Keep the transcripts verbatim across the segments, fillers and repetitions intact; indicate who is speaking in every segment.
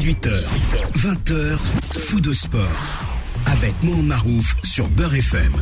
Speaker 1: dix-huit heures, vingt heures, Fou de Sport. Avec Mohamed Marouf sur Beurre F M.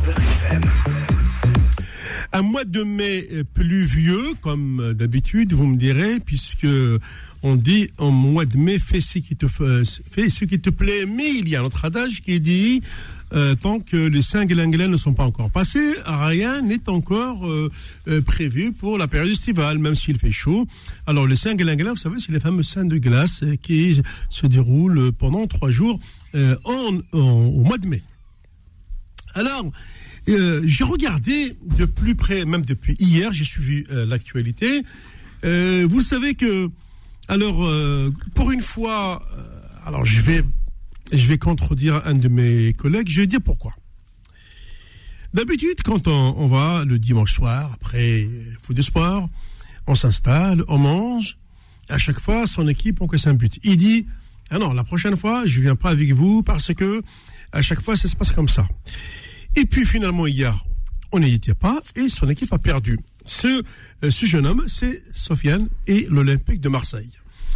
Speaker 2: Un mois de mai pluvieux, comme d'habitude, vous me direz, puisque on dit en mois de mai, fais ce qui te, fais ce qui te plaît. Mais il y a un autre adage qui dit, euh, tant que les Saint-Glinglin ne sont pas encore passés, rien n'est encore euh, euh, prévu pour la période estivale, même s'il fait chaud. Alors les Saint-Glinglin, vous savez, c'est les fameux saints de glace euh, qui se déroulent pendant trois jours euh, en, en, au mois de mai. Alors, Euh, j'ai regardé de plus près, même depuis hier, j'ai suivi euh, l'actualité. Euh, vous savez que, alors, euh, pour une fois, euh, alors je vais, je vais contredire un de mes collègues. Je vais dire pourquoi. D'habitude, quand on, on va le dimanche soir après foot de sport, on s'installe, on mange. À chaque fois, son équipe encaisse un but. Il dit, ah non, la prochaine fois, je viens pas avec vous parce que à chaque fois, ça se passe comme ça. Et puis finalement hier, on n'y était pas et son équipe a perdu. Ce, ce jeune homme, c'est Sofiane et l'Olympique de Marseille.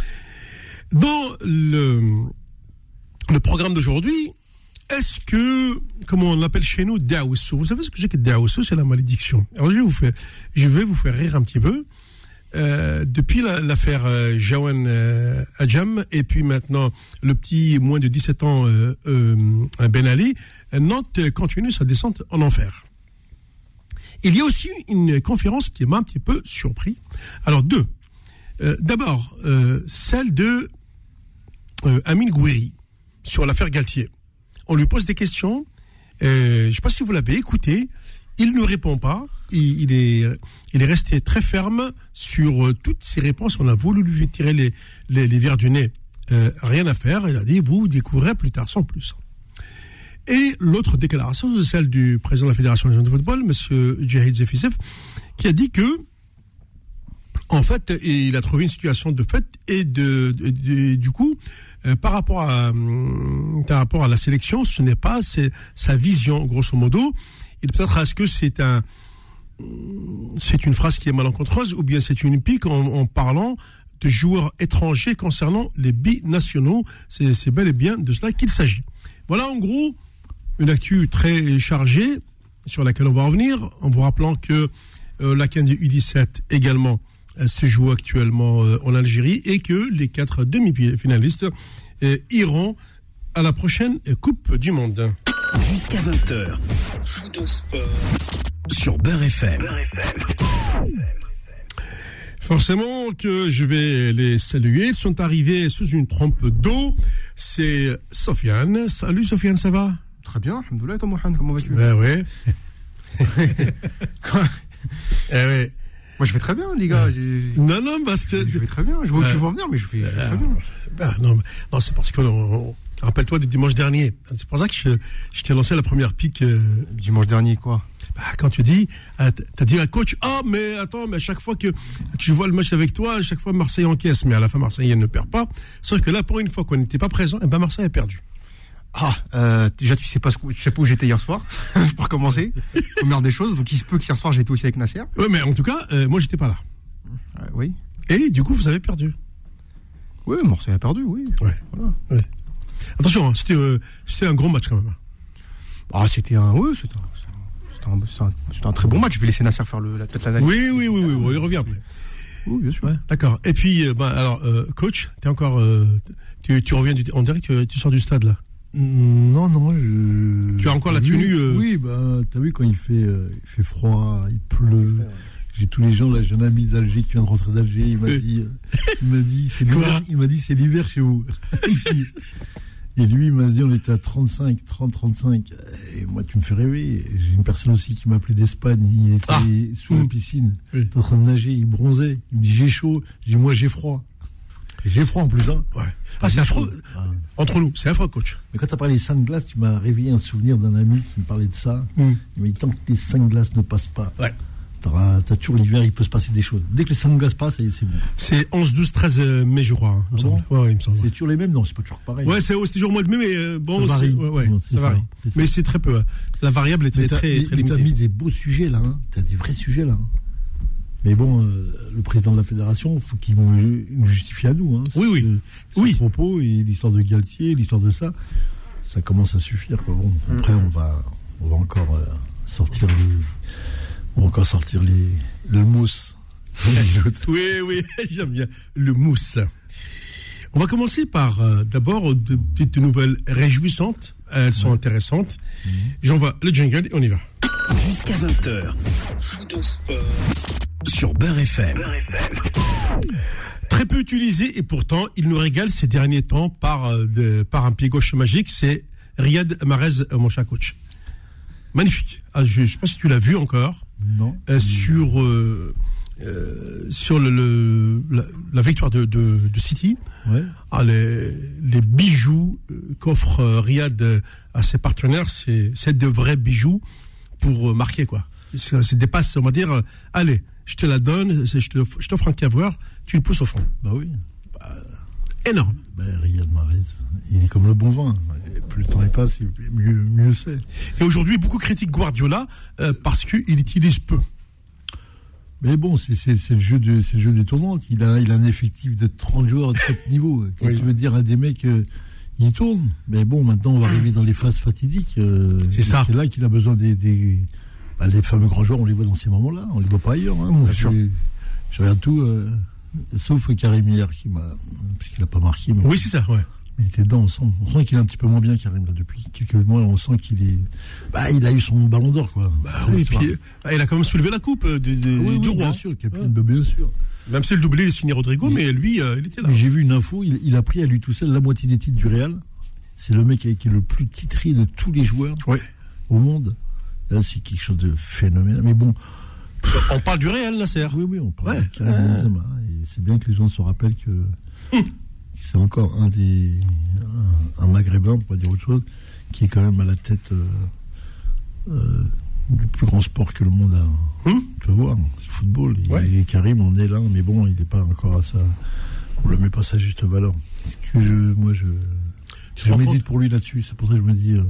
Speaker 2: Dans le, le programme d'aujourd'hui, est-ce que, comment on l'appelle chez nous, Daoussou, vous savez ce que c'est que Daoussou, c'est la malédiction. Alors je vais vous faire, je vais vous faire rire un petit peu. Euh, depuis la, l'affaire euh, Jawan euh, Adjam et puis maintenant le petit moins de dix-sept ans euh, euh, Ben Ali, Nantes continue sa descente en enfer. Il y a aussi une conférence qui m'a un petit peu surpris. Alors deux. Euh, d'abord, euh, celle de euh, Amine Gouiri sur l'affaire Galtier. On lui pose des questions. Euh, je ne sais pas si vous l'avez écouté. Il ne répond pas. Il, il, est, il est resté très ferme sur euh, toutes ses réponses. On a voulu lui tirer les, les, les verres du nez. Euh, rien à faire. Il a dit, vous découvrirez plus tard, sans plus. Et l'autre déclaration, c'est celle du président de la Fédération nationale de football, M. Djahid Zefisef, qui a dit que, en fait, il a trouvé une situation de fait et de, de, de du coup, euh, par rapport à, euh, par rapport à la sélection, ce n'est pas c'est, sa vision, grosso modo. Il peut-être est-ce que c'est un, c'est une phrase qui est malencontreuse ou bien c'est une pique en, en parlant de joueurs étrangers concernant les binationaux. C'est, c'est bel et bien de cela qu'il s'agit. Voilà en gros une actu très chargée sur laquelle on va revenir en vous rappelant que euh, la CAN U dix-sept également euh, se joue actuellement euh, en Algérie et que les quatre demi-finalistes euh, iront à la prochaine Coupe du Monde.
Speaker 1: Jusqu'à vingt heures, Fou de Sport sur Beurre F M.
Speaker 2: Forcément que je vais les saluer. Ils sont arrivés sous une trompe d'eau. C'est Sofiane. Salut Sofiane, ça va?
Speaker 3: Très bien, alhamdoulilah, toi Mohamed, comment vas-tu?
Speaker 2: Ben ouais. Quoi? Eh ouais.
Speaker 3: Moi je vais très bien les gars. J'ai...
Speaker 2: Non, non, parce que...
Speaker 3: Je vais très bien, je vois euh, que tu vas en venir, mais je vais, je vais très bien.
Speaker 2: Ben, non, non, c'est parce que... On, on, rappelle-toi du dimanche dernier. C'est pour ça que je, je t'ai lancé la première pique. Euh,
Speaker 3: dimanche dernier, quoi?
Speaker 2: Bah, quand tu dis, euh, t'as dit à coach, ah, oh, mais attends, mais à chaque fois que, que je vois le match avec toi, à chaque fois Marseille encaisse, mais à la fin Marseille ne perd pas. Sauf que là, pour une fois qu'on n'était pas présent, et ben Marseille a perdu.
Speaker 3: Ah, euh, déjà tu sais pas, je sais pas où j'étais hier soir, pour commencer. Première des choses, donc il se peut qu'hier soir j'étais aussi avec Nasser.
Speaker 2: Oui, mais en tout cas, euh, moi j'étais pas là.
Speaker 3: Euh, oui.
Speaker 2: Et du coup, vous avez perdu.
Speaker 3: Oui, Marseille a perdu, oui.
Speaker 2: Ouais. Voilà. Ouais. Attention, hein, c'était, euh, c'était un gros match quand même.
Speaker 3: Ah, c'était un, oui, c'était un, c'était un, c'était un, c'était un très bon match. Je vais laisser Nasser faire le, la, peut-être l'analyse.
Speaker 2: Oui, oui, oui, oui, oui, il revient après.
Speaker 3: Oui, bien sûr.
Speaker 2: Ouais, d'accord. Et puis, euh, bah, alors, euh, coach, t'es encore, euh, tu, tu reviens du, on dirait que tu, tu sors du stade là.
Speaker 4: Non, non, je...
Speaker 2: Tu as encore la tenue euh...
Speaker 4: Oui, bah, t'as vu quand il fait, euh, il fait froid, il pleut. J'ai tous les gens, là, j'ai un ami d'Alger qui vient de rentrer d'Alger, il m'a dit, euh, il m'a dit, c'est l'hiver, il m'a dit, c'est l'hiver chez vous. Ici. Et lui, il m'a dit, on était à trente-cinq, trente, trente-cinq. Et moi, tu me fais rêver. J'ai une personne aussi qui m'a appelé d'Espagne. Il était ah. sous mmh. la piscine. Oui. Il était en train de nager. Il bronzait. Il me dit, j'ai chaud. Je dis, moi, j'ai froid. Et j'ai froid en plus, hein.
Speaker 2: Ouais. Ah, c'est affreux. Ah. Entre nous, c'est affreux, coach.
Speaker 4: Mais quand tu as parlé des cinq glaces, tu m'as réveillé un souvenir d'un ami qui me parlait de ça. Mmh. Il m'a dit, tant que les cinq glaces ne passent pas. Ouais. T'as, t'as toujours l'hiver, il peut se passer des choses. Dès que les cinq glaces passent, c'est bon.
Speaker 2: C'est onze, douze, treize mai, je crois. Hein,
Speaker 4: ah bon
Speaker 2: ouais, ouais, il me semble.
Speaker 4: C'est toujours les mêmes? Non, c'est pas toujours pareil.
Speaker 2: Ouais, c'est, ouais, c'est toujours au mois de mai, mais euh, bon,
Speaker 4: ça varie.
Speaker 2: Ouais, ouais,
Speaker 4: non,
Speaker 2: ça, ça varie. C'est mais ça. C'est très peu. Hein. La variable est très, très, très limitée.
Speaker 4: T'as mis des beaux sujets là, hein. T'as des vrais sujets là. Hein. Mais bon, euh, le président de la fédération, il faut qu'il nous, nous justifie à nous. Hein,
Speaker 2: oui, oui.
Speaker 4: Ce
Speaker 2: oui.
Speaker 4: propos et l'histoire de Galtier, l'histoire de ça, ça commence à suffire. Quoi. Bon, après, on va, on va encore euh, sortir les, on va encore sortir les, le mousse.
Speaker 2: oui, oui, j'aime bien le mousse. On va commencer par euh, d'abord de petites nouvelles réjouissantes. Elles sont ouais. intéressantes. Mmh. J'envoie le jingle et on y va.
Speaker 1: Jusqu'à vingt heures. Food au sport. Sur Beurre F M. Beurre F M.
Speaker 2: Très peu utilisé et pourtant il nous régale ces derniers temps par, euh, de, par un pied gauche magique. C'est Riyad Mahrez, euh, mon cher coach. Magnifique. Ah, je ne sais pas si tu l'as vu encore.
Speaker 4: Non.
Speaker 2: Euh, sur euh, euh, sur le, le la, la victoire de, de, de City.
Speaker 4: Ouais.
Speaker 2: Ah, les, les bijoux euh, qu'offre euh, Riyad euh, à ses partenaires, c'est, c'est de vrais bijoux pour euh, marquer quoi. C'est, c'est dépasse, on va dire. Euh, allez. Je te la donne, je, te, je t'offre un cavoir, tu le pousses au fond.
Speaker 4: Bah oui.
Speaker 2: Bah, énorme.
Speaker 4: Bah, Riyad Mahrez, il est comme le bon vin. Plus le temps il passe, mieux, mieux c'est.
Speaker 2: Et aujourd'hui, beaucoup critiquent Guardiola euh, parce qu'il utilise peu.
Speaker 4: Mais bon, c'est, c'est, c'est, le, jeu de, c'est le jeu des tournantes. Il a, il a un effectif de trente joueurs de top niveau. Quand oui. tu veux dire à des mecs, euh, ils tournent. Mais bon, maintenant, on va arriver dans les phases fatidiques. Euh,
Speaker 2: c'est ça.
Speaker 4: C'est là qu'il a besoin des... des Bah, les fameux grands joueurs, on les voit dans ces moments-là, on les voit pas ailleurs. Hein. Moi, je, je regarde tout, euh, sauf Karim hier, qui m'a, puisqu'il n'a pas marqué. Mais
Speaker 2: oui, c'est ça, ouais.
Speaker 4: Il était dedans, on sent, on sent qu'il est un petit peu moins bien, Karim, là, depuis quelques mois, on sent qu'il est. Bah, il a eu son ballon d'or, quoi.
Speaker 2: Bah oui, puis bah, il a quand même soulevé la coupe de, de,
Speaker 4: oui,
Speaker 2: du
Speaker 4: oui,
Speaker 2: roi.
Speaker 4: Bien sûr, Capitaine, ouais. bien sûr.
Speaker 2: Même si le doublé est signé Rodrigo, oui. mais lui, euh, il était là.
Speaker 4: Mais j'ai vu une info, il, il a pris à lui tout seul la moitié des titres du Real. C'est le mec qui est le plus titré de tous les joueurs
Speaker 2: ouais.
Speaker 4: au monde. Là, c'est quelque chose de phénoménal. Mais bon.
Speaker 2: On parle du Real, Nasser.
Speaker 4: Oui, oui, on parle
Speaker 2: ouais.
Speaker 4: du Real. Ouais. Et c'est bien que les gens se rappellent que hum. c'est encore un des. Un, un Maghrébin, pour pas dire autre chose, qui est quand même à la tête euh, euh, du plus grand sport que le monde a. Hum. Tu vas voir, c'est le football. Ouais. Et, et Karim, on est là, mais bon, il n'est pas encore à ça. On ne le met pas à sa juste valeur. Que je, moi, je. Je médite pour lui là-dessus. C'est pour ça que je me dis. Euh,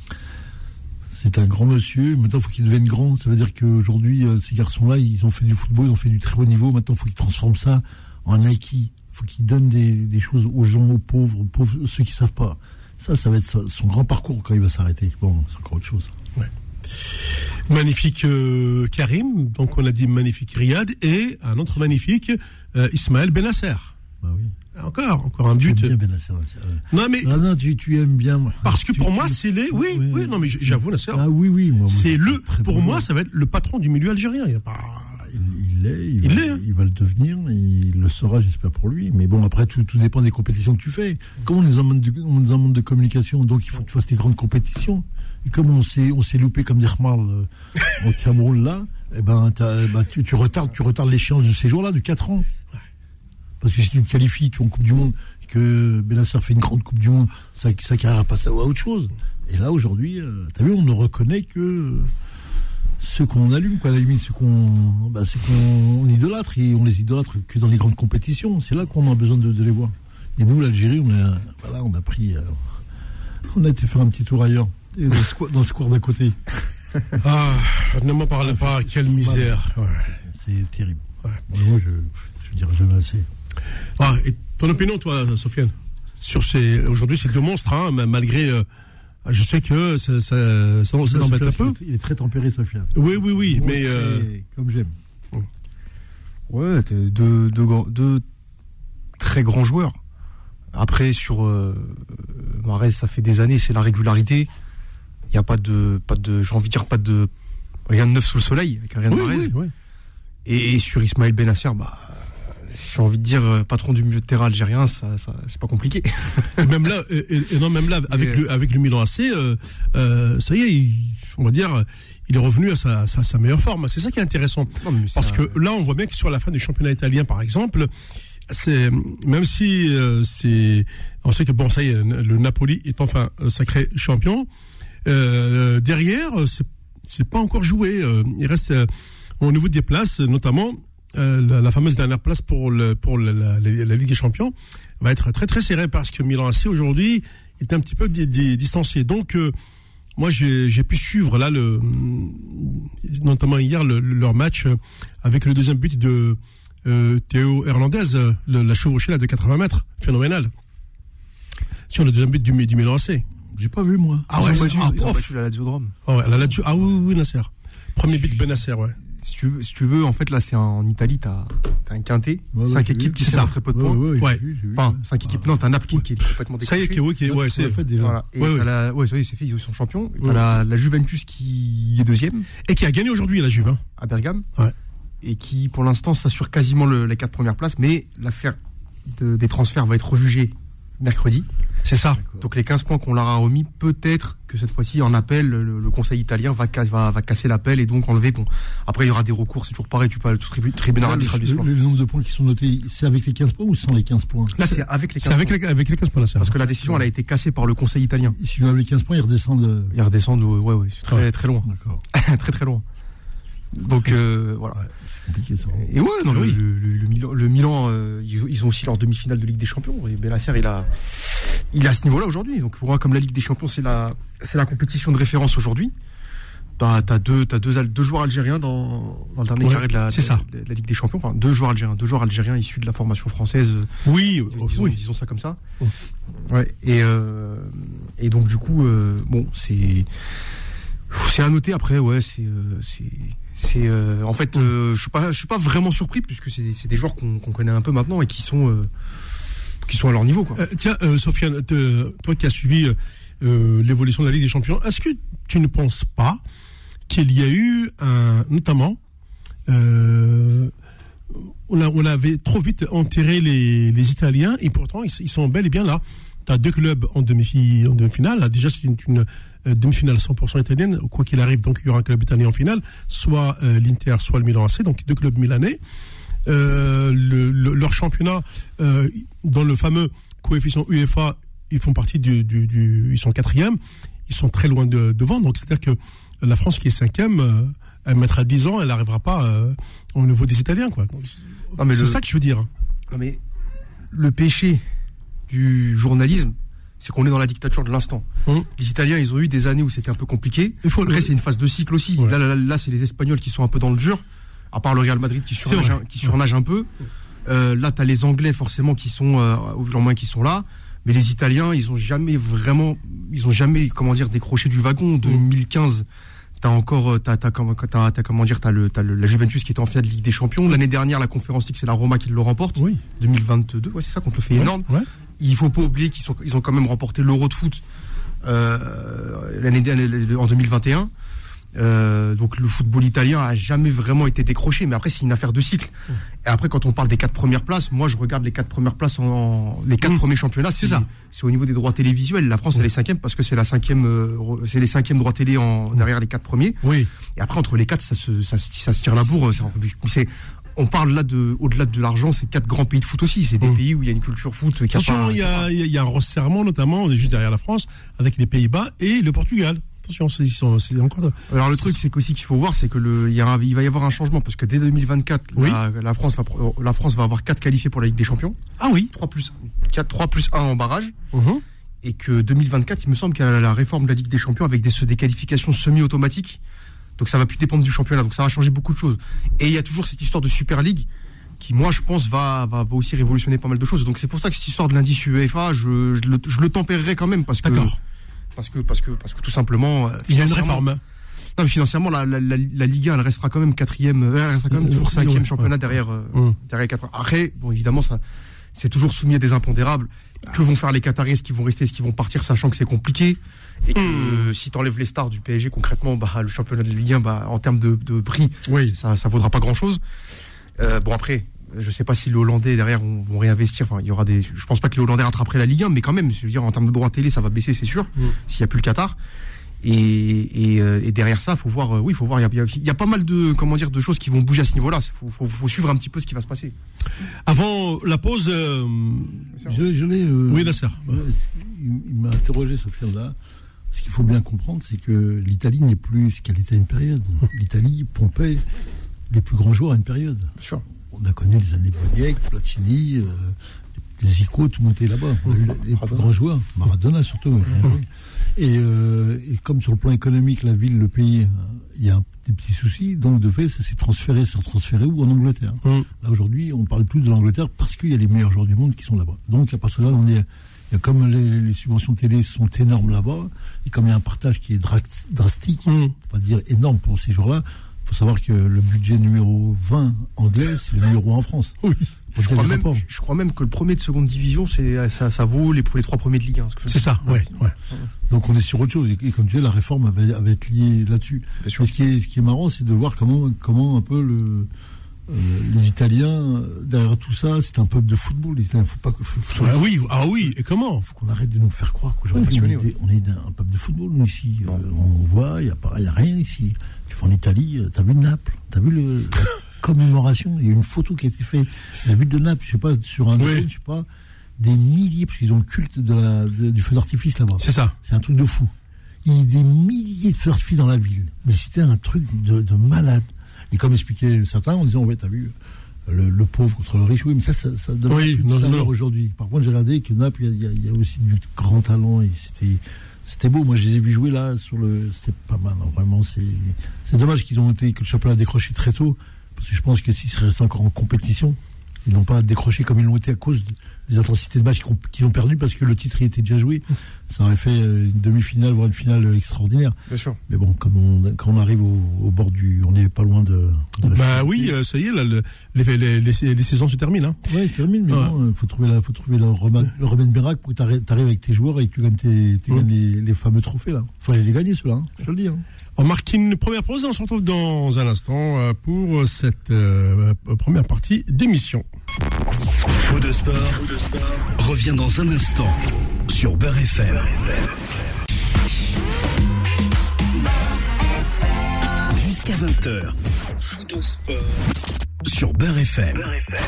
Speaker 4: C'est un grand monsieur. Maintenant, il faut qu'il devienne grand. Ça veut dire qu'aujourd'hui, euh, ces garçons-là, ils ont fait du football, ils ont fait du très haut niveau. Maintenant, il faut qu'ils transforment ça en acquis. Il faut qu'ils donnent des, des choses aux gens, aux pauvres, aux pauvres, ceux qui ne savent pas. Ça, ça va être son grand parcours quand il va s'arrêter. Bon, c'est encore autre chose.
Speaker 2: Ouais. Magnifique euh, Karim. Donc, on a dit magnifique Riyad. Et un autre magnifique, euh, Ismaël Benasser.
Speaker 4: Bah oui.
Speaker 2: Encore, encore un but.
Speaker 4: Tu aimes bien Benasser.
Speaker 2: Non, mais.
Speaker 4: Non, non, tu, tu aimes bien.
Speaker 2: Parce que
Speaker 4: tu,
Speaker 2: pour
Speaker 4: tu,
Speaker 2: moi,
Speaker 4: tu,
Speaker 2: c'est les. Oui, oui, oui, non, mais j'avoue, Nasser.
Speaker 4: Ah oui, oui. Moi,
Speaker 2: c'est
Speaker 4: moi,
Speaker 2: le. Pour bon moi, ça va être le patron du milieu algérien. Il, y a pas...
Speaker 4: il, il l'est. Il,
Speaker 2: il,
Speaker 4: va,
Speaker 2: l'est, hein.
Speaker 4: il va le devenir. Il le sera, j'espère, pour lui. Mais bon, après, tout, tout dépend des compétitions que tu fais. Comme on est dans un monde de, on est dans un monde de communication, donc il faut que tu fasses des grandes compétitions. Et comme on s'est, on s'est loupé comme des remarles euh, au Cameroun, là, eh ben, bah, tu, tu, retardes, tu retardes l'échéance de ces jours-là de quatre ans. Parce que si tu te qualifies, tu es en Coupe du Monde, que Benasser fait une grande Coupe du Monde, sa, sa carrière passe à autre chose. Et là, aujourd'hui, euh, t'as vu, on ne reconnaît que euh, ceux qu'on allume, quoi, à la limite, ceux qu'on, bah, ceux qu'on on idolâtre, et on les idolâtre que dans les grandes compétitions. C'est là qu'on a besoin de, de les voir. Et nous, l'Algérie, on a, voilà, on a pris, euh, on a été faire un petit tour ailleurs, dans le square, dans le square d'à côté.
Speaker 2: Ah, ne m'en parlez pas, quelle misère. Ouais.
Speaker 4: C'est terrible. Ouais. Moi, je, je dirais jamais assez.
Speaker 2: Ah, et ton opinion, toi, Sofiane, sur ces aujourd'hui ces deux monstres, hein, malgré, euh, je sais que ça, ça, ça, ça embête un peu.
Speaker 4: Il est très tempéré, Sofiane.
Speaker 2: Oui, oui, oui, bon, mais euh...
Speaker 4: comme j'aime.
Speaker 3: Ouais, deux, deux, deux très grands joueurs. Après, sur euh, Mahrez, ça fait des années, c'est la régularité. Il n'y a pas de, pas de, j'ai envie de dire, pas de rien de neuf sous le soleil avec Riyad
Speaker 2: oui,
Speaker 3: Mahrez.
Speaker 2: Oui, oui.
Speaker 3: Et, et sur Ismaël Benasser, bah. J'ai envie de dire, euh, patron du milieu de terrain algérien, ça, ça, c'est pas compliqué.
Speaker 2: Et même là, et, et non, même là, avec, le, avec le Milan A C, euh, euh, ça y est, il, on va dire, il est revenu à sa, sa, sa meilleure forme. C'est ça qui est intéressant. Non, parce ça, que là, on voit bien que sur la fin du championnat italien, par exemple, c'est, même si euh, c'est, on sait que bon, ça y est, le Napoli est enfin sacré champion, euh, derrière, c'est, c'est pas encore joué. Il reste, euh, au niveau des places, notamment, Euh, la, la fameuse dernière place pour le pour la, la, la, la Ligue des Champions va être très très serrée parce que Milan A C aujourd'hui est un petit peu di, di, distancié. Donc euh, moi, j'ai, j'ai pu suivre là, le, notamment hier, le, leur match avec le deuxième but de euh, Théo Hernandez, le, la chevauchée là de quatre-vingts mètres, phénoménal. Sur le deuxième but du, du Milan A C.
Speaker 4: J'ai pas vu, moi.
Speaker 3: Ah ouais, ils ont battu, ah, ils ont battu la Lazio-Drome.
Speaker 2: Ah ouais, la Lazio, ah oui, oui, Nasser. Premier but de Benasser, ouais.
Speaker 3: Si tu veux, si tu veux, en fait, là, c'est en Italie, t'as, t'as un quintet,
Speaker 4: ouais,
Speaker 3: cinq
Speaker 4: ouais,
Speaker 3: équipes
Speaker 4: vu.
Speaker 3: qui sont très peu de points.
Speaker 2: Ouais, ouais.
Speaker 4: Vu, vu,
Speaker 3: enfin, cinq équipes, non, t'as Napoli qui est complètement décroché.
Speaker 2: Ça y est, Théo, qui est, ouais, c'est
Speaker 4: fait déjà.
Speaker 3: Voilà. Et
Speaker 2: ouais,
Speaker 3: t'as
Speaker 2: ouais.
Speaker 3: la, ouais, ça y est, c'est fait, ils sont champions. T'as
Speaker 2: ouais.
Speaker 3: la, la Juventus qui est deuxième.
Speaker 2: Et qui a gagné aujourd'hui, la Juve, hein.
Speaker 3: À Bergame.
Speaker 2: Ouais.
Speaker 3: Et qui, pour l'instant, s'assure quasiment le, les quatre premières places, mais l'affaire de, des transferts va être rejugée mercredi.
Speaker 2: C'est ça.
Speaker 3: Donc les quinze points qu'on leur a remis, peut-être que cette fois-ci, en appel, le, le conseil italien va, va, va casser l'appel et donc enlever. Bon, après, il y aura des recours, c'est toujours pareil, tu peux aller au tribu, tribunal arbitral du sport.
Speaker 4: Le, le nombre de points qui sont notés, c'est avec les quinze points ou sans les quinze points?
Speaker 3: Là, c'est avec les quinze
Speaker 2: C'est avec
Speaker 3: points.
Speaker 2: les, avec les quinze points, là, c'est
Speaker 3: Parce que la décision, elle a été cassée par le conseil italien.
Speaker 4: Si on a les quinze points, ils redescendent.
Speaker 3: Ils redescendent, ouais, ouais, c'est très,
Speaker 2: Ouais.
Speaker 3: très loin.
Speaker 4: D'accord.
Speaker 3: très, très loin. Donc, euh, voilà.
Speaker 4: Ouais, c'est compliqué ça.
Speaker 3: Et ouais, non,
Speaker 2: Oui.
Speaker 3: le, le, le Milan, le Milan euh, ils, ils ont aussi leur demi-finale de Ligue des Champions. Et Benasser, il a, il est à ce niveau-là aujourd'hui. Donc pour moi, comme la Ligue des Champions, c'est la, c'est la compétition de référence aujourd'hui. T'as, t'as deux, t'as deux, deux joueurs algériens dans, dans le dernier
Speaker 2: Ouais,
Speaker 3: carré de la,
Speaker 2: c'est
Speaker 3: de,
Speaker 2: ça.
Speaker 3: de la Ligue des Champions. Enfin, deux joueurs algériens, deux joueurs algériens issus de la formation française.
Speaker 2: Oui,
Speaker 3: Disons,
Speaker 2: oui.
Speaker 3: disons ça comme ça.
Speaker 2: Oh.
Speaker 3: Ouais. Et euh, et donc du coup, euh, bon, c'est, c'est à noter. Après, ouais, c'est, euh, c'est. C'est euh, en fait, euh, je suis pas, je suis pas vraiment surpris puisque c'est, c'est des joueurs qu'on, qu'on connaît un peu maintenant et qui sont, euh, qui sont à leur niveau, quoi.
Speaker 2: Euh, tiens, euh, Sofiane, te, toi qui as suivi euh, l'évolution de la Ligue des Champions, est-ce que tu ne penses pas qu'il y a eu un, notamment, euh, on, a, on avait trop vite enterré les, les Italiens et pourtant ils, ils sont bel et bien là. Tu as deux clubs en, demi, en demi-finale. Là, déjà, c'est une, une euh, demi-finale cent pour cent italienne. Quoi qu'il arrive, donc il y aura un club italien en finale, soit euh, l'Inter, soit le Milan A C, donc deux clubs milanais. Euh, le, le, leur championnat, euh, dans le fameux coefficient UEFA, ils font partie du, du, du ils sont quatrième, ils sont très loin de, devant. Donc c'est-à-dire que la France qui est cinquième, euh, elle mettra dix ans, elle n'arrivera pas euh, au niveau des Italiens, quoi. Donc,
Speaker 3: Non, mais
Speaker 2: c'est
Speaker 3: le-
Speaker 2: ça que je veux dire.
Speaker 3: Non, mais le péché du journalisme, c'est qu'on est dans la dictature de l'instant.
Speaker 2: Hum.
Speaker 3: Les Italiens, ils ont eu des années où c'était un peu compliqué.
Speaker 2: Il faut le-
Speaker 3: Après, c'est une phase de cycle aussi.
Speaker 2: Ouais.
Speaker 3: Là, là, là, là, c'est les Espagnols qui sont un peu dans le dur, à part le Real Madrid qui
Speaker 2: C'est
Speaker 3: surnage,
Speaker 2: vrai.
Speaker 3: un, qui surnage un peu. Euh, là, t'as les Anglais forcément qui sont euh, au jour moins qui sont là, mais les Italiens, ils ont jamais vraiment, ils ont jamais, comment dire, décroché du wagon. deux mille quinze, t'as encore, euh, t'as, t'as, comment- t'as, t'as, comment dire, t'as le, t'as le, la Juventus qui est en finale de Ligue des Champions. L'année dernière, la Conférence League, c'est la Roma qui le remporte.
Speaker 2: Oui.
Speaker 3: deux mille vingt-deux, ouais, c'est ça, contre le Feyenoord.
Speaker 2: Ouais.
Speaker 3: Il faut pas oublier qu'ils sont, ils ont quand même remporté l'Euro de foot euh, l'année dernière, en deux mille vingt et un. Euh, donc le football italien a jamais vraiment été décroché, mais après c'est une affaire de cycle. Et après, quand on parle des quatre premières places, moi je regarde les quatre premières places en, en- les quatre
Speaker 2: Mmh.
Speaker 3: premiers championnats, c'est
Speaker 2: C'est ça.
Speaker 3: C'est au niveau des droits télévisuels. La France elle est cinquième parce que c'est la cinquième, euh, re- c'est les cinquièmes droits télé en derrière les quatre premiers.
Speaker 2: Oui.
Speaker 3: Et après entre les quatre, ça se, ça, se- ça se tire la bourre. C'est, c'est- on parle là de, au-delà de l'argent, c'est quatre grands pays de foot aussi. C'est des
Speaker 2: Mmh.
Speaker 3: pays où il y a une culture foot qui a
Speaker 2: Attention,
Speaker 3: pas.
Speaker 2: il y a, il y a un resserrement, notamment, on est juste derrière la France, avec les Pays-Bas et le Portugal. Attention, c'est, ils sont- c'est encore.
Speaker 3: Alors le
Speaker 2: C'est-
Speaker 3: truc, c'est qu'aussi qu'il faut voir, c'est que le, il, y a un- il va y avoir un changement parce que dès deux mille vingt-quatre,
Speaker 2: Oui.
Speaker 3: la, la France va, pro- la France va avoir quatre qualifiés pour la Ligue des Champions,
Speaker 2: Ah oui.
Speaker 3: trois plus quatre, trois plus un en barrage,
Speaker 2: Mhm.
Speaker 3: et que deux mille vingt-quatre, il me semble qu'il y a la réforme de la Ligue des Champions avec des, des qualifications semi-automatiques. Donc ça va plus dépendre du championnat, donc ça va changer beaucoup de choses. Et il y a toujours cette histoire de Super League qui, moi, je pense, va, va, va aussi révolutionner pas mal de choses. Donc c'est pour ça que cette histoire de l'indice UEFA, je, je, le, je le tempérerai quand même parce que,
Speaker 2: D'accord.
Speaker 3: parce que, parce que, parce que tout simplement, euh,
Speaker 2: Il y a une
Speaker 3: financièrement-
Speaker 2: réforme.
Speaker 3: non, mais financièrement, la, la, la, la Ligue un, elle restera quand même quatrième, euh, elle restera quand même
Speaker 2: Euh,
Speaker 3: toujours
Speaker 2: ouais,
Speaker 3: cinquième
Speaker 2: ouais,
Speaker 3: championnat
Speaker 2: ouais.
Speaker 3: derrière, euh,
Speaker 2: Hum.
Speaker 3: derrière les quatre. Après, bon, évidemment, ça, c'est toujours soumis à des impondérables. Que vont faire les Qataris? Est-ce qu'ils vont rester? Est-ce qu'ils vont partir? Sachant que c'est compliqué. Et que,
Speaker 2: Hum.
Speaker 3: euh, si t'enlèves les stars du P S G, concrètement, bah, le championnat de Ligue un, bah, en termes de, de prix,
Speaker 2: Oui.
Speaker 3: ça, ça vaudra pas grand chose. Euh, bon, après, je sais pas si les Hollandais derrière vont, vont réinvestir. Enfin, il y aura des, je pense pas que les Hollandais rattraperaient la Ligue un, mais quand même, je veux dire, en termes de droits télé, ça va baisser, c'est sûr,
Speaker 2: Hum.
Speaker 3: s'il y a plus le Qatar. Et, et, euh, et derrière ça, faut voir. euh, oui, faut voir. Il y a, il y a- il y a pas mal de, comment dire, de choses qui vont bouger à ce niveau-là. Faut, faut, faut suivre un petit peu ce qui va se passer.
Speaker 2: Avant la pause, euh,
Speaker 4: Je, je l'ai. euh,
Speaker 2: oui, Nasser.
Speaker 4: Il, il m'a interrogé, Sofiane, là. Ce qu'il faut bien comprendre, c'est que l'Italie n'est plus ce qu'elle était à une période. L'Italie pompait les plus grands joueurs à une période.
Speaker 3: Sûr.
Speaker 4: On a connu les années Boniek, Platini, euh, des Zico, tout le monde était là-bas. On a eu les plus grands joueurs, Maradona surtout. Ouais. Et, euh, et comme sur le plan économique, la ville, le pays, il y a un, des petits soucis, donc de fait, ça s'est transféré, ça s'est transféré où? En Angleterre. Mm. Là aujourd'hui, on parle plus de l'Angleterre parce qu'il y a les meilleurs joueurs du monde qui sont là-bas. Donc à partir de là, on est, il y a comme les, les subventions télé sont énormes là-bas, et comme il y a un partage qui est dra- drastique, mm. on peut pas dire énorme pour ces joueurs-là. Il faut savoir que le budget numéro vingt anglais, c'est le numéro un en France.
Speaker 3: Oui. Je crois, même, je crois même que le premier de seconde division, c'est, ça, ça vaut les, pour les trois premiers de Ligue un.
Speaker 2: C'est ça, ouais, ouais.
Speaker 4: Donc on est sur autre chose. Et comme tu dis, la réforme va, va être liée là-dessus. Et ce qui est, ce qui est marrant, c'est de voir comment, comment un peu le, euh, les Italiens, derrière tout ça, c'est un peuple de football. Les Italiens, faut pas que. Faut,
Speaker 2: ah oui, ah oui, et comment?
Speaker 4: Faut qu'on arrête de nous faire croire qu'aujourd'hui, on, est, ouais. on est un peuple de football, nous, ici. Euh, on voit, il n'y a, pas, y a rien ici. Tu vas en Italie, t'as vu Naples, t'as vu le. Commémoration, il y a une photo qui a été faite, la ville de Naples, je sais pas, sur un drone, oui. je sais pas, des milliers, parce qu'ils ont le culte de la, de, du feu d'artifice là-bas.
Speaker 2: C'est ça.
Speaker 4: C'est un truc de fou. Il y a des milliers de feux d'artifice dans la ville, mais c'était un truc de, de malade. Et comme expliquaient certains, en disant, ouais, t'as vu, le, le pauvre contre le riche, oui, mais ça, ça, ça donne
Speaker 2: oui,
Speaker 4: plus de saveur aujourd'hui. Par contre, j'ai regardé que Naples, il y, y, y a aussi du grand talent, et c'était, c'était beau. Moi, je les ai vus jouer là, sur le, c'est pas mal, hein, vraiment, c'est, c'est dommage qu'ils ont été, que le championnat a décroché très tôt. Parce que je pense que s'ils seraient restés encore en compétition, ils n'ont pas décroché comme ils l'ont été à cause des intensités de match qu'ils ont perdu parce que le titre y était déjà joué. Ça aurait fait une demi-finale, voire une finale extraordinaire.
Speaker 3: Bien sûr.
Speaker 4: Mais bon, comme on, quand on arrive au, au bord du... On n'est pas loin de... de la
Speaker 2: bah oui, euh, ça y est, là, le, les, les, les, les saisons se terminent. Hein.
Speaker 4: Oui, elles se terminent, mais ouais. bon, il faut trouver, la, faut trouver le, remède, le remède miracle pour que tu arrives avec tes joueurs et que tu gagnes, tes, tu ouais. gagnes les, les fameux trophées. Il faut aller les gagner, ceux-là, hein, je te le dis. Hein.
Speaker 2: On marque une première pause et on se retrouve dans un instant pour cette euh, première partie d'émission.
Speaker 1: Fou de sport, Fou de sport revient dans un instant sur Beurre F M. Jusqu'à vingt heures. Fou de sport sur Beurre F M.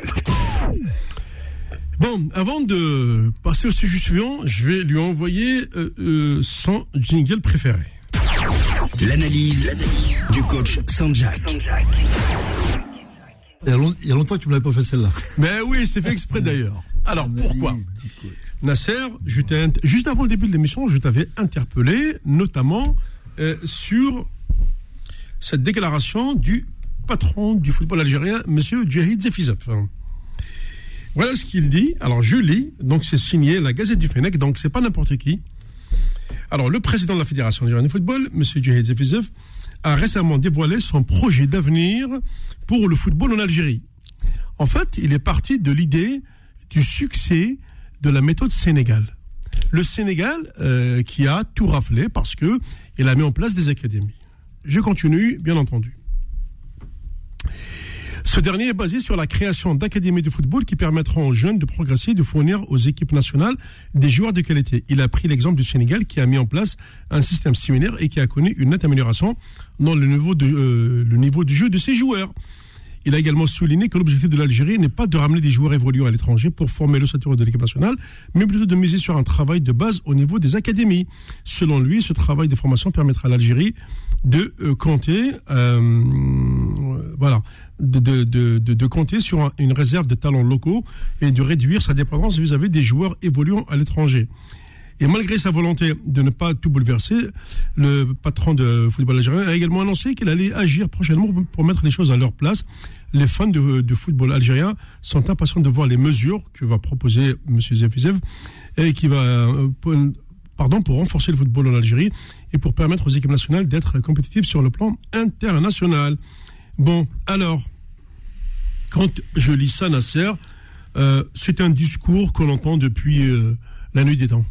Speaker 2: Bon, avant de passer au sujet suivant, je vais lui envoyer euh, euh, son jingle préféré.
Speaker 1: L'analyse, L'analyse du coach Sanjak.
Speaker 4: Il y, a long, il y a longtemps que tu ne m'avais pas fait celle-là.
Speaker 2: Mais oui, c'est fait exprès d'ailleurs. Alors pourquoi Nasser, je t'ai, juste avant le début de l'émission, je t'avais interpellé, notamment euh, sur cette déclaration du patron du football algérien, M. Djahid Zefizov. Voilà ce qu'il dit. Alors je lis, donc c'est signé la Gazette du Fennec, donc c'est pas n'importe qui. Alors, le président de la Fédération algérienne de football, M. Djahid Zefizov, a récemment dévoilé son projet d'avenir pour le football en Algérie. En fait, il est parti de l'idée du succès de la méthode Sénégal. Le Sénégal euh, qui a tout raflé parce que il a mis en place des académies. Je continue, bien entendu. Ce dernier est basé sur la création d'académies de football qui permettront aux jeunes de progresser et de fournir aux équipes nationales des joueurs de qualité. Il a pris l'exemple du Sénégal qui a mis en place un système similaire et qui a connu une nette amélioration dans le niveau de, euh, le niveau du jeu de ses joueurs. Il a également souligné que l'objectif de l'Algérie n'est pas de ramener des joueurs évoluant à l'étranger pour former l'ossature de l'équipe nationale, mais plutôt de miser sur un travail de base au niveau des académies. Selon lui, ce travail de formation permettra à l'Algérie de euh, compter, euh, voilà, de, de, de, de, de compter sur un, une réserve de talents locaux et de réduire sa dépendance vis-à-vis des joueurs évoluant à l'étranger. Et malgré sa volonté de ne pas tout bouleverser, le patron de football algérien a également annoncé qu'il allait agir prochainement pour mettre les choses à leur place. Les fans de, de football algérien sont impatients de voir les mesures que va proposer M. Zefizov et qui va, pour, pardon, pour renforcer le football en Algérie et pour permettre aux équipes nationales d'être compétitives sur le plan international. Bon, alors, quand je lis ça, Nasser, euh, c'est un discours qu'on entend depuis euh, la nuit des temps.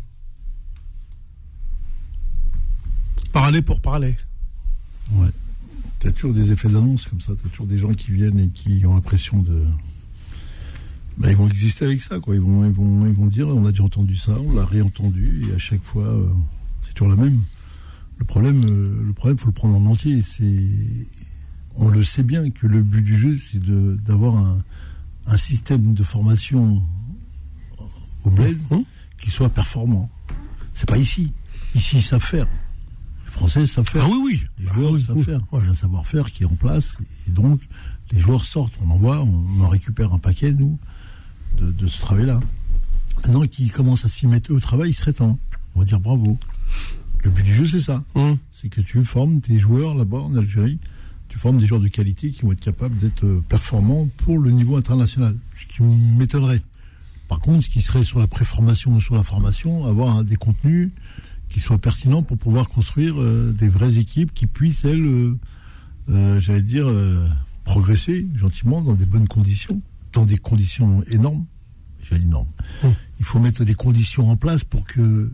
Speaker 2: Parler pour parler.
Speaker 4: Ouais. T'as toujours des effets d'annonce comme ça. T'as toujours des gens qui viennent et qui ont l'impression de. Ben, ils vont exister avec ça, quoi. Ils vont, ils vont, ils vont dire, on a déjà entendu ça, on l'a réentendu, et à chaque fois, euh, c'est toujours la même. Le problème, euh, le problème, faut le prendre en entier. C'est, on le sait bien que le but du jeu, c'est de d'avoir un, un système de formation au bled mmh. qui soit performant. C'est pas ici. Ici, ils savent faire. Les Français savent faire.
Speaker 2: Ah oui, oui.
Speaker 4: Les joueurs
Speaker 2: ah, oui,
Speaker 4: savent
Speaker 2: oui.
Speaker 4: faire. Il y a un savoir-faire qui est en place. Et donc, les joueurs sortent. On en voit, on en récupère un paquet, nous, de, de ce travail-là. Maintenant qu'ils commencent à s'y mettre eux au travail, il serait temps. On va dire bravo. Le but du jeu, c'est ça.
Speaker 2: Mmh.
Speaker 4: C'est que tu formes tes joueurs là-bas en Algérie. Tu formes des joueurs de qualité qui vont être capables d'être performants pour le niveau international. Ce qui m'étonnerait. Par contre, ce qui serait sur la préformation ou sur la formation, avoir hein, des contenus qui soient pertinents pour pouvoir construire euh, des vraies équipes qui puissent, elles, euh, euh, j'allais dire, euh, progresser gentiment dans des bonnes conditions, dans des conditions énormes. J'ai dit énormes. Mmh. Il faut mettre des conditions en place pour que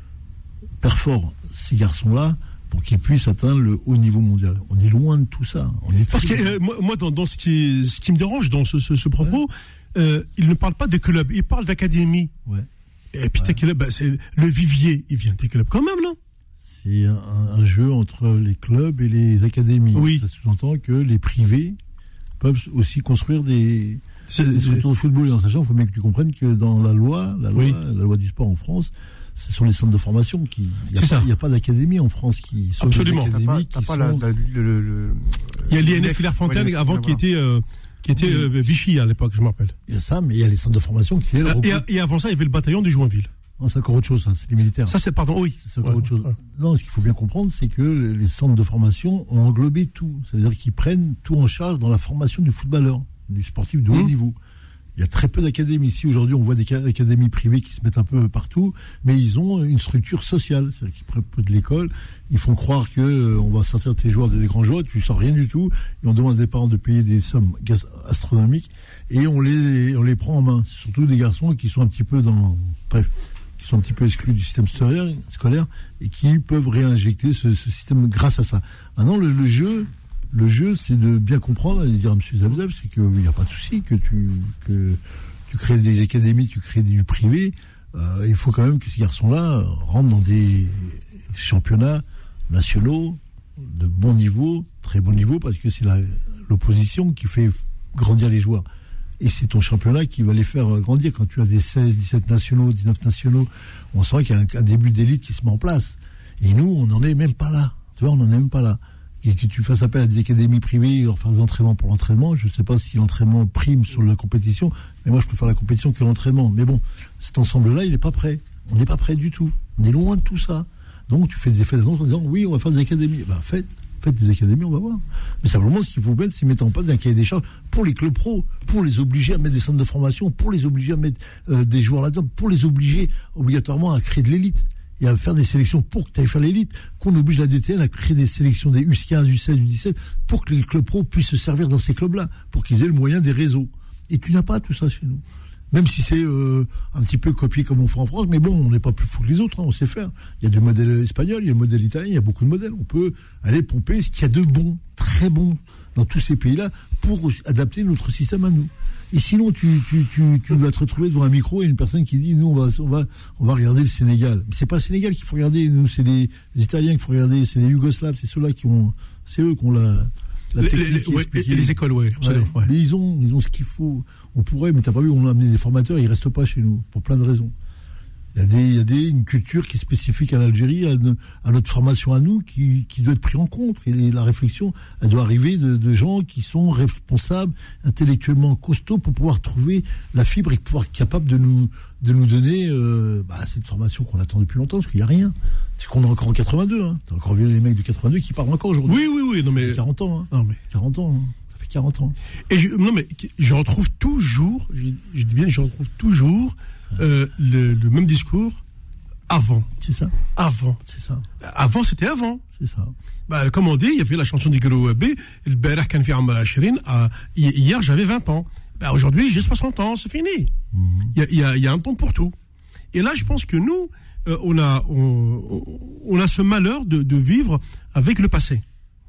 Speaker 4: perforent ces garçons-là, pour qu'ils puissent atteindre le haut niveau mondial. On est loin de tout ça. On est
Speaker 2: Parce que euh, moi, moi, dans, dans ce, qui, ce qui me dérange dans ce, ce, ce propos, ouais. euh, il ne parle pas de clubs, il parle d'académie. Ouais. Et puis ouais. clubs, bah, c'est, le vivier, il vient des clubs quand même, non?
Speaker 4: C'est un, un jeu entre les clubs et les académies.
Speaker 2: Oui.
Speaker 4: Ça sous-entend que les privés peuvent aussi construire des,
Speaker 2: c'est,
Speaker 4: des structures de football. Et en sachant, il faut bien que tu comprennes que dans la loi, la loi,
Speaker 2: oui.
Speaker 4: la loi du sport en France, ce sont les centres de formation qui. Il n'y a, a pas d'académie en France qui sont.
Speaker 2: Absolument.
Speaker 3: T'as pas, t'as pas la, la, le, le, le,
Speaker 2: il y a l'I N F Clairefontaine ouais, avant qui était, euh, qui était euh, Vichy à l'époque, je me rappelle.
Speaker 4: Il y a ça, mais il y a les centres de formation qui.
Speaker 2: Euh, et, et avant ça, il y avait le bataillon de Joinville.
Speaker 4: Non, c'est encore autre chose, ça, c'est les militaires.
Speaker 2: Ça, c'est, pardon, oui.
Speaker 4: C'est encore
Speaker 2: ouais,
Speaker 4: autre chose.
Speaker 2: Ouais.
Speaker 4: Non, ce qu'il faut bien comprendre, c'est que les centres de formation ont englobé tout. Ça veut dire qu'ils prennent tout en charge dans la formation du footballeur, du sportif de haut mmh. niveau. Il y a très peu d'académies. Ici, aujourd'hui, on voit des académies privées qui se mettent un peu partout, mais ils ont une structure sociale. C'est-à-dire qu'ils prennent peu de l'école, ils font croire qu'on euh, va sortir tes joueurs des grands joueurs, tu ne sors rien du tout, et on demande à des parents de payer des sommes astronomiques, et on les, on les prend en main. C'est surtout des garçons qui sont un petit peu dans... Bref, qui sont un petit peu exclus du système scolaire, scolaire et qui peuvent réinjecter ce, ce système grâce à ça. Maintenant, le, le jeu... Le jeu, c'est de bien comprendre et de dire à M. Zabzev, c'est qu'il n'y a pas de souci, que tu, que tu crées des académies, tu crées du privé. Euh, il faut quand même que ces garçons-là rentrent dans des championnats nationaux de bon niveau, très bon niveau, parce que c'est la, l'opposition qui fait grandir les joueurs. Et c'est ton championnat qui va les faire grandir. Quand tu as des seize, dix-sept nationaux, dix-neuf nationaux, on sent qu'il y a un, un début d'élite qui se met en place. Et nous, on n'en est même pas là. Tu vois, on n'en est même pas là. Et que tu fasses appel à des académies privées et leur faire des entraînements pour l'entraînement, je ne sais pas si l'entraînement prime sur la compétition, mais moi je préfère la compétition que l'entraînement. Mais bon, cet ensemble-là, il n'est pas prêt. On n'est pas prêt du tout. On est loin de tout ça. Donc tu fais des effets d'annonce en disant oui, on va faire des académies. Ben faites, faites des académies, on va voir. Mais simplement, ce qu'il faut mettre, c'est mettre en place un cahier des charges pour les clubs pro, pour les obliger à mettre des centres de formation, pour les obliger à mettre euh, des joueurs là-dedans, pour les obliger obligatoirement à créer de l'élite. Et à faire des sélections pour que tu ailles faire l'élite, qu'on oblige la D T N à créer des sélections des U quinze, U seize, U dix-sept, pour que les clubs pro puissent se servir dans ces clubs-là, pour qu'ils aient le moyen des réseaux. Et tu n'as pas tout ça chez nous. Même si c'est euh, un petit peu copié comme on fait en France, mais bon, on n'est pas plus fou que les autres, hein, on sait faire. Il y a du modèle espagnol, il y a le modèle italien, il y a beaucoup de modèles. On peut aller pomper ce qu'il y a de bon, très bon, dans tous ces pays-là, pour adapter notre système à nous. Et sinon, tu, tu, tu, tu vas te retrouver devant un micro et une personne qui dit, nous, on va, on va, on va regarder le Sénégal. Mais c'est pas le Sénégal qu'il faut regarder, nous, c'est les, les Italiens qu'il faut regarder, c'est les Yougoslaves, c'est ceux-là qui ont, c'est eux qui ont la, la
Speaker 2: les,
Speaker 4: technique.
Speaker 2: Les, ouais, et les écoles, oui, absolument.
Speaker 4: Ouais. Ouais. Mais ils ont, ils ont ce qu'il faut. On pourrait, mais t'as pas vu, on a amené des formateurs, ils restent pas chez nous, pour plein de raisons. Il y a des, il y a des, une culture qui est spécifique à l'Algérie, à, à notre formation à nous, qui, qui doit être prise en compte. Et la réflexion, elle doit arriver de, de gens qui sont responsables, intellectuellement costauds, pour pouvoir trouver la fibre et pouvoir être capable de nous, de nous donner euh, bah, cette formation qu'on attend depuis longtemps, parce qu'il n'y a rien. C'est qu'on est encore en quatre-vingt-deux. Hein. T'as encore vu les mecs du quatre-vingt-deux qui parlent encore aujourd'hui.
Speaker 2: Oui, oui, oui. Non, mais...
Speaker 4: Ça fait quarante ans. Hein.
Speaker 2: Non, mais...
Speaker 4: quarante ans. Hein. Ça fait quarante ans.
Speaker 2: Et je, non, mais je retrouve toujours, je, je dis bien, je retrouve toujours euh, le, le même discours avant.
Speaker 4: C'est ça.
Speaker 2: Avant.
Speaker 4: C'est ça.
Speaker 2: Avant, c'était avant.
Speaker 4: C'est ça.
Speaker 2: Bah, comme on dit, il y avait la chanson du Galo B, le Berah Kan fi Amal Ashirin, hier j'avais vingt ans. Bah, aujourd'hui, j'ai soixante ans, c'est fini. Mm-hmm. Il y, a, il y, a, il y a un temps pour tout. Et là, je pense que nous, euh, on, a, on, on a ce malheur de, de vivre avec le passé.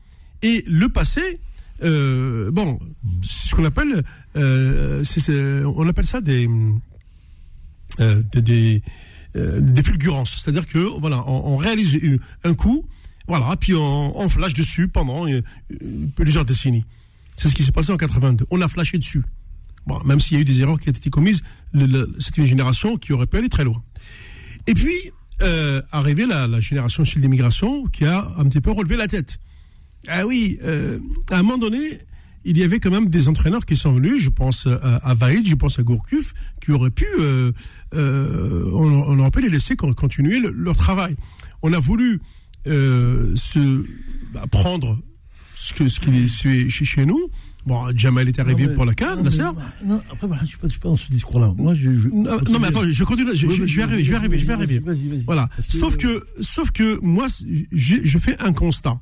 Speaker 2: Et le passé, euh, bon, c'est ce qu'on appelle, euh, c'est, c'est, on appelle ça des, euh, des, des, euh, des fulgurances. C'est-à-dire que, voilà, on, on réalise un coup, voilà, puis on, on flash dessus pendant euh, plusieurs décennies. C'est ce qui s'est passé en quatre-vingt-deux. On a flashé dessus. Bon, même s'il y a eu des erreurs qui ont été commises, le, le, c'est une génération qui aurait pu aller très loin. Et puis, euh, arrivée la, la génération issue de l'immigration qui a un petit peu relevé la tête. Ah oui, euh, à un moment donné, il y avait quand même des entraîneurs qui sont venus, je pense à, à Vaïd, je pense à Gourcuff, qui auraient pu, euh, euh, on, on aurait pu les laisser continuer le, leur travail. On a voulu euh, se bah, prendre ce que ce qui est chez, chez nous. Bon, Jamal est arrivé
Speaker 4: mais,
Speaker 2: pour la CAN, Nasser.
Speaker 4: Non, après, voilà, je suis pas, je suis pas dans ce discours-là. Moi, je, je
Speaker 2: non, non, mais attends, je continue. Je, je, je vais arriver, je vais arriver, je vais arriver.
Speaker 4: Vas-y, vas-y.
Speaker 2: Voilà. Sauf que, sauf que moi, je, je fais un constat.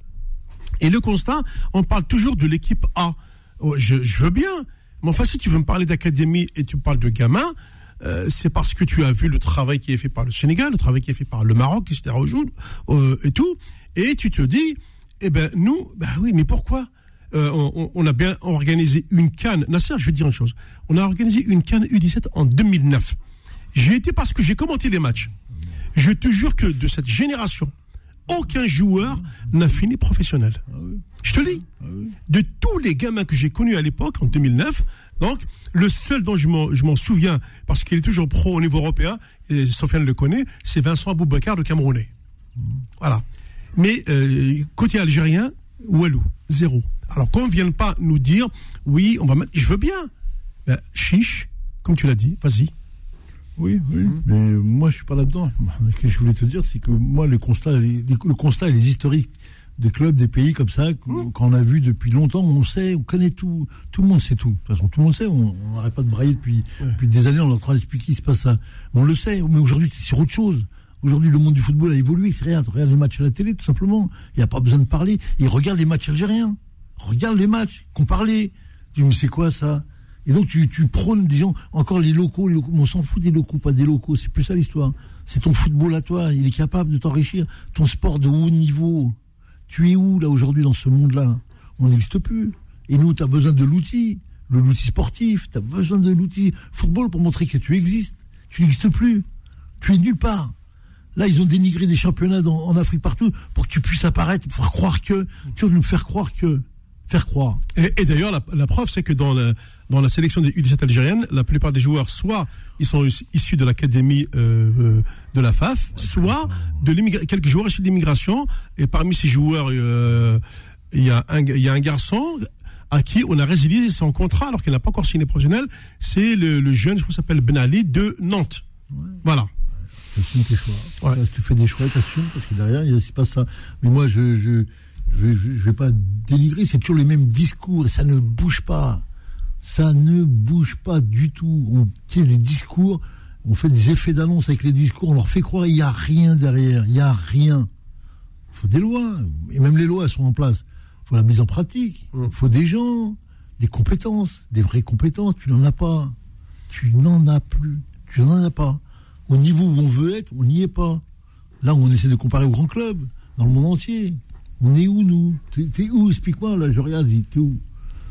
Speaker 2: Et le constat, on parle toujours de l'équipe A. Je, je veux bien. Mais enfin, si tu veux me parler d'académie et tu parles de gamins, euh, c'est parce que tu as vu le travail qui est fait par le Sénégal, le travail qui est fait par le Maroc, et cetera, euh, et tout. Et tu te dis, eh ben, nous, ben oui, mais pourquoi? Euh, on, on a bien organisé une CAN. Nasser, je vais te dire une chose. On a organisé une CAN U dix-sept en deux mille neuf. J'y étais parce que j'ai commenté les matchs. Je te jure que de cette génération, aucun joueur n'a fini professionnel. Je te le dis. De tous les gamins que j'ai connus à l'époque, en deux mille neuf, donc, le seul dont je m'en, je m'en souviens, parce qu'il est toujours pro au niveau européen, et Sofiane le connaît, c'est Vincent Aboubakar, le Camerounais. Voilà. Mais euh, côté algérien, Walou, zéro. Alors qu'on ne vienne pas nous dire, oui, on va mettre, je veux bien. Ben, chiche, comme tu l'as dit, vas-y.
Speaker 4: Oui, oui, mmh. mais moi je suis pas là-dedans. Ce que je voulais te dire, c'est que moi le constat, les, le constat et les historiques de clubs, des pays comme ça, mmh. qu'on a vu depuis longtemps, on sait, on connaît tout, tout le monde sait tout. De toute façon, tout le monde sait, on n'arrête pas de brailler depuis, ouais. depuis des années, on est en train d'expliquer qu'il se passe ça. Mais on le sait, mais aujourd'hui c'est sur autre chose. Aujourd'hui, le monde du football a évolué, c'est rien. Regarde les matchs à la télé, tout simplement. Il n'y a pas besoin de parler. Et regarde les matchs algériens. Regarde les matchs qu'on parlait. Tu dis, mais c'est quoi ça? Et donc, tu, tu prônes, disons, encore les locaux, les locaux. On s'en fout des locaux, pas des locaux. C'est plus ça l'histoire. C'est ton football à toi. Il est capable de t'enrichir. Ton sport de haut niveau. Tu es où, là, aujourd'hui, dans ce monde-là? On n'existe plus. Et nous, tu as besoin de l'outil. L'outil sportif. Tu as besoin de l'outil football pour montrer que tu existes. Tu n'existes plus. Tu es nulle part. Là, ils ont dénigré des championnats dans, en Afrique partout pour que tu puisses apparaître, pour faire croire que, tu veux nous faire croire que, faire croire.
Speaker 2: Et, et d'ailleurs, la, la preuve, c'est que dans, le, dans la sélection des U dix-sept algériennes, la plupart des joueurs, soit ils sont issus de l'académie euh, de la F A F, soit de quelques joueurs issus de l'immigration. Et parmi ces joueurs, euh, il y a un, il y a un garçon à qui on a résilié son contrat alors qu'il n'a pas encore signé professionnel. C'est le, le jeune, je crois qu'il s'appelle Ben Ali de Nantes. Ouais. Voilà.
Speaker 4: T'assumes tes choix. Ouais. Tu fais des choix, t'assumes, parce que derrière, il se passe ça. Mais moi, je je, je, je vais pas dénigrer, c'est toujours les mêmes discours, et ça ne bouge pas. Ça ne bouge pas du tout. On tient des discours, on fait des effets d'annonce avec les discours, on leur fait croire, il n'y a rien derrière, il n'y a rien. Il faut des lois, et même les lois, elles sont en place. Il faut la mise en pratique, il faut des gens, des compétences, des vraies compétences. Tu n'en as pas. Tu n'en as plus. Tu n'en as pas. Au niveau où on veut être, on n'y est pas. Là, on essaie de comparer aux grands clubs, dans le monde entier. On est où, nous? T'es, t'es où? Explique-moi, là, je regarde, je dis, t'es où?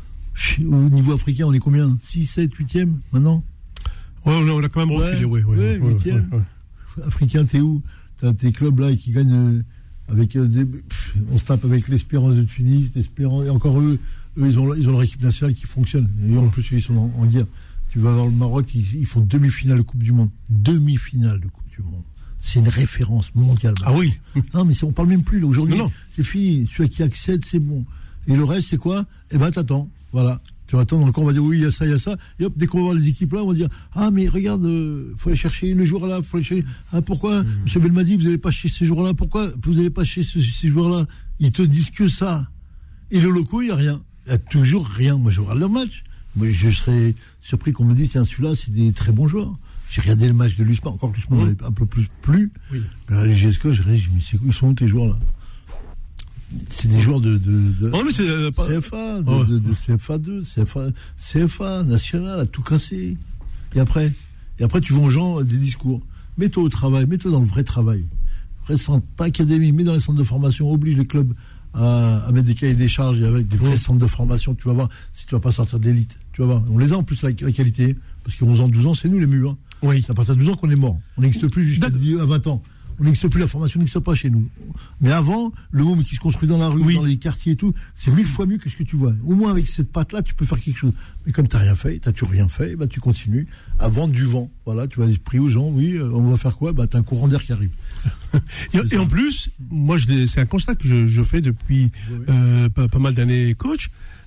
Speaker 4: Au niveau africain, on est combien? six, sept, huitième, maintenant?
Speaker 2: Ouais, on a, on a quand même refilé, oui.
Speaker 4: Ouais, ouais, ouais, huitième. Ouais, ouais. Africain, t'es où? T'as tes clubs, là, qui gagnent euh, avec euh, des... Pff, on se tape avec l'Espérance de Tunis, l'Espérance... Et encore eux, eux ils, ont, ils ont leur équipe nationale qui fonctionne. Et en plus, ils sont en, en guerre. Tu vas voir le Maroc, ils, ils font demi-finale de Coupe du Monde. Demi-finale de Coupe du Monde. C'est une référence mondiale.
Speaker 2: Ah oui.
Speaker 4: Non, mais on parle même plus, là. Aujourd'hui, non, non. C'est fini. Celui qui accède, c'est bon. Et le reste, c'est quoi? Eh ben, t'attends. Voilà. Tu vas attendre encore, on va dire, oui, il y a ça, il y a ça. Et hop, dès qu'on va voir les équipes là, on va dire, ah, mais regarde, il euh, faut aller chercher le joueur là, faut aller chercher. Ah, pourquoi, mmh. M. Belmadi, vous n'allez pas chez ces joueurs-là? Pourquoi vous n'allez pas chez ce, ces joueurs-là? Ils te disent que ça. Et le loco, il n'y a rien. Il n'y a toujours rien. Moi, je regarde leur match. Moi, je serais surpris qu'on me dise, tiens, celui-là, c'est des très bons joueurs. J'ai regardé le match de l'U S M A, encore que l'U S M A m'avait un peu plus plu. Oui. Mais là, les G S K, je me dis, mais c'est, ils sont où tes joueurs là? C'est des joueurs de, de, de
Speaker 2: oh, mais c'est, euh, pas...
Speaker 4: C F A, de, oh. de, de C F A deux, C F A, C F A, national, à tout casser. Et après, et après, tu vends aux gens des discours. Mets-toi au travail, mets-toi dans le vrai travail. Vrai centre, pas académie, mais dans les centres de formation, oblige les clubs à, à mettre des cahiers des charges avec des vrais mmh. centres de formation. Tu vas voir si tu vas pas sortir de l'élite. Tu vas voir. On les a en plus la, la qualité, parce qu'à onze ans, douze ans, c'est nous les murs. Hein. Oui. C'est à partir de douze ans qu'on est mort. On n'existe plus jusqu'à vingt ans. On n'existe plus, la formation n'existe pas chez nous. Mais avant, le môme qui se construit dans la rue, oui. dans les quartiers et tout, c'est mille fois mieux que ce que tu vois. Au moins, avec cette patte-là, tu peux faire quelque chose. Mais comme tu n'as rien fait, tu n'as toujours rien fait, bah, tu continues à vendre du vent. Voilà, tu vas dire prix aux gens, oui, on va faire quoi? Bah, tu as un courant d'air qui arrive.
Speaker 2: et, et en plus, moi, je, c'est un constat que je, je fais depuis oui, oui. Euh, pas, pas mal d'années coach.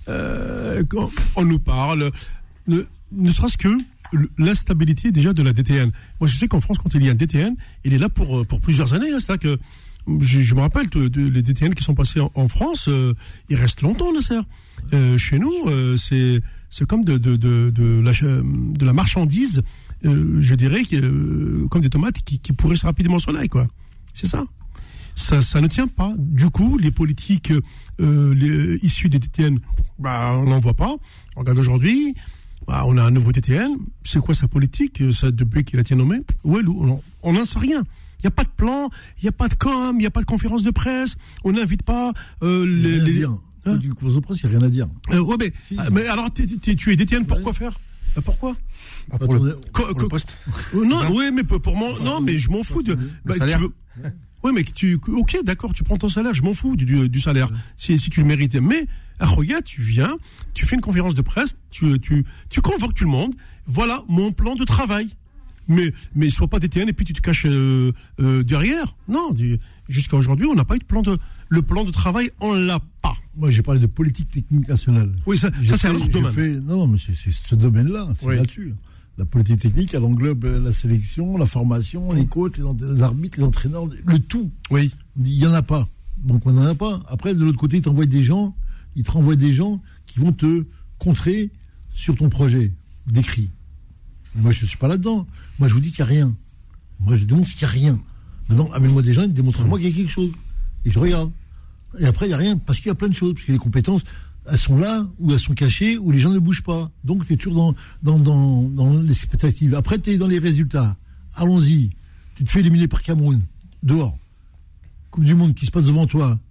Speaker 2: euh, quand on nous parle, ne, ne serait-ce que l'instabilité déjà de la D T N. Moi, je sais qu'en France, quand il y a un D T N, il est là pour, pour plusieurs années. Hein. C'est-à-dire que je, je me rappelle de, de, les D T N qui sont passés en, en France, euh, ils restent longtemps, là, c'est euh, chez nous, euh, c'est, c'est comme de, de, de, de, la, de la marchandise, euh, je dirais, euh, comme des tomates qui, qui pourrissent rapidement au soleil, quoi. C'est ça. Ça, ça ne tient pas. Du coup, les politiques euh, les, issues des D T N, bah, on n'en voit pas. On regarde aujourd'hui, bah, on a un nouveau D T N. C'est quoi sa politique, ça, depuis qu'il a été nommé? Ouais, on n'en sait rien. Il n'y a pas de plan, il n'y a pas de com, il n'y a pas de conférence de presse. On n'invite pas euh, les... les...
Speaker 4: Hein du conférence de presse, il n'y a rien à dire.
Speaker 2: Euh, ouais, mais, si, mais alors, t'es, t'es, tu es D T N, pourquoi ouais. faire euh, Pourquoi
Speaker 3: ah, pour, le, pour co- le poste.
Speaker 2: Euh, non, oui, mais pour moi, non, mais je m'en fous de.
Speaker 3: Bah, salaire. Tu veux,
Speaker 2: ouais. ouais, mais tu, ok, d'accord, tu prends ton salaire, je m'en fous du, du, du salaire, ouais. si, si tu le mérites. Mais à regarde, tu viens, tu fais une conférence de presse, tu, tu, tu convoques tout le monde. Voilà mon plan de travail. Mais, mais sois pas D T N et puis tu te caches euh, euh, derrière. Non, du, jusqu'à aujourd'hui, on n'a pas eu de plan de. Le plan de travail, on l'a pas.
Speaker 4: Moi, j'ai parlé de politique technique nationale.
Speaker 2: Oui, ça, ça c'est un autre domaine.
Speaker 4: Fait, non, mais c'est, c'est ce domaine-là, c'est oui. là-dessus. Là. La politique technique, elle englobe la sélection, la formation, les coachs, les, les arbitres, les entraîneurs, le tout.
Speaker 2: Oui.
Speaker 4: Il n'y en a pas. Donc, on n'en a pas. Après, de l'autre côté, ils t'envoient des gens, ils te renvoient des gens qui vont te contrer sur ton projet décrit. Moi, je ne suis pas là-dedans. Moi, je vous dis qu'il n'y a rien. Moi, je démontre qu'il n'y a rien. Maintenant, amène-moi des gens, démontre-moi qu'il y a quelque chose. Et je regarde. Et après, il n'y a rien, parce qu'il y a plein de choses. Parce que les compétences, elles sont là, ou elles sont cachées, ou les gens ne bougent pas. Donc, tu es toujours dans, dans, dans, dans les expectatives. Après, tu es dans les résultats. Allons-y. Tu te fais éliminer par Cameroun. Dehors. Coupe du Monde qui se passe devant toi.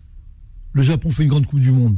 Speaker 4: Le Japon fait une grande Coupe du Monde.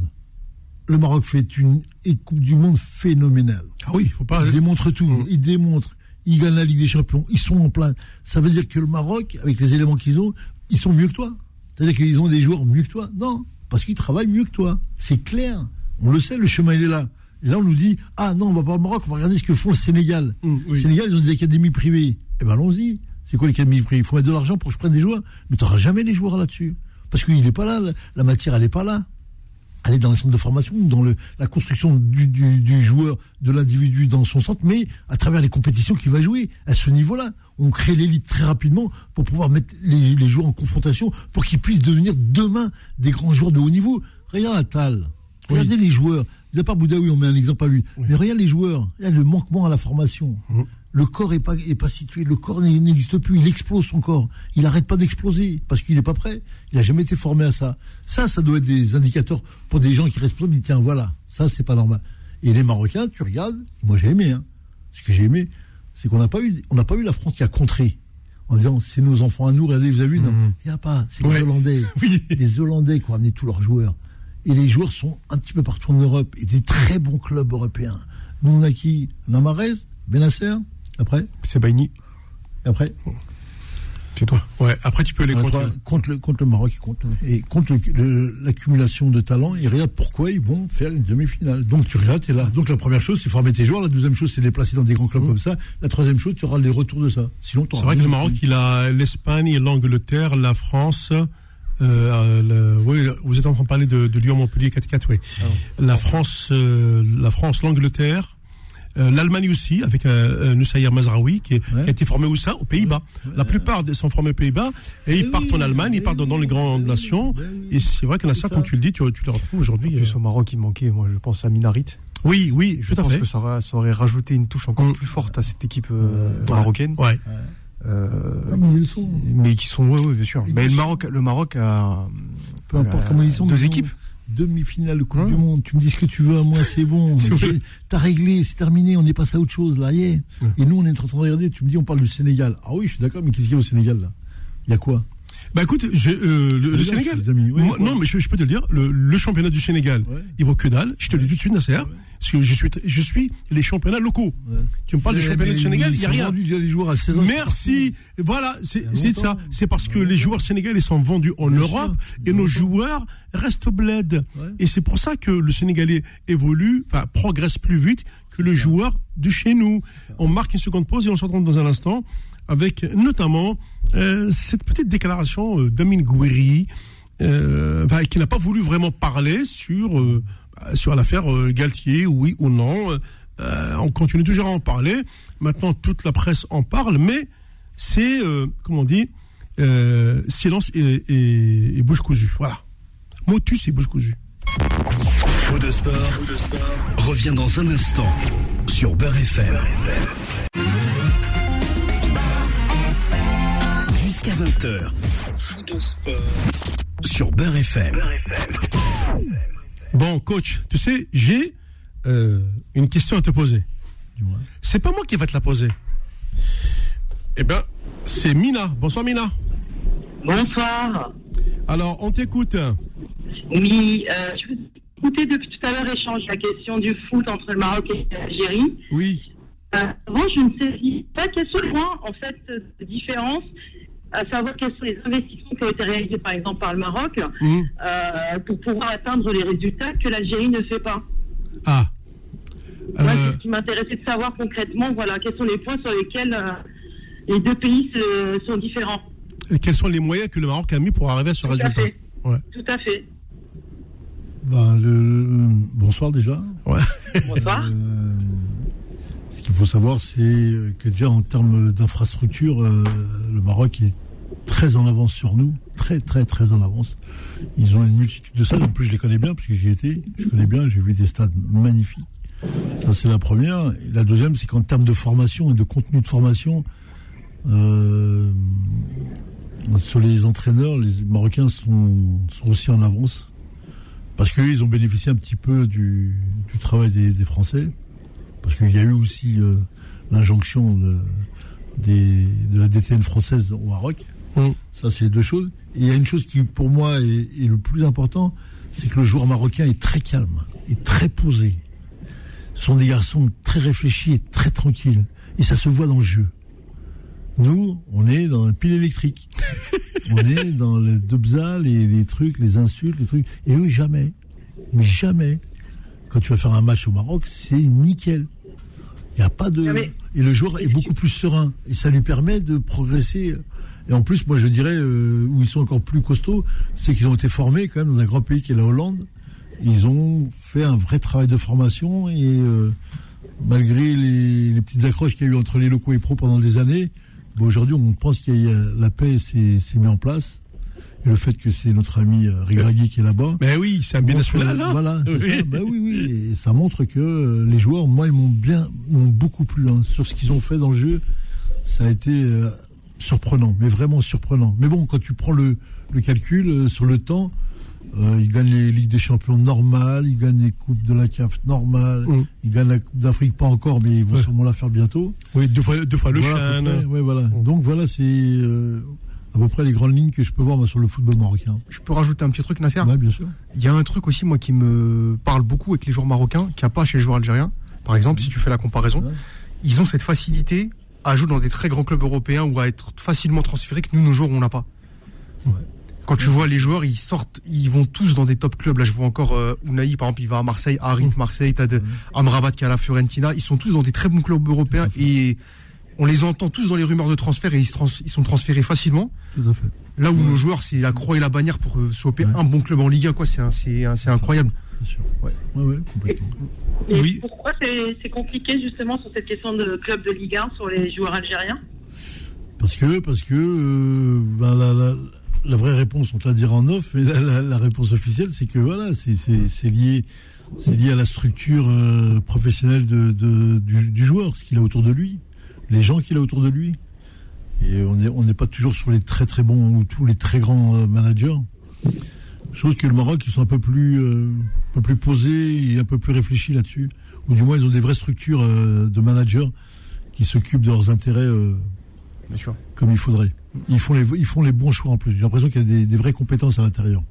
Speaker 4: Le Maroc fait une Coupe du Monde phénoménale.
Speaker 2: Ah oui, il faut pas...
Speaker 4: Il démontre tout. Mmh. Il démontre. Ils gagnent la Ligue des Champions. Ils sont en plein. Ça veut dire que le Maroc, avec les éléments qu'ils ont, ils sont mieux que toi. C'est-à-dire qu'ils ont des joueurs mieux que toi. Non, parce qu'ils travaillent mieux que toi. C'est clair. On le sait, le chemin, il est là. Et là, on nous dit, ah non, on va pas au Maroc, on va regarder ce que font le Sénégal. Mmh, oui. Le Sénégal, ils ont des académies privées. Eh ben, allons-y. C'est quoi l'académie privée? Il faut mettre de l'argent pour que je prenne des joueurs. Mais tu n'auras jamais les joueurs là-dessus. Parce qu'il n'est pas là. La matière, elle n'est pas là. Elle est dans les centres de formation, dans le, la construction du, du, du joueur, de l'individu dans son centre, mais à travers les compétitions qu'il va jouer. À ce niveau-là, on crée l'élite très rapidement pour pouvoir mettre les, les joueurs en confrontation, pour qu'ils puissent devenir demain des grands joueurs de haut niveau. Regarde Attal, regardez oui. les joueurs. Mis à part Boudaoui, on met un exemple à lui. Oui. Mais regarde les joueurs, il y a le manquement à la formation. Mmh. Le corps n'est pas, est pas situé, le corps n'existe plus, il explose son corps. Il n'arrête pas d'exploser parce qu'il n'est pas prêt. Il n'a jamais été formé à ça. Ça, ça doit être des indicateurs pour des gens qui restent disent tiens, voilà, ça, c'est pas normal. Et les Marocains, tu regardes, moi j'ai aimé, hein. Ce que j'ai aimé, c'est qu'on n'a pas eu, on n'a pas eu la France qui a contré en disant c'est nos enfants à nous, regardez, vous avez vu, non, il n'y a pas, c'est ouais. les Hollandais. Oui. Les Hollandais qui ont amené tous leurs joueurs. Et les joueurs sont un petit peu partout en Europe et des très bons clubs européens. Nous, on a qui? Namarez, Benasser. Après,
Speaker 3: c'est Baini.
Speaker 4: Et après,
Speaker 2: c'est toi. Ouais. Après, tu peux les
Speaker 4: contre. Contre le, contre le Maroc, contre et contre le, le, l'accumulation de talents. Et regarde pourquoi ils vont faire une demi-finale. Donc tu regardes, t'es là. Donc la première chose, c'est former tes joueurs. La deuxième chose, c'est les placer dans des grands clubs mmh. comme ça. La troisième chose, tu auras les retours de ça. Sinon,
Speaker 2: c'est vrai que le Maroc, il a l'Espagne, l'Angleterre, la France. Euh, le, oui, vous êtes en train de parler de, de Lyon-Montpellier quatre quatre, oui. Ah. La France, euh, la France, l'Angleterre. Euh, L'Allemagne aussi, avec euh, Nusair Mazraoui, qui, est, ouais. qui a été formé où ça? Aux Pays-Bas. Ouais. La plupart sont formés aux Pays-Bas, et ils partent oui, en Allemagne, ils partent dans, dans les grandes nations, oui, et c'est vrai qu'il y en a ça, comme tu le dis, tu, tu les retrouves aujourd'hui.
Speaker 3: En plus, au Maroc, il manquait, moi, je pense à Minarit.
Speaker 2: Oui, oui,
Speaker 3: je pense que ça aurait, ça aurait rajouté une touche encore mmh. plus forte à cette équipe euh, ouais. marocaine.
Speaker 2: Ouais.
Speaker 3: Euh, ah, mais, ils sont... mais qui sont, oui, oui, bien sûr. Mais le Maroc, le Maroc a,
Speaker 4: peu importe comment ils sont,
Speaker 3: deux
Speaker 4: ils
Speaker 3: équipes.
Speaker 4: Demi-finale de Coupe ouais. du Monde, tu me dis ce que tu veux à moi, c'est bon. c'est T'as réglé, c'est terminé, on est passé à autre chose là, yeah. ouais. Et nous on est en train de regarder, tu me dis on parle du Sénégal. Ah oui, je suis d'accord, mais qu'est-ce qu'il y a au Sénégal là? Il y a quoi?
Speaker 2: Bah écoute, je, euh, le, le Sénégal. Amis, ouais, moi, non, mais je, je peux te le dire, le, le championnat du Sénégal, ouais. il vaut que dalle. Je te le dis tout de suite, Nasser, ouais. parce que je suis, je suis les championnats locaux. Ouais. Tu me parles ouais, du championnat du Sénégal, il n'y a rien.
Speaker 4: Les joueurs à seize ans,
Speaker 2: merci. Voilà, c'est, c'est ça. C'est parce que les joueurs sénégalais sont vendus en Bien Europe sûr. et nos joueurs restent au bled. Ouais. Et c'est pour ça que le Sénégalais évolue, enfin progresse plus vite que le joueur de chez nous. On marque une seconde pause et on se retrouve dans un instant avec notamment euh, cette petite déclaration euh, d'Amine Gouiri, euh, qui n'a pas voulu vraiment parler sur euh, sur l'affaire euh, Galtier, oui ou non. Euh, on continue toujours à en parler. Maintenant, toute la presse en parle, mais c'est, euh, comment on dit, euh, silence et, et, et bouche cousue. Voilà. Motus et bouche cousue.
Speaker 1: Faux de sport, Faux de sport revient dans un instant sur Beurre F M. Jusqu'à vingt heures. Faux de sport sur Beurre F M.
Speaker 2: Bon, coach, tu sais, j'ai euh, une question à te poser.
Speaker 4: Dis-moi.
Speaker 2: C'est pas moi qui vais te la poser. Eh ben, c'est Mina. Bonsoir, Mina.
Speaker 5: Bonsoir.
Speaker 2: Alors, on t'écoute.
Speaker 5: Oui, euh, je vous écoutais depuis tout à l'heure échanger la question du foot entre le Maroc et l'Algérie.
Speaker 2: Oui.
Speaker 5: Euh, avant, je ne sais pas quels sont les points en fait de différence, à savoir quels sont les investissements qui ont été réalisés par exemple par le Maroc
Speaker 2: Mmh.
Speaker 5: euh, pour pouvoir atteindre les résultats que l'Algérie ne fait pas.
Speaker 2: Ah.
Speaker 5: Moi,
Speaker 2: Euh,
Speaker 5: c'est ce qui m'intéressait de savoir concrètement, voilà, quels sont les points sur lesquels euh, les deux pays se, sont différents.
Speaker 2: et quels sont les moyens que le Maroc a mis pour arriver à ce
Speaker 5: Tout à
Speaker 2: résultat?
Speaker 5: fait.
Speaker 2: Ouais.
Speaker 5: Tout à fait.
Speaker 4: Ben, le... Bonsoir déjà.
Speaker 2: Ouais.
Speaker 5: Bonsoir.
Speaker 4: Euh, ce qu'il faut savoir, c'est que déjà en termes d'infrastructure, euh, le Maroc est très en avance sur nous, très très très en avance. Ils ont une multitude de stades, en plus je les connais bien, parce que j'y étais, je connais bien, j'ai vu des stades magnifiques. Ça c'est la première. Et la deuxième, c'est qu'en termes de formation et de contenu de formation, euh, sur les entraîneurs, les Marocains sont, sont aussi en avance. Parce qu'ils ont bénéficié un petit peu du, du travail des, des Français. Parce qu'il y a eu aussi euh, l'injonction de, des, de la D T N française au Maroc.
Speaker 2: Mmh.
Speaker 4: Ça, c'est les deux choses. Et il y a une chose qui, pour moi, est, est le plus important, c'est que le joueur marocain est très calme, est très posé. Ce sont des garçons très réfléchis et très tranquilles. Et ça se voit dans le jeu. Nous, on est dans un pile électrique. On est dans le debza, les, les trucs, les insultes, les trucs. Et eux, jamais. Mais jamais. Quand tu vas faire un match au Maroc, c'est nickel. Il n'y a pas de...
Speaker 5: Mais...
Speaker 4: Et le joueur est beaucoup plus serein. Et ça lui permet de progresser. Et en plus, moi, je dirais, euh, où ils sont encore plus costauds, c'est qu'ils ont été formés quand même dans un grand pays qui est la Hollande. Ils ont fait un vrai travail de formation. Et euh, malgré les, les petites accroches qu'il y a eu entre les locaux et pros pendant des années, bon, aujourd'hui, on pense qu'il y a la paix s'est, s'est mise en place. Et le fait que c'est notre ami euh, Regragui qui est là-bas.
Speaker 2: Mais oui, c'est un binational, hein.
Speaker 4: Voilà, c'est
Speaker 2: Oui.
Speaker 4: ça. Ben oui, oui. Et ça montre que euh, les joueurs, moi, ils m'ont bien, m'ont beaucoup plu hein, sur ce qu'ils ont fait dans le jeu. Ça a été euh, surprenant, mais vraiment surprenant. Mais bon, quand tu prends le, le calcul euh, sur le temps, euh, ils gagnent les Ligues des Champions normales, ils gagnent les Coupes de la C A F normales,
Speaker 2: Mm.
Speaker 4: ils gagnent la Coupe d'Afrique pas encore, mais ils vont
Speaker 2: Ouais.
Speaker 4: sûrement la faire bientôt.
Speaker 2: Oui, deux fois, deux fois le
Speaker 4: Voilà, à peu
Speaker 2: Chan.
Speaker 4: près, ouais, voilà. Donc voilà, c'est euh, à peu près les grandes lignes que je peux voir moi, sur le football marocain.
Speaker 3: Je peux rajouter un petit truc, Nasser?
Speaker 4: Ouais, bien sûr.
Speaker 3: Il y a un truc aussi, moi, qui me parle beaucoup avec les joueurs marocains, qu'il n'y a pas chez les joueurs algériens. Par exemple, si tu fais la comparaison,
Speaker 4: Ouais.
Speaker 3: ils ont cette facilité à jouer dans des très grands clubs européens ou à être facilement transférés que nous, nos joueurs, on n'a pas.
Speaker 4: Ouais.
Speaker 3: Quand tu vois les joueurs, ils sortent, ils vont tous dans des top clubs. Là, je vois encore euh, Ounaï, par exemple, il va à Marseille, Harit, Marseille, t'as de, Amrabat qui est à la Fiorentina. Ils sont tous dans des très bons clubs européens et on les entend tous dans les rumeurs de transfert et ils, se trans- ils sont transférés facilement.
Speaker 4: Tout à fait.
Speaker 3: Là où nos joueurs, c'est la croix et la bannière pour euh, choper
Speaker 4: Ouais.
Speaker 3: un bon club en Ligue un, quoi. C'est, un- c'est, un- c'est incroyable.
Speaker 4: Bien sûr.
Speaker 3: Ouais.
Speaker 4: Ouais, ouais, complètement.
Speaker 5: Et
Speaker 2: Oui.
Speaker 5: pourquoi c'est, c'est compliqué justement sur cette question de club de Ligue un sur les joueurs algériens?
Speaker 4: Parce que, parce que euh, ben, la, la, la vraie réponse, on te la dira en off, mais la, la, la réponse officielle, c'est que voilà, c'est, c'est, c'est lié, c'est lié à la structure euh, professionnelle de, de, du, du joueur, ce qu'il a autour de lui, les gens qu'il a autour de lui. Et on n'est on n'est pas toujours sur les très très bons ou tous les très grands euh, managers. Chose que le Maroc, ils sont un peu plus, euh, un peu plus posés et un peu plus réfléchis là-dessus. Ou du moins, ils ont des vraies structures euh, de managers qui s'occupent de leurs intérêts euh,
Speaker 3: Bien sûr.
Speaker 4: comme il faudrait. Ils font les, ils font les bons choix en plus. J'ai l'impression qu'il y a des, des vraies compétences à l'intérieur.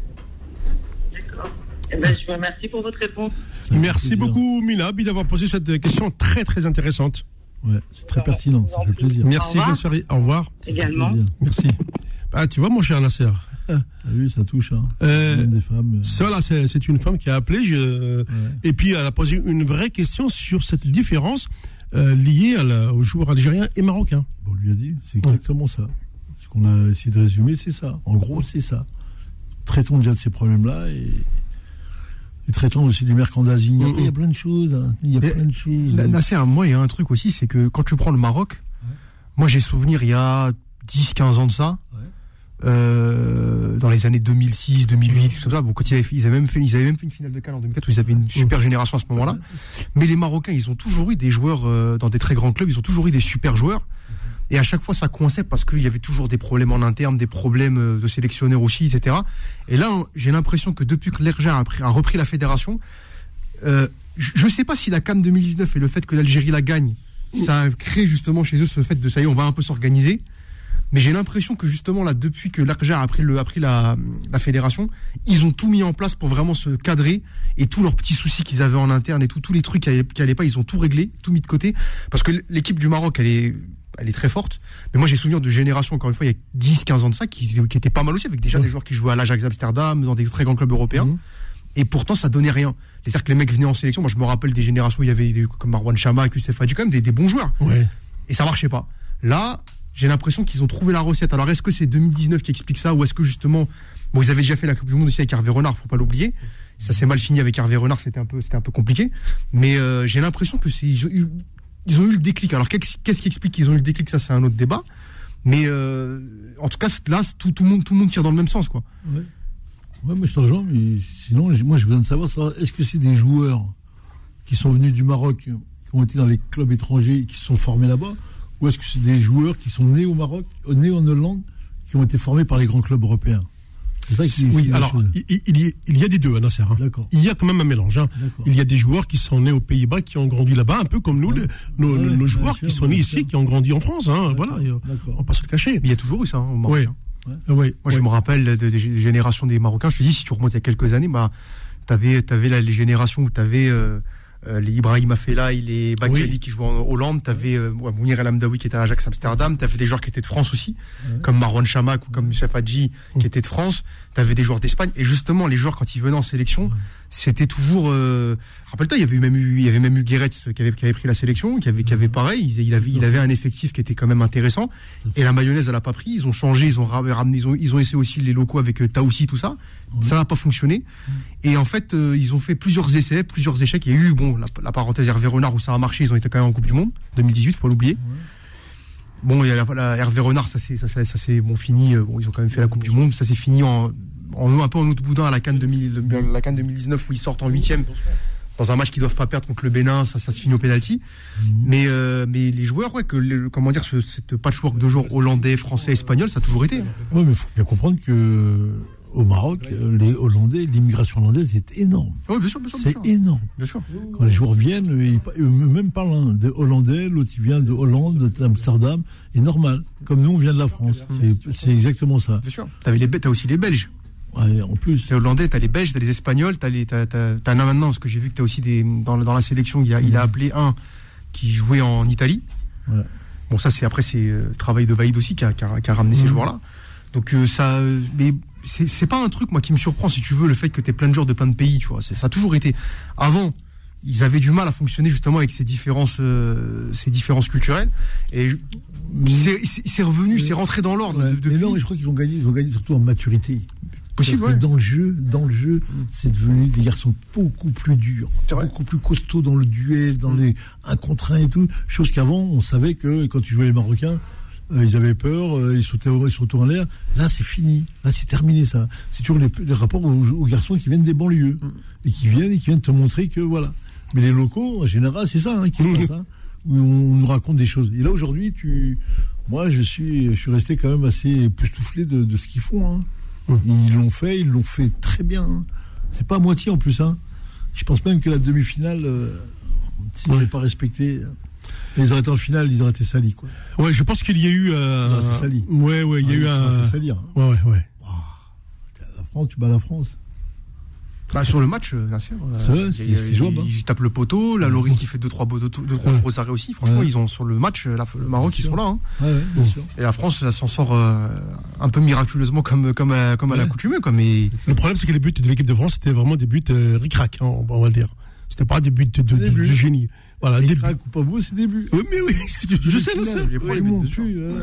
Speaker 5: D'accord. Eh ben, je vous remercie pour votre réponse.
Speaker 4: Ça fait
Speaker 2: Merci
Speaker 4: plaisir.
Speaker 2: beaucoup, Minabi, d'avoir posé cette question très, très intéressante.
Speaker 4: Ouais, c'est très pertinent, ça fait plaisir.
Speaker 2: Merci,
Speaker 5: revoir.
Speaker 2: bonne soirée. Au revoir.
Speaker 5: Également.
Speaker 4: Plaisir.
Speaker 2: Merci. Ah, tu vois, mon cher Nasser.
Speaker 4: T'as vu, ça touche. Hein.
Speaker 2: Euh,
Speaker 4: Même des femmes. euh,
Speaker 2: Ça, là, c'est, c'est une femme qui a appelé. Je,
Speaker 4: ouais.
Speaker 2: Et puis, elle a posé une vraie question sur cette différence euh, liée à la, aux joueurs algériens et marocains.
Speaker 4: Bon, on lui a dit, c'est exactement ça. Ce qu'on a essayé de résumer, c'est ça. En gros, c'est ça. Traitons déjà de ces problèmes-là et les traitants aussi du merchandising. Mmh. Il y a plein de choses. Hein. Il y a
Speaker 3: Mais,
Speaker 4: plein de choses.
Speaker 3: Nasser, moi, il y a un truc aussi, c'est que quand tu prends le Maroc, ouais. moi, j'ai souvenir il y a dix quinze ans de ça, ouais. euh, dans les années deux mille six, deux mille huit, tout ça. Bon, quand ils avaient, fait, ils, avaient même fait, ils avaient même fait une finale de CAN en deux mille quatre où ils avaient une super mmh. génération à ce moment-là. Mais les Marocains, ils ont toujours eu des joueurs euh, dans des très grands clubs, ils ont toujours eu des super joueurs. Et à chaque fois, ça coinçait parce qu'il y avait toujours des problèmes en interne, des problèmes de sélectionneurs aussi, et cetera. Et là, j'ai l'impression que depuis que l'Erger a, a repris la fédération, euh, je ne sais pas si la CAN deux mille dix-neuf et le fait que l'Algérie la gagne, ça a créé justement chez eux ce fait de ça y est, on va un peu s'organiser. Mais j'ai l'impression que justement là, depuis que l'Erger a pris, le, a pris la, la fédération, ils ont tout mis en place pour vraiment se cadrer et tous leurs petits soucis qu'ils avaient en interne et tout, tous les trucs qui n'allaient pas, ils ont tout réglé, tout mis de côté. Parce que l'équipe du Maroc, elle est... elle est très forte, mais moi j'ai souvenir de générations, encore une fois, il y a dix quinze ans de ça, qui, qui étaient pas mal aussi, avec déjà mmh. des joueurs qui jouaient à l'Ajax Amsterdam, dans des très grands clubs européens, mmh. et pourtant ça donnait rien. C'est-à-dire que les mecs venaient en sélection, moi je me rappelle des générations où il y avait des, comme Marwan Chamakh, Youssef Hadji, quand même des, des bons joueurs, ouais. et ça marchait pas. Là, j'ai l'impression qu'ils ont trouvé la recette. Alors est-ce que c'est deux mille dix-neuf qui explique ça, ou est-ce que justement, bon ils avaient déjà fait la Coupe du Monde aussi avec Hervé Renard, faut pas l'oublier, ça s'est mal fini avec Hervé Renard, c'était un peu, c'était un peu compliqué, mais euh, j'ai l'impression que c'est... ils ont eu le déclic. Alors qu'est-ce qui explique qu'ils ont eu le déclic? Ça, c'est un autre débat. Mais euh, en tout cas, là, tout, tout, le monde, tout le monde tire dans le même sens, quoi.
Speaker 4: Ouais, ouais mais je te rejoins. Mais sinon, moi, j'ai besoin de savoir, savoir est-ce que c'est des joueurs qui sont venus du Maroc, qui ont été dans les clubs étrangers et qui se sont formés là-bas, ou est-ce que c'est des joueurs qui sont nés au Maroc, nés en Hollande, qui ont été formés par les grands clubs européens?
Speaker 2: C'est ça qui, oui, alors il, il, y, il y a des deux, Nasser. Hein. Il y a quand même un mélange. Hein. Il y a des joueurs qui sont nés aux Pays-Bas, qui ont grandi là-bas, un peu comme nous, ouais. les, nos, ouais, nos joueurs sûr, qui sont nés ici, sûr. qui ont grandi en France. Hein. Voilà, on va pas se le cacher.
Speaker 3: Mais il y a toujours eu ça hein, au Maroc.
Speaker 2: Ouais.
Speaker 3: Ouais. Ouais. Moi, ouais. je me rappelle des de, de générations des Marocains. Je te dis, si tu remontes il y a quelques années, bah, t'avais, t'avais là, les générations où t'avais euh, euh, les Ibrahim Afellay, les Bakhali oui. qui jouaient en Hollande, t'avais euh, ouais, Mounir El Hamdaoui qui était à Ajax Amsterdam, t'avais des joueurs qui étaient de France aussi, ouais. comme Marwan Chamakh ou comme Youssef Hadji ouais. qui étaient de France. T'avais des joueurs d'Espagne et justement les joueurs quand ils venaient en sélection, ouais. c'était toujours. Euh... Rappelle-toi, il y avait même eu, il y avait même eu Guéret qui avait, qui avait pris la sélection, qui avait, qui avait pareil. Il, il avait, il avait un effectif qui était quand même intéressant. Et la mayonnaise, elle a pas pris. Ils ont changé, ils ont ramené, ils ont, ils ont essayé aussi les locaux avec euh, Taoussi, tout ça. Ouais. Ça n'a pas fonctionné. Ouais. Et en fait, euh, ils ont fait plusieurs essais, plusieurs échecs. Il y a eu, bon, la, la parenthèse Hervé Renard où ça a marché. Ils ont été quand même en Coupe du Monde deux mille dix-huit, faut pas l'oublier. Ouais. Bon, il y a la, la Hervé Renard, ça c'est, ça, ça, ça c'est bon fini. Bon, ils ont quand même fait la Coupe du Monde. Ça s'est fini en En, un peu en autre boudin à la CAN deux mille, la CAN deux mille dix-neuf où ils sortent en huitième dans un match qu'ils doivent pas perdre contre le Bénin, ça, ça se finit au pénalty. Mmh. Mais, euh, mais les joueurs, ouais, que le, comment dire, ce, cette patchwork de joueurs hollandais, français, espagnol, ça a toujours été.
Speaker 4: Oui, mais il faut bien comprendre que au Maroc, les Hollandais, l'immigration hollandaise est énorme.
Speaker 3: Oui, bien sûr, bien sûr.
Speaker 4: C'est bien sûr. énorme.
Speaker 3: Bien sûr.
Speaker 4: Quand les joueurs viennent, ils, même parlent de Hollandais, l'autre il vient de Hollande, d'Amsterdam, est normal. Comme nous, on vient de la France. Mmh. C'est, c'est exactement ça.
Speaker 3: Bien sûr. T'avais les, t'as aussi les Belges.
Speaker 4: Ouais, en plus.
Speaker 3: T'es hollandais, t'as les Belges, t'as les Espagnols, t'as les, t'as, t'as, t'as un maintenant, parce que j'ai vu que t'as aussi des, dans, dans la sélection, il a, mmh. il a appelé un qui jouait en Italie. Ouais. Bon, ça, c'est, après, c'est euh, travail de Vaïd aussi qui a, qui a, qui a ramené mmh. ces joueurs-là. Donc, euh, ça, mais c'est, c'est pas un truc, moi, qui me surprend, si tu veux, le fait que t'aies plein de joueurs de plein de pays, tu vois. C'est, ça a toujours été. Avant, ils avaient du mal à fonctionner justement avec ces différences, euh, ces différences culturelles. Et c'est, c'est revenu, c'est rentré dans l'ordre.
Speaker 4: Ouais,
Speaker 3: de,
Speaker 4: mais non, mais je crois qu'ils ont gagné, ils ont gagné surtout en maturité.
Speaker 3: Possible, ouais.
Speaker 4: Dans le jeu, dans le jeu, c'est devenu des garçons beaucoup plus durs, beaucoup plus costauds dans le duel, dans mmh. les un contre un et tout. Chose qu'avant, on savait que quand tu jouais les Marocains, euh, ils avaient peur, euh, ils sautaient, ils sautaient en l'air. Là, c'est fini. Là, c'est terminé, ça. C'est toujours les, les rapports aux, aux garçons qui viennent des banlieues mmh. et qui viennent et qui viennent te montrer que voilà. Mais les locaux, en général, c'est ça hein, qui mmh. passe, hein, où on nous raconte des choses. Et là, aujourd'hui, tu, moi, je suis, je suis resté quand même assez époustouflé de, de ce qu'ils font. Hein. Ils l'ont fait, ils l'ont fait très bien. Hein. C'est pas à moitié en plus. Hein. Je pense même que la demi-finale, euh, s'ils n'avaient ouais. pas respecté, euh, ils auraient été en finale, ils auraient été salis. Quoi.
Speaker 2: Ouais, je pense qu'il y a eu. Euh,
Speaker 4: ils auraient été salis.
Speaker 2: Ouais, ouais, il y a
Speaker 4: ouais,
Speaker 2: eu un.
Speaker 4: Fait salir.
Speaker 2: Ouais, ouais, ouais.
Speaker 4: Oh, la France, tu bats la France.
Speaker 3: Bah, sur le match, bien sûr.
Speaker 4: Euh, c'est, c'est, c'est jouable.
Speaker 3: Ils, ils tapent le poteau. La Loris qui fait deux trois deux trois
Speaker 2: ouais.
Speaker 3: gros arrêts aussi. Franchement, ouais. ils ont sur le match, la, le Maroc, ils sont là. Hein.
Speaker 4: Ouais, ouais, bien sûr.
Speaker 3: Et la France, ça s'en sort euh, un peu miraculeusement comme comme à, comme ouais. à l'accoutumée. Quoi. Mais
Speaker 2: le problème, c'est que les buts de l'équipe de France, c'était vraiment des buts euh, ric-rac, hein, on va le dire. C'était pas des buts de, de, de, de génie.
Speaker 4: Voilà, des buts ou pas beau, c'est des buts.
Speaker 2: Oui, mais oui, je, je sais, là, ça.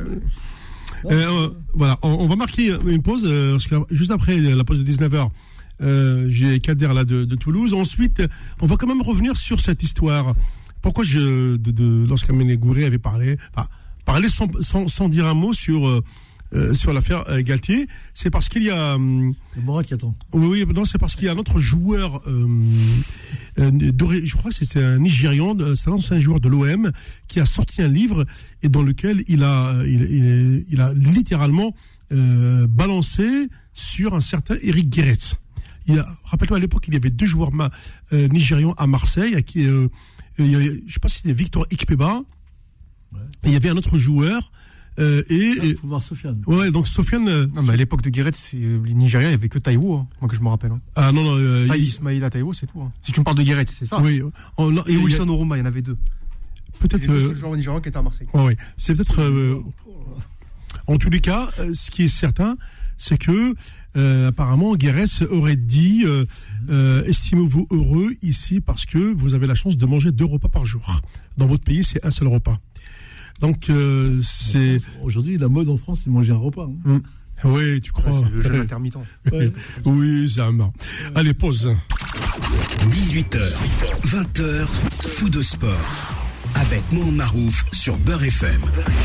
Speaker 2: Euh, voilà, on, on va marquer une pause, euh, parce que juste après la pause de dix-neuf heures, Euh, j'ai Kader là de, de Toulouse. Ensuite, on va quand même revenir sur cette histoire. Pourquoi je, de, de, lorsqu'Amine Gouiri avait parlé, enfin, parlé sans, sans, sans dire un mot sur, euh, sur l'affaire euh, Galtier, c'est parce qu'il y a. Euh,
Speaker 4: c'est Morat qui attend.
Speaker 2: Oui, oui, non, c'est parce qu'il y a un autre joueur, euh, euh, je crois que c'est un Nigérian, c'est un ancien joueur de l'O M, qui a sorti un livre et dans lequel il a, il, il, il a littéralement euh, balancé sur un certain Eric Guéretz. Il a, rappelle-toi, à l'époque, il y avait deux joueurs ma, euh, nigérians à Marseille, à qui, euh, il y avait, je ne sais pas si c'était Victor Ikpeba, ouais. Et il y avait un autre joueur. Euh, et
Speaker 4: il faut voir Sofiane.
Speaker 2: Ouais, donc Sofiane. Euh,
Speaker 3: non, mais à l'époque de Guéret, les Nigériens, il n'y avait que Taïwo, hein, moi que je me rappelle. Hein.
Speaker 2: Ah non, non. Euh,
Speaker 3: Taï, il... Ismaïla Taïwo, c'est tout. Hein. Si tu me parles de Guéret, c'est ça.
Speaker 2: Oui.
Speaker 3: Oh, non, et Wilson a... Oruma, il y en avait deux.
Speaker 2: Peut-être.
Speaker 3: Le
Speaker 2: euh...
Speaker 3: joueur nigérian qui était à Marseille.
Speaker 2: Ouais, ouais. C'est peut-être. Euh... En tous les cas, ce qui est certain, c'est que euh, apparemment Guéret aurait dit euh, euh, estimez-vous heureux ici parce que vous avez la chance de manger deux repas par jour. Dans votre pays, c'est un seul repas. Donc euh, c'est
Speaker 4: aujourd'hui la mode en France, c'est manger un repas. Hein.
Speaker 2: Mmh. Oui, tu crois.
Speaker 3: Ouais, c'est le jeûne intermittent.
Speaker 2: Ouais. Oui, ça marche. Allez, pause.
Speaker 1: dix-huit heures, vingt heures, Fou de sport avec Mohamed Marouf sur Beurre F M.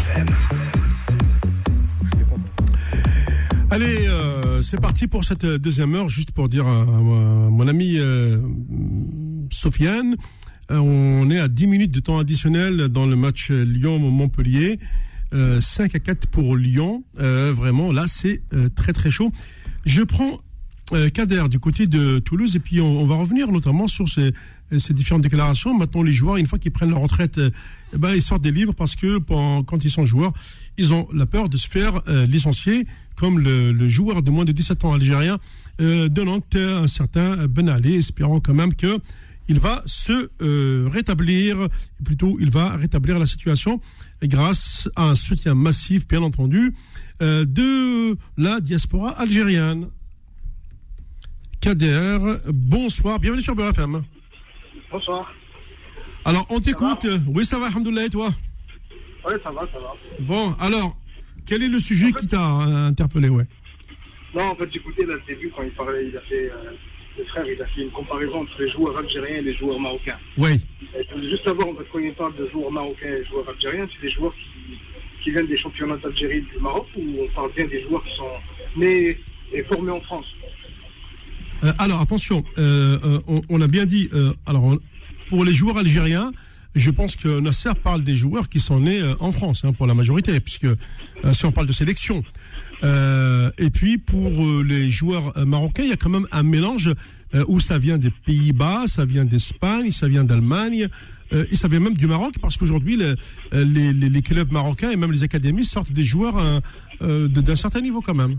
Speaker 2: Allez, euh, c'est parti pour cette deuxième heure, juste pour dire à, à mon ami euh, Sofiane. On est à dix minutes de temps additionnel dans le match Lyon-Montpellier. Euh, cinq à quatre pour Lyon. Euh, vraiment, là, c'est euh, très très chaud. Je prends euh, Kader du côté de Toulouse et puis on, on va revenir notamment sur ces, ces différentes déclarations. Maintenant, les joueurs, une fois qu'ils prennent leur retraite, euh, eh ben, ils sortent des livres parce que pendant, quand ils sont joueurs, ils ont la peur de se faire euh, licencier, comme le, le joueur de moins de dix-sept ans algérien euh, de Nantes, un certain Ben Ali, espérant quand même que il va se euh, rétablir, plutôt il va rétablir la situation grâce à un soutien massif, bien entendu, euh, de la diaspora algérienne. Kader, bonsoir, bienvenue sur Beurre F M.
Speaker 6: Bonsoir.
Speaker 2: Alors, on t'écoute. Oui, ça va, alhamdoulilah, et toi?
Speaker 6: Oui, ça va, ça va.
Speaker 2: Bon, alors, quel est le sujet en fait, qui t'a interpellé, ouais?
Speaker 6: Non, en fait, j'écoutais là, le début quand il parlait, il a fait... Euh... Le frère, il a fait une comparaison entre les joueurs algériens et les joueurs marocains.
Speaker 2: Oui.
Speaker 6: Je voulais juste savoir, en fait, quand il parle de joueurs marocains et joueurs algériens, c'est des joueurs qui, qui viennent des championnats d'Algérie du Maroc ou on parle bien des joueurs qui sont nés et formés en France?
Speaker 2: euh, Alors, attention, euh, euh, on, on a bien dit, euh, alors, on, pour les joueurs algériens, je pense que Nasser parle des joueurs qui sont nés euh, en France, hein, pour la majorité, puisque euh, si on parle de sélection. Euh, et puis pour euh, les joueurs euh, marocains, il y a quand même un mélange euh, où ça vient des Pays-Bas, ça vient d'Espagne, ça vient d'Allemagne, euh, et ça vient même du Maroc, parce qu'aujourd'hui les, les, les, les clubs marocains et même les académies sortent des joueurs euh, euh, d'un certain niveau quand même.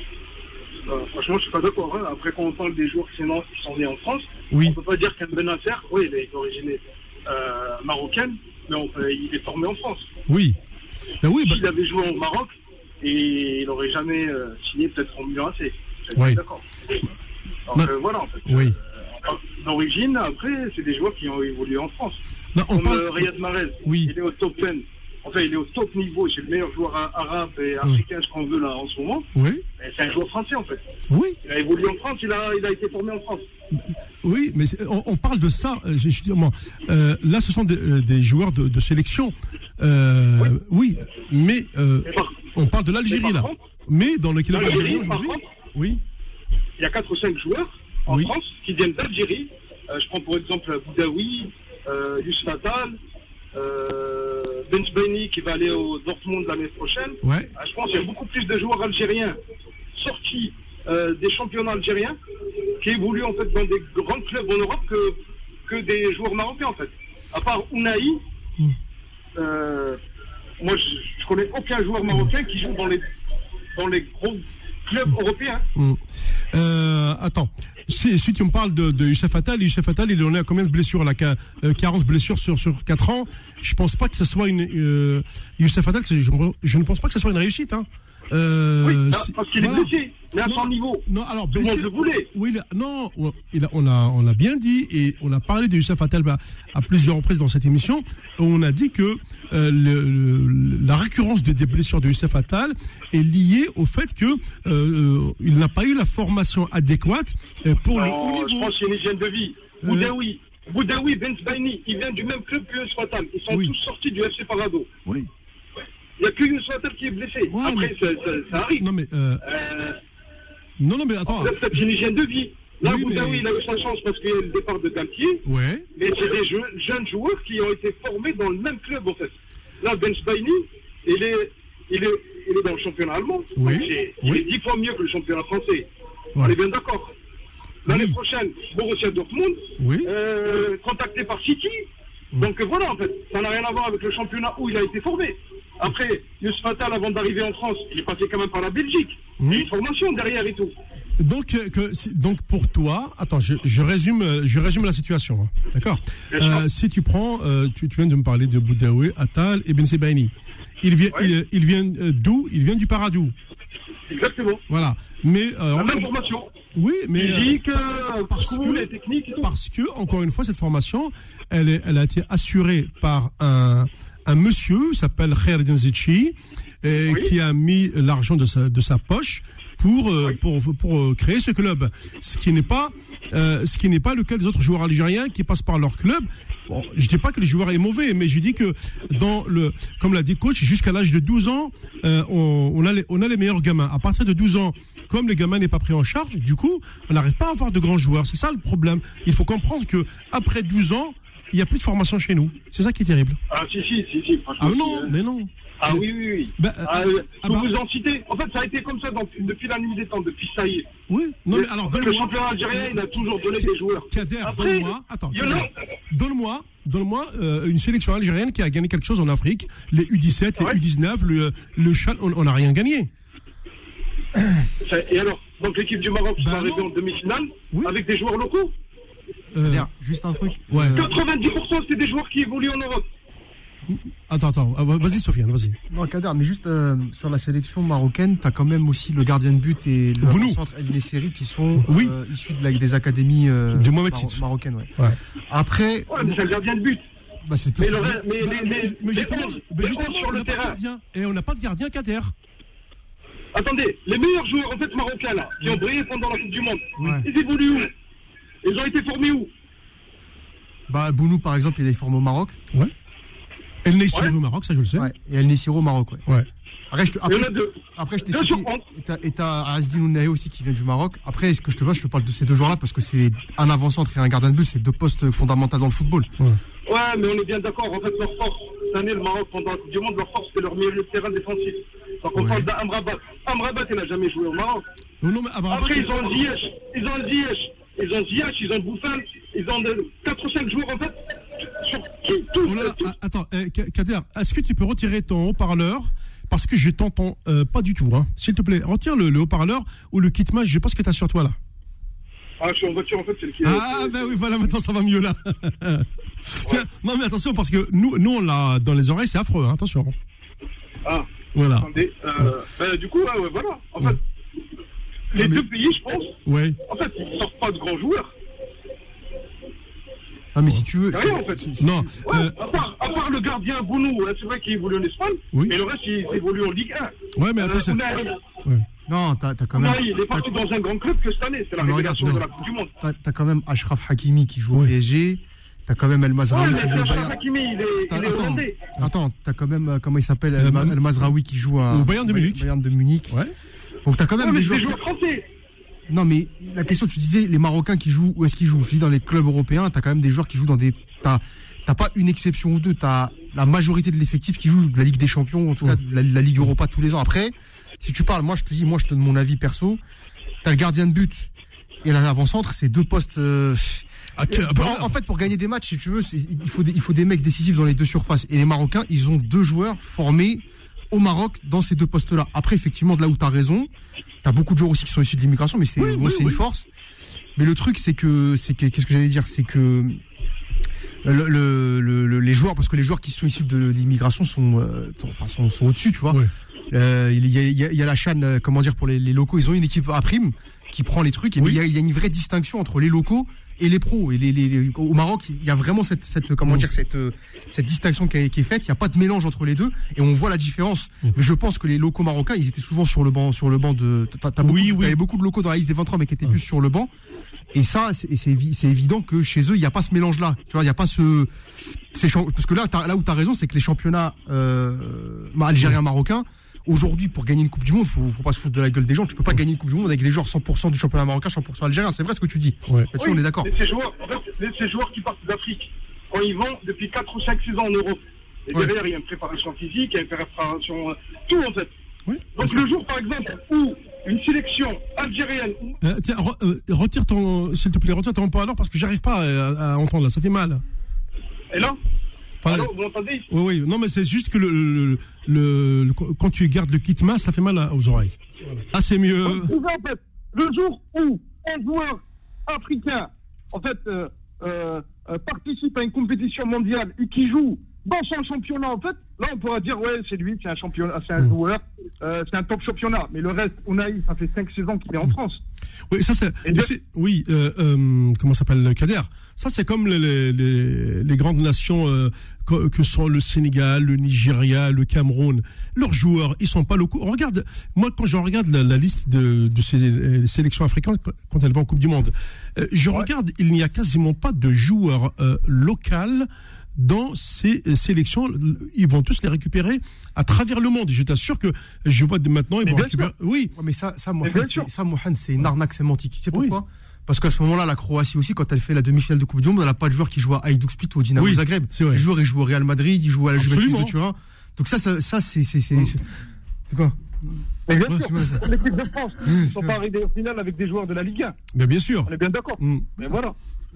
Speaker 6: Euh, franchement, je suis pas d'accord. Hein. Après, quand on parle des joueurs qui sont nés en France,
Speaker 2: oui.
Speaker 6: On peut pas dire qu'un Benasser, oui, il est d'origine euh, marocaine, mais on peut, il est formé en France.
Speaker 2: Oui. Ben oui,
Speaker 6: S'il
Speaker 2: ben...
Speaker 6: avait joué au Maroc, et il n'aurait jamais euh, signé peut-être en Milan A C.
Speaker 2: Oui.
Speaker 6: D'accord. Donc
Speaker 2: ben...
Speaker 6: euh, voilà, en fait.
Speaker 2: Oui.
Speaker 6: Euh, d'origine, après, c'est des joueurs qui ont évolué en France.
Speaker 2: Ben, on
Speaker 6: Comme
Speaker 2: parle...
Speaker 6: euh, Riyad Mahrez,
Speaker 2: oui.
Speaker 6: Il est au top dix. Enfin, il est au top niveau, c'est le meilleur joueur arabe et africain, mmh. ce qu'on veut là en ce moment.
Speaker 2: Oui.
Speaker 6: Et c'est un joueur français en fait.
Speaker 2: Oui.
Speaker 6: Il a évolué en France, il a, il a été formé en France.
Speaker 2: Oui, mais on, on parle de ça, justement. Euh, là, ce sont des, des joueurs de, de sélection. Euh, oui. oui, mais euh, par, on parle de l'Algérie là. Contre, mais dans le club algérien aujourd'hui, oui.
Speaker 6: Il y a quatre ou cinq joueurs en
Speaker 2: oui.
Speaker 6: France qui viennent d'Algérie. Euh, je prends pour exemple Boudaoui, euh, Youssef Attal. Euh, Ben Sbaini qui va aller au Dortmund l'année prochaine.
Speaker 2: Ouais.
Speaker 6: Euh, je pense qu'il y a beaucoup plus de joueurs algériens sortis euh, des championnats algériens qui évoluent en fait dans des grands clubs en Europe que, que des joueurs marocains en fait. À part Ounaï, mm. euh, moi je, je connais aucun joueur marocain qui joue dans les dans les gros clubs mm. européens. Mm.
Speaker 2: Euh, attends. Si, si tu me parles de, de Youssef Attal, Youssef Attal, il en a combien de blessures là, quarante blessures sur, sur quatre ans. Je pense pas que ce soit une... Euh, Youssef Attal, je, je ne pense pas que ce soit une réussite. Hein. Euh,
Speaker 6: Oui,
Speaker 2: c'est-
Speaker 6: parce qu'il
Speaker 2: voilà.
Speaker 6: est blessé, mais à
Speaker 2: Non,
Speaker 6: son niveau.
Speaker 2: Non, alors
Speaker 6: Tout le monde
Speaker 2: blessé-
Speaker 6: le voulait.
Speaker 2: Oui, il a- non, on, il a- on a, on a bien dit et on a parlé de Youssef Attal à, à plusieurs reprises dans cette émission. On a dit que euh, le- le- la récurrence de, des blessures de Youssef Attal est liée au fait que euh, il n'a pas eu la formation adéquate euh, pour le
Speaker 6: Non,
Speaker 2: haut
Speaker 6: je
Speaker 2: niveau.
Speaker 6: pense qu'il y a une hygiène de vie.
Speaker 2: Euh.
Speaker 6: Boudaoui, Boudaoui, Ben Sbaini, il vient du même club que Youssef Attal. Ils sont
Speaker 2: Oui.
Speaker 6: tous sortis du F C Parado.
Speaker 2: Oui.
Speaker 6: Il n'y a que Youssef Attal qui est blessé.
Speaker 2: Ouais,
Speaker 6: Après,
Speaker 2: mais-
Speaker 6: ça, ça, ça arrive.
Speaker 2: Non mais euh,
Speaker 6: Euh,
Speaker 2: non non mais attends.
Speaker 6: il a peut-être une hygiène de vie. Là,
Speaker 2: Oui,
Speaker 6: Boudaoui,
Speaker 2: mais-
Speaker 6: il a eu sa chance parce qu'il y a le départ de Galtier.
Speaker 2: Ouais.
Speaker 6: Mais c'est des jeux- jeunes joueurs qui ont été formés dans le même club, en fait. Là, Ben Sbaini, il est, il, est, il est dans le championnat allemand.
Speaker 2: Oui,
Speaker 6: Donc, c'est- il
Speaker 2: oui.
Speaker 6: est dix fois mieux que le championnat français.
Speaker 2: Ouais.
Speaker 6: On est bien d'accord. L'année
Speaker 2: Oui.
Speaker 6: prochaine, Borussia Dortmund,
Speaker 2: Oui.
Speaker 6: euh, contacté par City. Donc euh, voilà, en fait, ça n'a rien à voir avec le championnat où il a été formé. Après, Youssef Attal, avant d'arriver en France, il est passé quand même par la Belgique. Il y a une formation derrière et tout.
Speaker 2: Donc, euh, que, si- donc pour toi, attends, je, je résume, euh, je résume la situation, hein, d'accord.
Speaker 6: Bien sûr.
Speaker 2: Euh, si tu prends, euh, tu, tu viens de me parler de Boudaoui, Attal et Ben Sebaini. Il vient,
Speaker 6: Ouais.
Speaker 2: il, il vient euh, d'où? Il vient du Paradou.
Speaker 6: Exactement.
Speaker 2: Voilà. Mais euh,
Speaker 6: La
Speaker 2: en-
Speaker 6: même formation.
Speaker 2: oui, mais euh,
Speaker 6: Physique, euh,
Speaker 2: parce
Speaker 6: school,
Speaker 2: que-
Speaker 6: et technique et tout.
Speaker 2: parce que encore une fois, cette formation, elle, est, elle a été assurée par un, un monsieur, il s'appelle Khaireddin Zitchi, et
Speaker 6: Oui.
Speaker 2: qui a mis l'argent de sa, de sa poche pour, euh, pour, pour euh, créer ce club. Ce qui n'est pas, euh, ce qui n'est pas le cas des autres joueurs algériens qui passent par leur club. Bon, je dis pas que les joueurs est mauvais, mais je dis que dans le, comme l'a dit coach, jusqu'à l'âge de douze ans, euh, on, on a les, on a les meilleurs gamins. À partir de douze ans, comme les gamins n'est pas pris en charge, du coup, on n'arrive pas à avoir de grands joueurs. C'est ça le problème. Il faut comprendre que après douze ans, il n'y a plus de formation chez nous. C'est ça qui est terrible.
Speaker 6: Ah, si, si, si, si.
Speaker 2: Ah
Speaker 6: franchement,
Speaker 2: non,
Speaker 6: si,
Speaker 2: mais non.
Speaker 6: Ah oui, oui, oui.
Speaker 2: Ben,
Speaker 6: Ah,
Speaker 2: euh,
Speaker 6: euh,
Speaker 2: ah
Speaker 6: je peux
Speaker 2: bah-
Speaker 6: vous en citer. En fait, ça a été comme ça dans- depuis la nuit des temps, depuis ça y est.
Speaker 2: Oui, non, mais alors,
Speaker 6: En fait, le
Speaker 2: donne-moi.
Speaker 6: championnat algérien, il a toujours donné des joueurs.
Speaker 2: Kader,
Speaker 6: Après,
Speaker 2: donne-moi. Attends,
Speaker 6: il y en a-
Speaker 2: Kader, donne-moi, donne-moi euh, une sélection algérienne qui a gagné quelque chose en Afrique. Les U dix-sept, les
Speaker 6: Ouais.
Speaker 2: U dix-neuf, le, le Chan, on n'a rien gagné.
Speaker 6: Ça- Et alors, donc l'équipe du Maroc qui
Speaker 2: Ben
Speaker 6: va arriver
Speaker 2: non.
Speaker 6: en demi-finale
Speaker 2: Oui.
Speaker 6: avec des joueurs locaux.
Speaker 2: Euh,
Speaker 3: C'est-à-dire, juste un truc.
Speaker 2: Ouais.
Speaker 3: euh,
Speaker 6: quatre-vingt-dix pour cent c'est des joueurs qui évoluent en Europe.
Speaker 2: attends, attends, ah, vas-y, Sofiane, vas-y.
Speaker 3: non, Kader, mais juste euh, sur la sélection marocaine, t'as quand même aussi le gardien de but et le
Speaker 2: Bounou.
Speaker 3: centre El Nesseri qui sont
Speaker 2: Oui.
Speaker 3: euh, issus de la- des académies euh,
Speaker 2: De Mohamed
Speaker 3: maro-
Speaker 2: Sitz.
Speaker 3: marocaines. Ouais.
Speaker 2: Ouais.
Speaker 3: Après,
Speaker 6: Ouais, mais c'est le gardien de but.
Speaker 3: bah, c'est
Speaker 6: Mais, le, mais,
Speaker 2: Bah,
Speaker 6: mais,
Speaker 2: mais,
Speaker 6: mais,
Speaker 2: mais justement,
Speaker 6: les onze-
Speaker 2: mais
Speaker 6: les
Speaker 2: justement,
Speaker 6: onze sur
Speaker 2: on
Speaker 6: le
Speaker 2: n'a pas de
Speaker 6: terrain.
Speaker 2: gardien. Et on n'a pas de gardien, Kader.
Speaker 6: Attendez, les meilleurs joueurs en fait marocains là, qui ont brillé pendant la Coupe du Monde,
Speaker 3: Ouais.
Speaker 6: ils évoluent où? Ils ont été formés où?
Speaker 3: bah, Bounou, par exemple, il est formé au Maroc.
Speaker 2: Ouais. El Nessiri
Speaker 6: Ouais.
Speaker 2: au Maroc, ça je le sais.
Speaker 3: Ouais. Et El Nessiri au Maroc. Ouais.
Speaker 2: Ouais.
Speaker 3: Après, je te,
Speaker 6: Il y
Speaker 3: après,
Speaker 6: en a deux.
Speaker 3: après, je t'ai
Speaker 6: Deux
Speaker 3: cité.
Speaker 6: sur onze.
Speaker 3: Et t'as- Et t'as Azdin Ounahi aussi qui vient du Maroc. Après, ce que je te vois, je te parle de ces deux joueurs-là parce que c'est un avant-centre et un gardien de but, c'est deux postes fondamentaux dans le football.
Speaker 6: Ouais, mais on est bien d'accord. En fait, leur force, cette année, le Maroc, pendant la Coupe du Monde, leur force, c'était leur milieu de terrain défensif. Donc, on
Speaker 3: Ouais.
Speaker 6: parle d'Amrabat. Amrabat, il n'a jamais joué au Maroc.
Speaker 2: Non, non, mais Amrabat,
Speaker 6: Après,
Speaker 2: il-
Speaker 6: ils ont Ziyech. Ils ont Ziyech. Ils ont Ziyech, ils ont Bouffal. Ils ont quatre ou cinq joueurs, en fait. Sur tout, tout,
Speaker 2: Oh là là,
Speaker 6: tout.
Speaker 2: ah, attends, eh, Ka- Kader, est-ce que tu peux retirer ton haut-parleur? Parce que je t'entends euh, pas du tout. Hein. S'il te plaît, retire le, le haut-parleur ou le kit match. Je sais pas ce que tu as sur toi là.
Speaker 6: Ah, je suis en voiture, en fait, c'est le qui
Speaker 2: Ah, ben oui, voilà, maintenant ça va mieux là. Tiens, non, mais attention, parce que nous, nous on l'a dans les oreilles, c'est affreux, hein, attention.
Speaker 6: Ah,
Speaker 2: Voilà.
Speaker 6: attendez. Euh, ben, du coup, ouais, ouais, voilà. En fait, les
Speaker 3: Ah, mais-
Speaker 6: deux pays, je pense,
Speaker 2: Ouais.
Speaker 6: en fait, ils sortent pas de grands joueurs.
Speaker 3: Ah, mais si tu veux.
Speaker 6: C'est rien, en fait.
Speaker 2: Non,
Speaker 6: Ouais,
Speaker 2: euh,
Speaker 6: à, part, à part le gardien Bounou, hein, c'est vrai qu'il évolue en Espagne,
Speaker 2: Oui.
Speaker 6: mais le reste, il évolue en Ligue un.
Speaker 2: ouais, mais attends, c'est-
Speaker 6: Euh, Unai,
Speaker 2: ouais.
Speaker 3: Non, t'as t'as quand même.
Speaker 6: Unai, il est parti dans un grand club que cette année, c'est la
Speaker 3: Mais
Speaker 6: révélation
Speaker 3: regarde,
Speaker 6: de la Coupe du Monde.
Speaker 3: T'as t'as quand même Ashraf Hakimi qui joue au
Speaker 2: Oui.
Speaker 3: P S G. T'as quand même El
Speaker 6: Ouais,
Speaker 3: Mazraoui
Speaker 6: mais
Speaker 3: qui joue au
Speaker 6: Achraf
Speaker 3: Bayern.
Speaker 6: Hakimi, il est,
Speaker 3: T'as-
Speaker 6: il est
Speaker 3: Attends,
Speaker 6: hollandais.
Speaker 3: attends, t'as quand même, euh, comment il s'appelle,
Speaker 2: Euh,
Speaker 3: El, Ma-
Speaker 2: Mam-
Speaker 3: El Mazraoui qui joue à,
Speaker 2: au Bayern de Munich.
Speaker 3: Bayern de Munich.
Speaker 2: Ouais.
Speaker 3: Donc t'as quand même
Speaker 6: Ouais, mais
Speaker 3: des
Speaker 6: c'est
Speaker 3: joueurs.
Speaker 6: des joueurs français.
Speaker 3: Non, mais la question, tu disais, les Marocains qui jouent, où est-ce qu'ils jouent? Je dis dans les clubs européens, t'as quand même des joueurs qui jouent dans des. T'as t'as pas une exception ou deux, t'as la majorité de l'effectif qui joue de la Ligue des Champions, en tout cas de la, la Ligue Europa tous les ans. Après, si tu parles, moi je te dis, moi je te donne mon avis perso, t'as le gardien de but et l'avant-centre, c'est deux postes. euh,
Speaker 2: Ah, que-
Speaker 3: en-
Speaker 2: bah,
Speaker 3: en, fait, pour gagner des matchs, si tu veux, c'est- il faut, des, il faut des mecs décisifs dans les deux surfaces. Et les Marocains, ils ont deux joueurs formés au Maroc dans ces deux postes-là. Après, effectivement, de là où tu as raison, tu as beaucoup de joueurs aussi qui sont issus de l'immigration, mais c'est
Speaker 2: Oui,
Speaker 3: bon,
Speaker 2: oui,
Speaker 3: c'est
Speaker 2: oui.
Speaker 3: une force. Mais le truc, c'est que, c'est que, qu'est-ce que j'allais dire, c'est que le, le- le- le- les joueurs, parce que les joueurs qui sont issus de l'immigration sont, euh, sont- enfin, sont, sont au-dessus, tu vois.
Speaker 2: Ouais.
Speaker 3: Euh, il, y a, il, y a, il y a la chaîne, euh, comment dire, pour les, les locaux, ils ont une équipe à prime qui prend les trucs. Et
Speaker 2: Oui.
Speaker 3: il, y a, il y a une vraie distinction entre les locaux et les pros. Et les, les, les- au Maroc, il y a vraiment cette, cette comment dire, cette, euh, cette distinction qui, est- qui est faite. Il n'y a pas de mélange entre les deux et on voit la différence. Mais je pense que les locaux marocains, ils étaient souvent sur le banc, sur le banc de. T'as, t'as
Speaker 2: Oui,
Speaker 3: beaucoup,
Speaker 2: oui.
Speaker 3: t'avais beaucoup de locaux dans la liste des vingt-trois, mais qui étaient plus sur le banc. Et ça, c'est, c'est, évi- c'est évident que chez eux, il n'y a pas ce mélange-là. Tu vois, il n'y a pas ce. Ces champ- parce que là, t'as- là où tu as raison, c'est que les championnats euh, algériens, marocains, aujourd'hui, pour gagner une Coupe du Monde, il ne faut pas se foutre de la gueule des gens. Tu peux pas gagner une Coupe du Monde avec des joueurs cent pour cent du championnat marocain, cent pour cent algérien. C'est vrai ce que tu dis.
Speaker 2: Ouais.
Speaker 3: Là-dessus, on est d'accord.
Speaker 6: Et ces joueurs, en fait, les- ces joueurs qui partent d'Afrique, quand ils vont depuis quatre ou cinq saisons en Europe, et
Speaker 3: Ouais.
Speaker 6: derrière, il y a une préparation physique, il y a une préparation. euh, tout, en fait.
Speaker 2: Oui.
Speaker 6: Donc, le jour, par exemple, où une sélection algérienne.
Speaker 2: Euh, tiens, re- euh, retire ton, s'il te plaît, retire ton parleur parce que j'arrive pas à, à entendre là, ça fait mal.
Speaker 6: Et là,
Speaker 2: Enfin,
Speaker 6: alors, vous m'entendez?
Speaker 2: oui, oui, non, mais c'est juste que le, le, le- le- quand tu gardes le kit main, ça fait mal aux oreilles. Ah, c'est mieux.
Speaker 6: En fait, le jour où un joueur africain, en fait, euh, euh, euh, participe à une compétition mondiale et qui joue dans son championnat, en fait, là, on pourra dire, ouais, c'est lui, c'est un championnat, c'est un
Speaker 2: Mmh.
Speaker 6: joueur, euh, c'est un top championnat. Mais le reste, Unai, ça fait cinq saisons qu'il est en France.
Speaker 2: Oui, ça c'est.
Speaker 6: Et
Speaker 2: mais
Speaker 6: de-
Speaker 2: c'est- Oui, euh, euh, comment s'appelle Kader? Ça c'est comme les, les, les, les grandes nations euh, que, que sont le Sénégal, le Nigeria, le Cameroun. Leurs joueurs, ils sont pas locaux. Regarde, moi quand je regarde la, la liste de, de ces euh, sélections africaines quand elles vont en Coupe du Monde, euh, je regarde, il n'y a quasiment pas de joueurs euh, locaux dans ces euh, sélections. Ils vont tous les récupérer à travers le monde. Je t'assure que je vois de maintenant ils
Speaker 6: Mais
Speaker 2: vont
Speaker 6: bien
Speaker 2: récupérer. Oui.
Speaker 3: Ouais, mais ça, ça,
Speaker 6: Mais
Speaker 3: Mohamed,
Speaker 6: bien
Speaker 3: c'est,
Speaker 6: sûr.
Speaker 3: ça, Mohamed, c'est une arnaque sémantique. Tu sais
Speaker 2: Oui.
Speaker 3: pourquoi? Parce qu'à ce moment-là, la Croatie aussi, quand elle fait la demi-finale de Coupe du Monde, elle n'a pas de joueurs qui jouent à Hajduk Split ou au Dynamo
Speaker 2: Oui,
Speaker 3: Zagreb.
Speaker 2: c'est vrai.
Speaker 3: Les joueurs, ils jouent au Real Madrid, ils jouent à la Juventus
Speaker 2: Absolument.
Speaker 3: de Turin. Donc ça, ça, ça c'est, c'est, c'est, c'est, c'est quoi?
Speaker 6: Mais bien
Speaker 3: Ouais,
Speaker 6: sûr,
Speaker 3: c'est vrai,
Speaker 6: l'équipe de France, ils ne sont pas arrivés au final avec des joueurs de la Ligue un.
Speaker 2: Mais bien sûr.
Speaker 6: On est bien d'accord.
Speaker 2: Mm.
Speaker 6: Mais voilà.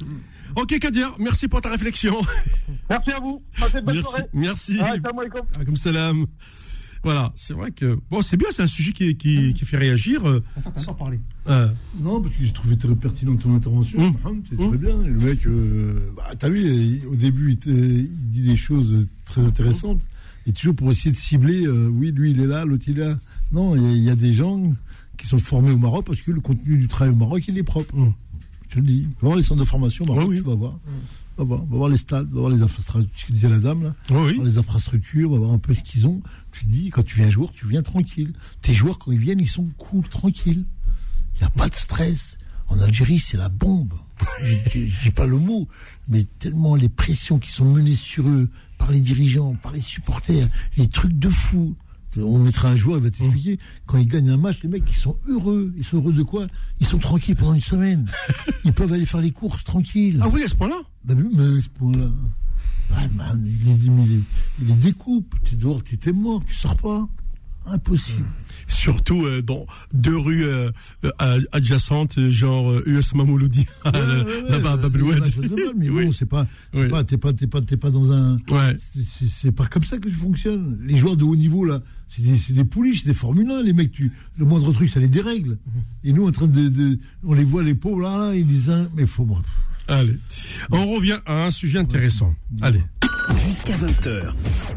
Speaker 2: Ok Kadir, merci pour ta réflexion.
Speaker 6: Merci à vous. Passez une bonne
Speaker 2: Merci,
Speaker 6: soirée.
Speaker 2: merci.
Speaker 6: Ah, salam alaikum.
Speaker 2: Comme salam. Voilà, c'est vrai que bon, c'est bien, c'est un sujet qui, qui, qui fait réagir. euh,
Speaker 3: sans parler.
Speaker 2: euh,
Speaker 4: Non, parce que j'ai trouvé très pertinent ton intervention.
Speaker 2: Mmh.
Speaker 4: Mohamed, c'est
Speaker 2: Mmh.
Speaker 4: très bien. Le mec, euh, bah, t'as vu, il- au début, il, te- il dit des choses très intéressantes. Et toujours pour essayer de cibler, euh, oui, lui, il est là, l'autre, il est là. Non, il y, a- il y a des gens qui sont formés au Maroc parce que le contenu du travail au Maroc, il est propre.
Speaker 2: Mmh.
Speaker 4: Je le dis. Va voir les centres de formation au Maroc,
Speaker 2: Ouais, oui.
Speaker 4: tu vas voir. Va voir, va voir les stades, va voir les infrastructures, ce que disait la dame, là.
Speaker 2: oui,
Speaker 4: Va
Speaker 2: oui.
Speaker 4: voir les infrastructures, va voir un peu ce qu'ils ont. Tu dis, quand tu viens joueur, tu viens tranquille. Tes joueurs, quand ils viennent, ils sont cool, tranquilles. Il n'y a pas de stress. En Algérie, c'est la bombe. Je n'ai pas le mot, mais tellement les pressions qui sont menées sur eux par les dirigeants, par les supporters, les trucs de fou. On mettra un joueur, il va t'expliquer. Quand ils gagnent un match, les mecs, ils sont heureux. Ils sont heureux de quoi? Ils sont tranquilles pendant une semaine. Ils peuvent aller faire les courses tranquilles.
Speaker 2: Ah oui, à ce point-là.
Speaker 4: Bah oui, mais à ce point-là. Ah, man, il les, il les, il les découpe. Tu es dehors, tu es mort, tu sors pas. Impossible.
Speaker 2: Surtout euh, dans deux rues euh, euh, adjacentes, euh, genre euh, U S Mamouloudi, là-bas à Babloued.
Speaker 4: Mais
Speaker 2: Oui.
Speaker 4: bon, c'est pas, c'est
Speaker 2: Oui.
Speaker 4: pas, t'es pas, t'es pas, t'es pas dans un.
Speaker 2: Ouais.
Speaker 4: c'est- C'est c'est pas comme ça que je fonctionne. Les joueurs de haut niveau là, c'est des, c'est des poulies, c'est des Formule un, les mecs. Tu, le moindre truc, ça les dérègle. Et nous, en train de, de on les voit les pauvres là, ils disent, hein, mais faut. Bref.
Speaker 2: Allez, on revient à un sujet intéressant. Allez.
Speaker 1: Jusqu'à vingt heures.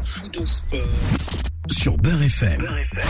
Speaker 1: Sur Beurre F M.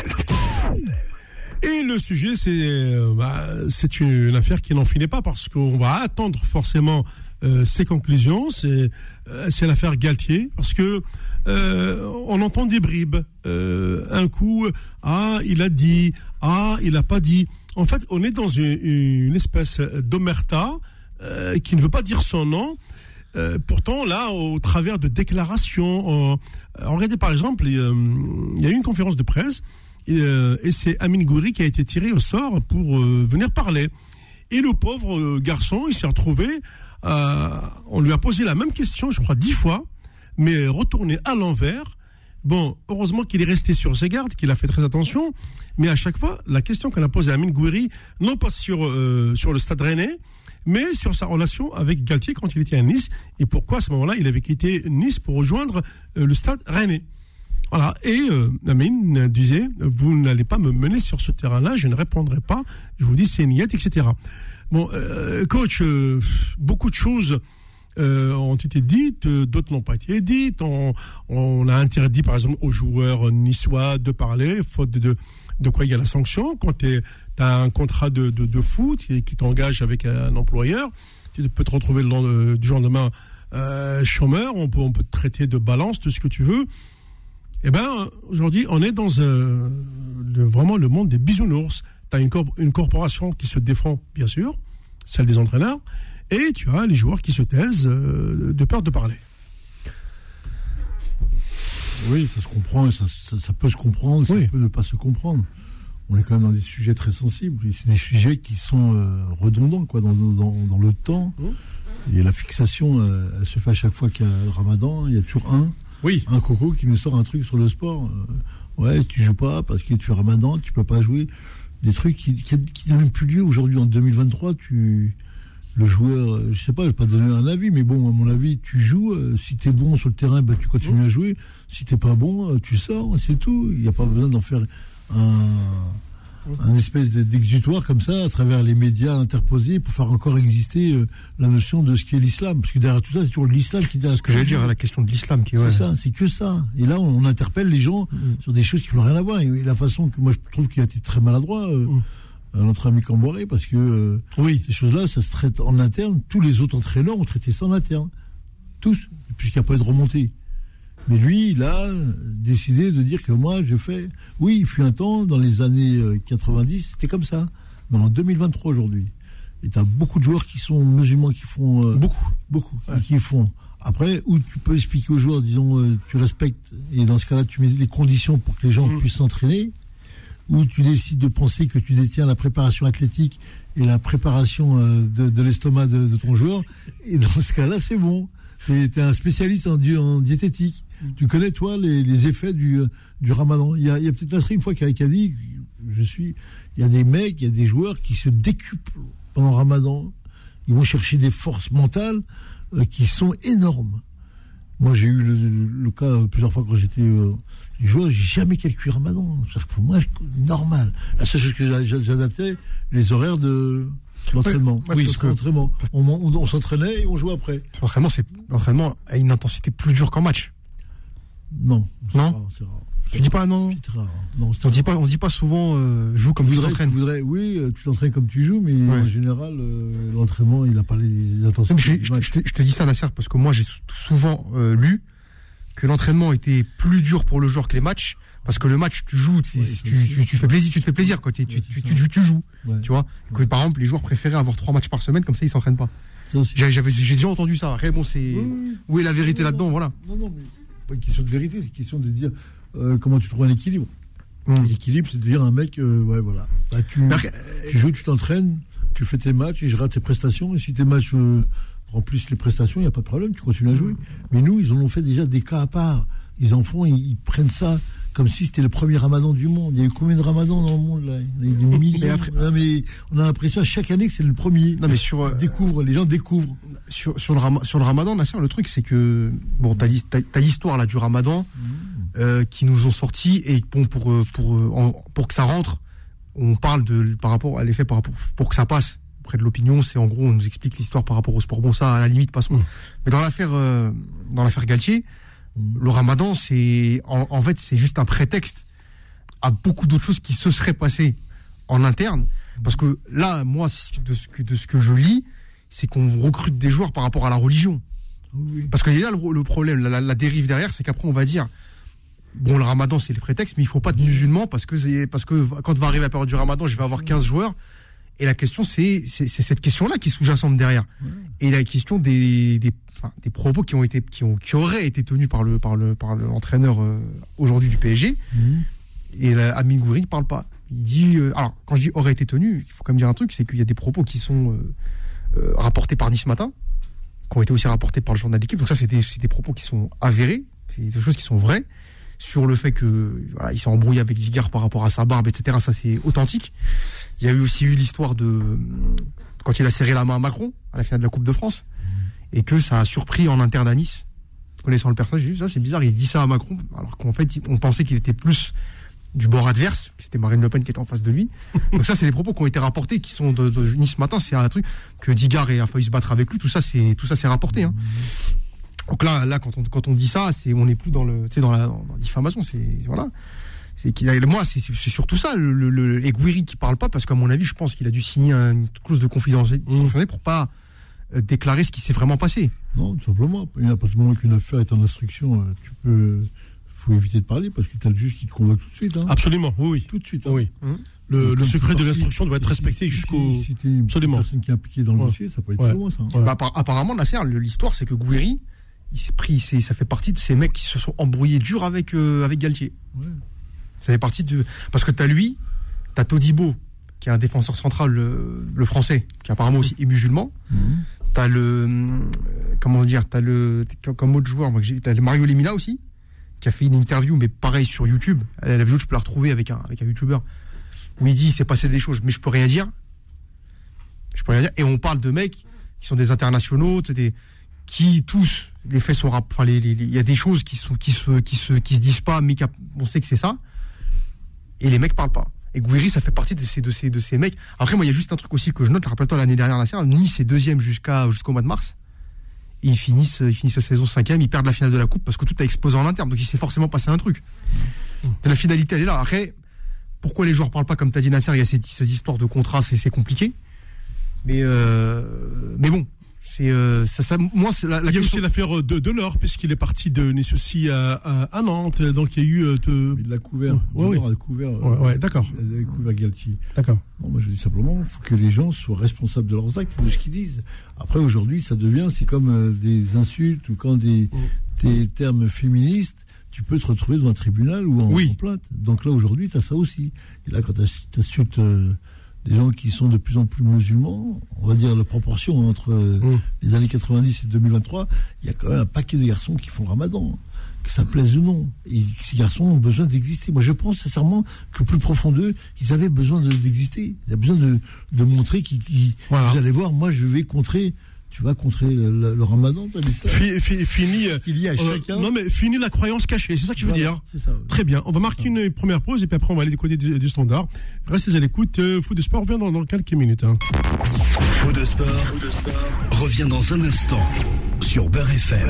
Speaker 2: Et le sujet, c'est euh, bah, c'est une affaire qui n'en finit pas parce qu'on va attendre forcément euh, ses conclusions. C'est euh, c'est l'affaire Galtier parce que euh, on entend des bribes. Euh, un coup, ah il a dit, ah il a pas dit. En fait, on est dans une, une espèce d'omerta euh, qui ne veut pas dire son nom. Euh, pourtant, là, au travers de déclarations, euh, regardez par exemple, il, euh, il y a eu une conférence de presse et, euh, et c'est Amine Gouiri qui a été tiré au sort pour euh, venir parler. Et le pauvre euh, garçon, il s'est retrouvé, euh, on lui a posé la même question, je crois, dix fois, mais retourné à l'envers. Bon, heureusement qu'il est resté sur ses gardes, qu'il a fait très attention, mais à chaque fois, la question qu'on a posée à Amine Gouiri, non pas sur, euh, sur le Stade Rennais, mais sur sa relation avec Galtier quand il était à Nice, et pourquoi à ce moment-là il avait quitté Nice pour rejoindre euh, le Stade Rennais. Voilà, et euh, Amine disait, vous n'allez pas me mener sur ce terrain-là, je ne répondrai pas, je vous dis c'est niette, et cetera. Bon, euh, coach, euh, beaucoup de choses euh, ont été dites, euh, d'autres n'ont pas été dites. On, on a interdit, par exemple, aux joueurs niçois de parler, faute de, de quoi il y a la sanction. Quand tu as un contrat de, de, de foot qui, qui t'engage avec un employeur, tu peux te retrouver le, euh, du jour au lendemain euh, chômeur, on peut, on peut te traiter de balance, de ce que tu veux. Eh ben, aujourd'hui, on est dans euh, le, vraiment le monde des bisounours. Tu as une, corp- une corporation qui se défend, bien sûr, celle des entraîneurs, et tu as les joueurs qui se taisent euh, de peur de parler.
Speaker 4: Oui, ça se comprend, ça, ça, ça peut se comprendre, ça
Speaker 2: oui.
Speaker 4: peut ne pas se comprendre. On est quand même dans des sujets très sensibles. C'est des sujets qui sont euh, redondants, quoi, dans, dans, dans le temps. Mmh. Et la fixation, euh, elle se fait à chaque fois qu'il y a le Ramadan. Il y a toujours un,
Speaker 2: oui.
Speaker 4: un coco qui nous sort un truc sur le sport. Euh, ouais, tu joues pas parce que tu fais Ramadan, tu peux pas jouer. Des trucs qui, qui, qui n'ont même plus lieu aujourd'hui en deux mille vingt-trois. Tu, le joueur, je sais pas, je vais pas donner un avis, mais bon, à mon avis, tu joues. Euh, si t'es bon sur le terrain, bah, tu continues mmh. à jouer. Si t'es pas bon, euh, tu sors. C'est tout. Il n'y a pas besoin d'en faire un, un espèce d'exutoire comme ça à travers les médias interposés pour faire encore exister euh, la notion de ce qu'est l'islam. Parce que derrière tout ça, c'est toujours l'islam qui est
Speaker 3: ce que j'allais dire, la question de l'islam qui est ouais.
Speaker 4: C'est ça, c'est que ça. Et là, on, on interpelle les gens mmh. sur des choses qui n'ont rien à voir. Et, et la façon que moi je trouve qu'il a été très maladroit, euh, mmh. notre ami Camboré, parce que euh,
Speaker 2: oui.
Speaker 4: ces choses-là, ça se traite en interne. Tous les autres entraîneurs ont traité ça en interne. Tous, puisqu'il n'y a pas eu de remontée. Mais lui, il a décidé de dire que moi, je fais... Oui, il fut un temps, dans les années quatre-vingt-dix, c'était comme ça. Mais en deux mille vingt-trois, aujourd'hui, et tu as beaucoup de joueurs qui sont musulmans, qui font... Euh,
Speaker 2: beaucoup.
Speaker 4: Beaucoup,
Speaker 2: ouais.
Speaker 4: qui font... Après, où tu peux expliquer aux joueurs, disons, euh, tu respectes, et dans ce cas-là, tu mets les conditions pour que les gens mmh. puissent s'entraîner, ou tu décides de penser que tu détiens la préparation athlétique et la préparation euh, de, de l'estomac de, de ton joueur, et dans ce cas-là, c'est bon. T'es, t'es un spécialiste en, di- en diététique. Mmh. Tu connais, toi, les, les effets du, du Ramadan. Il y a, il y a peut-être Nasri, une fois, qui a, qui a dit, je suis, il y a des mecs, il y a des joueurs qui se décuplent pendant le Ramadan. Ils vont chercher des forces mentales euh, qui sont énormes. Moi, j'ai eu le, le, le cas euh, plusieurs fois quand j'étais euh, joueur, j'ai jamais calculé Ramadan. C'est-à-dire que pour moi, je, normal. La seule chose que j'a, j'adaptais, les horaires de... L'entraînement.
Speaker 3: Oui, oui, que...
Speaker 4: l'entraînement. On, on, on s'entraînait et on jouait après.
Speaker 3: L'entraînement, c'est l'entraînement a une intensité plus dure qu'en match.
Speaker 4: Non.
Speaker 3: C'est non. Rare, c'est rare. Tu dis pas non.
Speaker 4: C'est rare. Non, c'est
Speaker 3: on
Speaker 4: rare.
Speaker 3: dit pas, on dit pas souvent euh, joue comme tu t'entraînes.
Speaker 4: Tu voudrais, oui, tu t'entraînes comme tu joues, mais ouais. en général, euh, l'entraînement, il a pas les intensités.
Speaker 3: Je, je, je, te, je te dis ça, Nasser, parce que moi, j'ai souvent euh, lu que l'entraînement était plus dur pour le joueur que les matchs. Parce que le match, tu joues, tu, ouais, tu, tu, tu fais plaisir, tu te fais plaisir, quoi. Tu, ouais, tu, tu, tu, tu joues, ouais. tu vois. Que, par exemple, les joueurs préféraient avoir trois matchs par semaine, comme ça, ils s'entraînent pas. J'ai, j'avais, j'ai déjà entendu ça. Après, bon, c'est oui, où est la vérité non, là-dedans,
Speaker 4: non,
Speaker 3: voilà.
Speaker 4: Non, non, mais pas une question de vérité, c'est une question de dire euh, comment tu trouves un équilibre. Hum. L'équilibre, c'est de dire à un mec, euh, ouais, voilà. Bah, tu, après, tu joues, tu t'entraînes, tu fais tes matchs, et je rate tes prestations. Et si tes matchs euh, remplissent les prestations, il n'y a pas de problème, tu continues à jouer. Hum. Mais nous, ils en ont fait déjà des cas à part. Ils en font, ils, ils prennent ça comme si c'était le premier Ramadan du monde. Il y a eu combien de Ramadans dans le monde là? Il y a eu des milliers. Mais après, non, mais on a l'impression à chaque année que c'est le premier.
Speaker 3: Non mais sur,
Speaker 4: découvre, les gens découvrent.
Speaker 3: Sur, sur, le, ram- sur le Ramadan, Nasser, le truc c'est que bon, t'as, t'as, t'as l'histoire là du Ramadan mmh. euh, qui nous ont sorti et bon, pour pour pour, pour que ça rentre, on parle de par rapport à l'effet par rapport pour que ça passe auprès de l'opinion, c'est en gros on nous explique l'histoire par rapport au sport. Bon ça à la limite passons. Mmh. Mais dans l'affaire euh, dans l'affaire Galtier. Le Ramadan, c'est en, en fait, c'est juste un prétexte à beaucoup d'autres choses qui se seraient passées en interne. Parce que là, moi, de ce que, de ce que je lis, c'est qu'on recrute des joueurs par rapport à la religion. Oui. Parce que là, le, le problème, la, la dérive derrière, c'est qu'après, on va dire, bon, le Ramadan, c'est le prétexte, mais il faut pas de musulmans parce que, c'est, parce que quand va arriver la période du Ramadan, je vais avoir quinze joueurs. Et la question, c'est, c'est, c'est cette question-là qui est sous-jacente derrière. Oui. Et la question des, des Enfin, des propos qui ont été qui ont qui auraient été tenus par le par le par l'entraîneur euh, aujourd'hui du P S G mmh. et la, Amine Gouiri ne parle pas. Il dit euh, alors quand je dis auraient été tenus, il faut quand même dire un truc, c'est qu'il y a des propos qui sont euh, euh, rapportés par Nice Matin, qui ont été aussi rapportés par le journal d'équipe. Donc ça c'est des c'est des propos qui sont avérés, c'est des choses qui sont vraies sur le fait que voilà, il s'est embrouillé avec Zigar par rapport à sa barbe, et cetera. Ça c'est authentique. Il y a eu aussi eu l'histoire de quand il a serré la main à Macron à la finale de la Coupe de France. Et que ça a surpris en interne à Nice. Connaissant le personnage, j'ai dit ça, c'est bizarre, il dit ça à Macron, alors qu'en fait, on pensait qu'il était plus du bord adverse. C'était Marine Le Pen qui était en face de lui. Donc ça, c'est des propos qui ont été rapportés, qui sont de, de, de Nice Matin. C'est un truc que Digard a failli se battre avec lui. Tout ça, c'est tout ça, c'est rapporté. Hein. Donc là, là, quand on quand on dit ça, c'est on n'est plus dans le, tu sais, dans la, dans la diffamation. C'est voilà. C'est qu'il a, moi, c'est, c'est surtout ça. Le, le, le et Gouiri qui parle pas parce qu'à mon avis, je pense qu'il a dû signer une clause de confidentialité mmh. pour pas euh, déclarer ce qui s'est vraiment passé.
Speaker 4: Non, tout simplement. À partir du moment qu'une affaire est en instruction, tu peux. Faut éviter de parler parce que tu as le juge qui te convoque tout de suite. Hein.
Speaker 2: Absolument, oui, oui.
Speaker 4: Tout de suite. Hein.
Speaker 2: Oui. Mmh. Le, le secret de l'instruction doit être respecté jusqu'au.
Speaker 4: Si tu es une
Speaker 2: Absolument.
Speaker 4: personne qui est impliquée dans le
Speaker 2: ouais.
Speaker 4: dossier, ça peut être
Speaker 2: ouais.
Speaker 4: loin, ça.
Speaker 2: Ouais.
Speaker 3: Bah, apparemment, Nasser, l'histoire, c'est que Gouiri, il s'est pris, c'est, ça fait partie de ces mecs qui se sont embrouillés dur avec, euh, avec Galtier.
Speaker 4: Ouais.
Speaker 3: Ça fait partie de. Parce que tu as lui, tu as Todibo, qui est un défenseur central, le, le français, qui apparemment aussi est musulman. Mmh. Tu as le. Euh, comment dire, tu as le. Comme autre joueur, moi, tu as le Mario Lemina aussi, qui a fait une interview, mais pareil sur YouTube. La vidéo, tu peux la retrouver avec un, avec un YouTuber, où il dit il s'est passé des choses, mais je peux rien dire. Je peux rien dire. Et on parle de mecs qui sont des internationaux, des, qui tous, les faits sont rap, enfin, il y a des choses qui, sont, qui, se, qui, se, qui se disent pas, mais on sait que c'est ça. Et les mecs parlent pas. Et Gouiri, ça fait partie de ces, de ces, de ces mecs. Après, moi, il y a juste un truc aussi que je note. Rappelle-toi, l'année dernière, la série, Nice est deuxième jusqu'à, jusqu'au mois de mars. Et ils finissent, ils finissent la saison cinquième, ils perdent la finale de la coupe parce que tout a explosé en interne. Donc il s'est forcément passé un truc. La finalité, elle est là. Après, pourquoi les joueurs parlent pas, comme tu as dit Nasser, il y a ces, ces histoires de contrats, c'est, c'est compliqué. Mais, euh, mais bon. C'est, euh, ça, ça, moi, c'est la, la
Speaker 2: il y a
Speaker 3: question...
Speaker 2: aussi l'affaire de Delors, puisqu'il est parti de Nice aussi à, à, à Nantes. Donc il y a eu. Euh, de...
Speaker 4: Il l'a couvert.
Speaker 2: Ouais, ouais.
Speaker 4: Il l'a couvert.
Speaker 2: Ouais, ouais, d'accord.
Speaker 4: Il a couvert Galtier.
Speaker 2: D'accord.
Speaker 4: Non, moi je dis simplement, il faut que les gens soient responsables de leurs actes et de ce qu'ils disent. Après, aujourd'hui, ça devient, c'est comme euh, des insultes ou quand des, mmh. des termes féministes, tu peux te retrouver dans un tribunal ou en,
Speaker 2: oui.
Speaker 4: en plainte. Donc là, aujourd'hui, tu as ça aussi. Et là, quand tu insultes. Euh, des gens qui sont de plus en plus musulmans, on va dire la proportion entre mmh. les années quatre-vingt-dix et deux mille vingt-trois, il y a quand même un paquet de garçons qui font le ramadan, que ça plaise ou non. Et ces garçons ont besoin d'exister. Moi, je pense sincèrement que plus profond d'eux, ils avaient besoin de, d'exister. Ils avaient besoin de, de montrer qu'ils... qu'ils voilà. Vous allez voir, moi, je vais contrer... Tu vas contrer le, le, le ramadan, toi,
Speaker 2: F, f, Fini,
Speaker 4: il y a
Speaker 2: euh,
Speaker 4: chacun.
Speaker 2: Non, mais fini la croyance cachée, c'est ça que je veux
Speaker 4: voilà,
Speaker 2: dire.
Speaker 4: C'est ça, ouais.
Speaker 2: Très bien. On va marquer une première pause et puis après on va aller du côté du, du standard. Restez à l'écoute. Euh, Foot de Sport revient dans, dans quelques minutes. Hein.
Speaker 1: Foot de Sport, Foot de Sport revient dans un instant sur Beurre F M.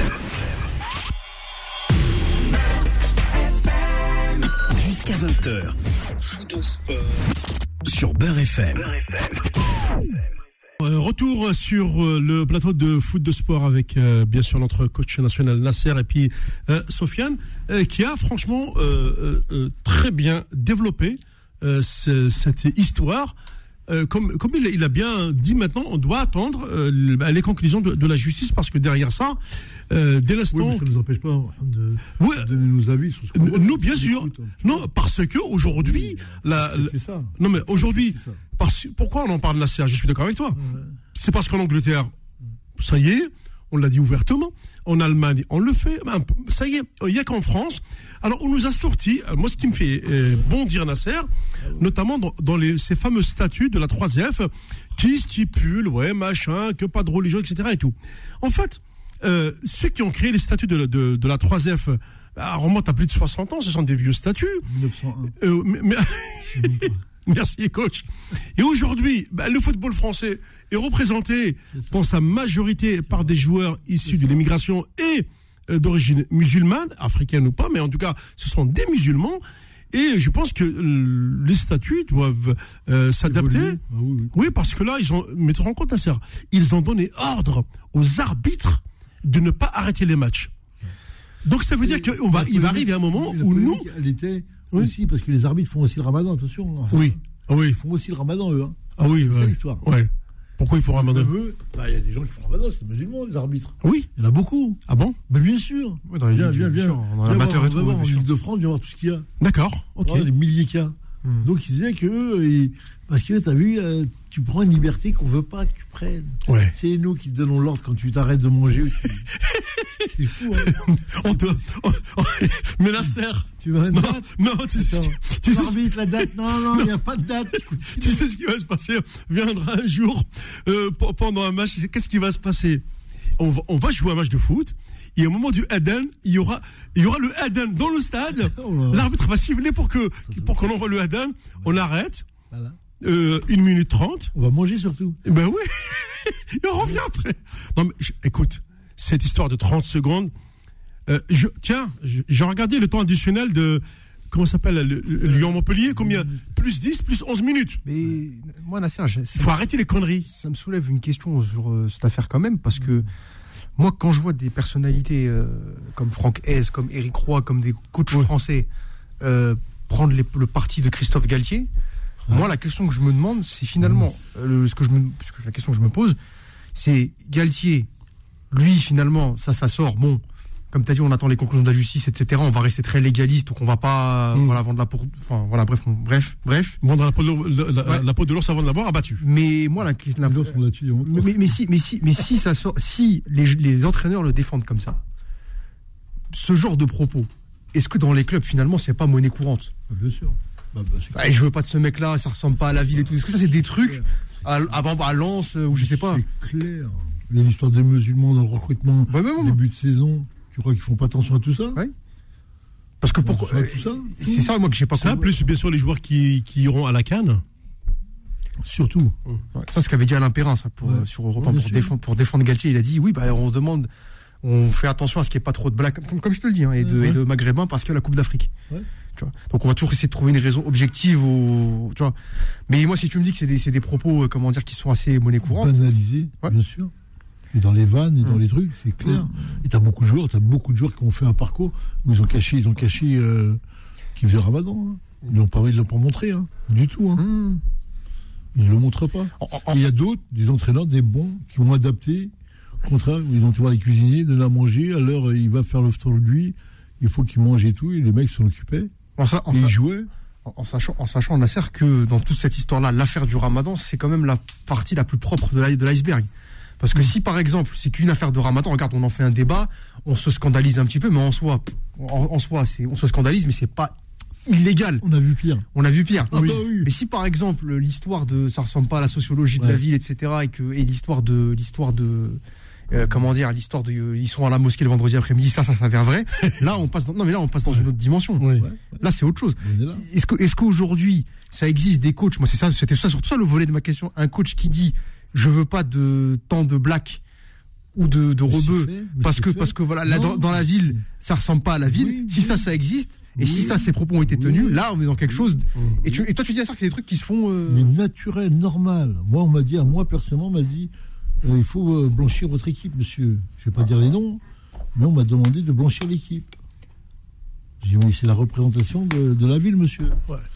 Speaker 1: Jusqu'à vingt heures. Foot de Sport sur Beurre F M. Beurre F M.
Speaker 2: Euh, retour sur euh, le plateau de Foot de Sport avec euh, bien sûr notre coach national Nasser et puis euh, Sofiane euh, qui a franchement euh, euh, très bien développé euh, ce, cette histoire. Euh, comme comme il, il a bien dit, maintenant on doit attendre euh, les conclusions de, de la justice parce que derrière ça, euh, dès l'instant,
Speaker 4: oui, mais ça ne nous empêche pas de,
Speaker 2: oui,
Speaker 4: de donner nos avis sur ce qu'on voit.
Speaker 2: Nous, bien sûr, non, parce que aujourd'hui,
Speaker 4: oui,
Speaker 2: la,
Speaker 4: c'est ça.
Speaker 2: Non, mais aujourd'hui, parce, pourquoi on en parle de la C R? Je suis d'accord avec toi. Ouais. C'est parce qu'en Angleterre, ça y est, on l'a dit ouvertement. En Allemagne, on le fait. Ben, ça y est, il n'y a qu'en France. Alors, on nous a sorti, moi, ce qui me fait euh, bondir, Nasser, ah ouais. notamment dans, dans les, ces fameux statuts de la trois F qui stipulent, ouais, machin, que pas de religion, et cetera et tout. En fait, euh, ceux qui ont créé les statuts de, de, de la trois F bah, remontent à plus de soixante ans, ce sont des vieux statuts.
Speaker 4: neuf cent un.
Speaker 2: Euh, mais, mais Merci, coach. Et aujourd'hui, bah, le football français est représenté dans sa majorité par des joueurs issus de l'immigration et euh, d'origine musulmane, africaine ou pas, mais en tout cas, ce sont des musulmans. Et je pense que euh, les statuts doivent euh, s'adapter.
Speaker 4: Ah, oui, oui.
Speaker 2: oui, parce que là, ils ont, mais tu te rends compte, Nasser, ils ont donné ordre aux arbitres de ne pas arrêter les matchs. Donc ça veut dire qu'il va, il va arriver un moment où nous...
Speaker 4: Elle était
Speaker 2: oui.
Speaker 4: aussi, parce que les arbitres font aussi le ramadan, attention.
Speaker 2: Oui. Ah oui.
Speaker 4: Ils font aussi le ramadan, eux. Hein.
Speaker 2: Ah oui,
Speaker 4: c'est
Speaker 2: ouais.
Speaker 4: l'histoire.
Speaker 2: Ouais. Pourquoi il faut ramadan?
Speaker 4: Il bah, y a des gens qui font ramadan, c'est des musulmans, les arbitres.
Speaker 2: Oui.
Speaker 4: Il y en a beaucoup.
Speaker 2: Ah bon?
Speaker 4: Bah, bien sûr.
Speaker 3: Oui, dans les
Speaker 4: viens,
Speaker 3: ligues,
Speaker 4: viens, viens.
Speaker 3: On a amateur et tout.
Speaker 4: En Ligue de France, viens voir tout ce qu'il y a.
Speaker 2: D'accord, ok.
Speaker 4: Oh, des milliers de cas. Hmm. Donc, ils disaient que eux, ils... parce que tu as vu, euh, tu prends une liberté qu'on veut pas que tu prennes.
Speaker 2: Ouais.
Speaker 4: C'est nous qui te donnons l'ordre quand tu t'arrêtes de manger. Tu... C'est fou, hein.
Speaker 2: on te... on... Mais la serre.
Speaker 4: Tu vas
Speaker 2: non, non, tu sais, tu sais,
Speaker 4: l'arbitre, la date, non, non, il n'y a pas de date.
Speaker 2: Tu sais ce qui va se passer? Viendra un jour, euh, pendant un match, qu'est-ce qui va se passer? On va, on va jouer un match de foot. et au moment du Aden, il y aura, il y aura le Aden dans le stade.
Speaker 4: Oh là.
Speaker 2: L'arbitre va siffler pour que, pour qu'on envoie le Aden. On arrête.
Speaker 4: Voilà.
Speaker 2: Euh, une minute trente.
Speaker 4: On va manger surtout.
Speaker 2: Ben oui. Et on revient après. Non, mais je- écoute, cette histoire de trente secondes, euh, je, tiens, je- j'ai regardé le temps additionnel de, comment ça s'appelle, le, le Lyon-Montpellier, combien? Plus dix, plus onze minutes.
Speaker 3: Mais moi, Nasser, j'ai-
Speaker 2: Il faut arrêter les conneries.
Speaker 3: ça me soulève une question sur euh, cette affaire quand même, parce que moi, quand je vois des personnalités euh, comme Franck Hez, comme Éric Roy, comme des coachs français euh, prendre les- le parti de Christophe Galtier, moi, la question que je me demande, c'est finalement, euh, le- ce que je me, ce que- la question que je me pose, c'est Galtier, lui, finalement, ça, ça sort, bon, comme tu as dit, on attend les conclusions de la justice, et cetera. On va rester très légaliste, donc on va pas,
Speaker 2: Mm.
Speaker 3: voilà, vendre la peau, enfin, voilà, bref, on- bref, bref.
Speaker 2: Vendre la peau de l'ours- la, la-
Speaker 3: Ouais.
Speaker 2: la peau de l'ours avant de l'avoir abattu.
Speaker 3: Mais moi, la, la,
Speaker 4: L'autre, on l'a tué. on-
Speaker 3: mais, mais- mais si, mais si, mais si ça sort, si les, les entraîneurs le défendent comme ça, ce genre de propos, est-ce que dans les clubs finalement c'est pas monnaie courante?
Speaker 4: Bah, bien sûr. Bah, bah, c'est
Speaker 3: Ah, je veux pas de ce mec-là, ça ressemble pas à la ville et tout. Est-ce que ça c'est des trucs à, à, à Lens euh, ou je sais pas?
Speaker 4: C'est clair. Il y a l'histoire des musulmans dans le recrutement,
Speaker 3: Ouais, mais bon,
Speaker 4: début de saison. Tu crois qu'ils font pas attention à tout ça?
Speaker 3: Ouais. Parce que pourquoi
Speaker 4: Ouais, tout ça,
Speaker 3: euh,
Speaker 4: tout.
Speaker 3: C'est ça moi que j'ai pas
Speaker 2: Ça,
Speaker 3: compris.
Speaker 2: plus bien sûr les joueurs qui, qui iront à la Cannes.
Speaker 4: Surtout.
Speaker 3: Ouais, ça, c'est ce qu'avait dit Alain Perrin, ça, pour,
Speaker 4: Ouais.
Speaker 3: euh, sur Europe
Speaker 4: Ouais,
Speaker 3: un,
Speaker 4: bien
Speaker 3: pour,
Speaker 4: sûr.
Speaker 3: défendre, pour défendre Galtier. Il a dit oui, bah, on se demande, on fait attention à ce qu'il n'y ait pas trop de blagues, comme, comme je te le dis, hein, et, de,
Speaker 2: Ouais.
Speaker 3: et de maghrébins parce qu'il y a la Coupe d'Afrique.
Speaker 4: Ouais.
Speaker 3: Tu vois. Donc on va toujours essayer de trouver une raison objective. Au, tu vois. Mais moi, si tu me dis que c'est des, c'est des propos, euh, comment dire, qui sont assez monnaie courante.
Speaker 4: Banalisé,
Speaker 3: Ouais.
Speaker 4: bien sûr. Et dans les vannes, et dans
Speaker 3: Mm.
Speaker 4: les trucs, c'est clair.
Speaker 3: Mm.
Speaker 4: Et t'as beaucoup de joueurs, t'as beaucoup de joueurs qui ont fait un parcours où ils ont caché, ils ont caché euh, qu'ils faisaient Ramadan. Hein. Ils l'ont pas, ils l'ont pas montré, hein, du tout. Hein.
Speaker 3: Mmh.
Speaker 4: Ils ne le montrent pas.
Speaker 3: En- en-
Speaker 4: Et il y a d'autres, des entraîneurs, des bons, qui ont adapté. Au contraire, ils ont, tu vois, les cuisiniers, de la manger. À l'heure, il va faire le lui. Il faut qu'il mange et tout. Et les mecs s'en occupaient.
Speaker 3: En, sa- en
Speaker 4: Et
Speaker 3: sa-
Speaker 4: ils jouaient.
Speaker 3: en- en sachant, en sachant, Nasser, que dans toute cette histoire-là, l'affaire du Ramadan, c'est quand même la partie la plus propre de l'i- de l'iceberg. Parce que si, par exemple, c'est qu'une affaire de Ramadan, regarde, on en fait un débat, on se scandalise un petit peu, mais en soi, pff, en, en soi, c'est, on se scandalise, mais c'est pas illégal.
Speaker 4: On a vu pire.
Speaker 3: On a vu pire.
Speaker 4: Ah bah oui.
Speaker 3: Mais si par exemple l'histoire de, ça ressemble pas à la sociologie de
Speaker 4: Ouais.
Speaker 3: la ville, et cetera, et que et l'histoire de, l'histoire de, euh, comment dire, l'histoire de, euh, ils sont à la mosquée le vendredi après-midi, ça, ça s'avère vrai. Là, on passe, dans, non mais là, on passe dans une autre dimension.
Speaker 2: Oui.
Speaker 4: Ouais.
Speaker 3: Là, c'est autre chose.
Speaker 4: On est là.
Speaker 3: Est-ce que, est-ce qu'aujourd'hui, ça existe des coachs? Moi, c'est ça, c'était ça, surtout ça le volet de ma question. Un coach qui dit, je veux pas de temps de black ou de, de
Speaker 4: Mais c'est
Speaker 3: rebeu,
Speaker 4: fait, mais
Speaker 3: parce
Speaker 4: c'est
Speaker 3: que,
Speaker 4: fait.
Speaker 3: parce que voilà, là,
Speaker 4: Non.
Speaker 3: dans, dans la ville, ça ressemble pas à la ville.
Speaker 4: Oui,
Speaker 3: si
Speaker 4: oui.
Speaker 3: ça, ça existe, et
Speaker 4: Oui.
Speaker 3: si ça, ces propos ont été
Speaker 4: Oui.
Speaker 3: tenus, là, on est dans quelque chose.
Speaker 2: Mmh.
Speaker 3: Et, tu, et toi, tu dis à ça que c'est des trucs qui se font. euh,
Speaker 4: Mais naturel, normal. Moi, on m'a dit, à moi personnellement, on m'a dit, euh, il faut euh, blanchir votre équipe, monsieur. Je vais pas dire les noms, mais on m'a demandé de blanchir l'équipe. J'ai dit, oui, c'est la représentation de, de la ville, monsieur.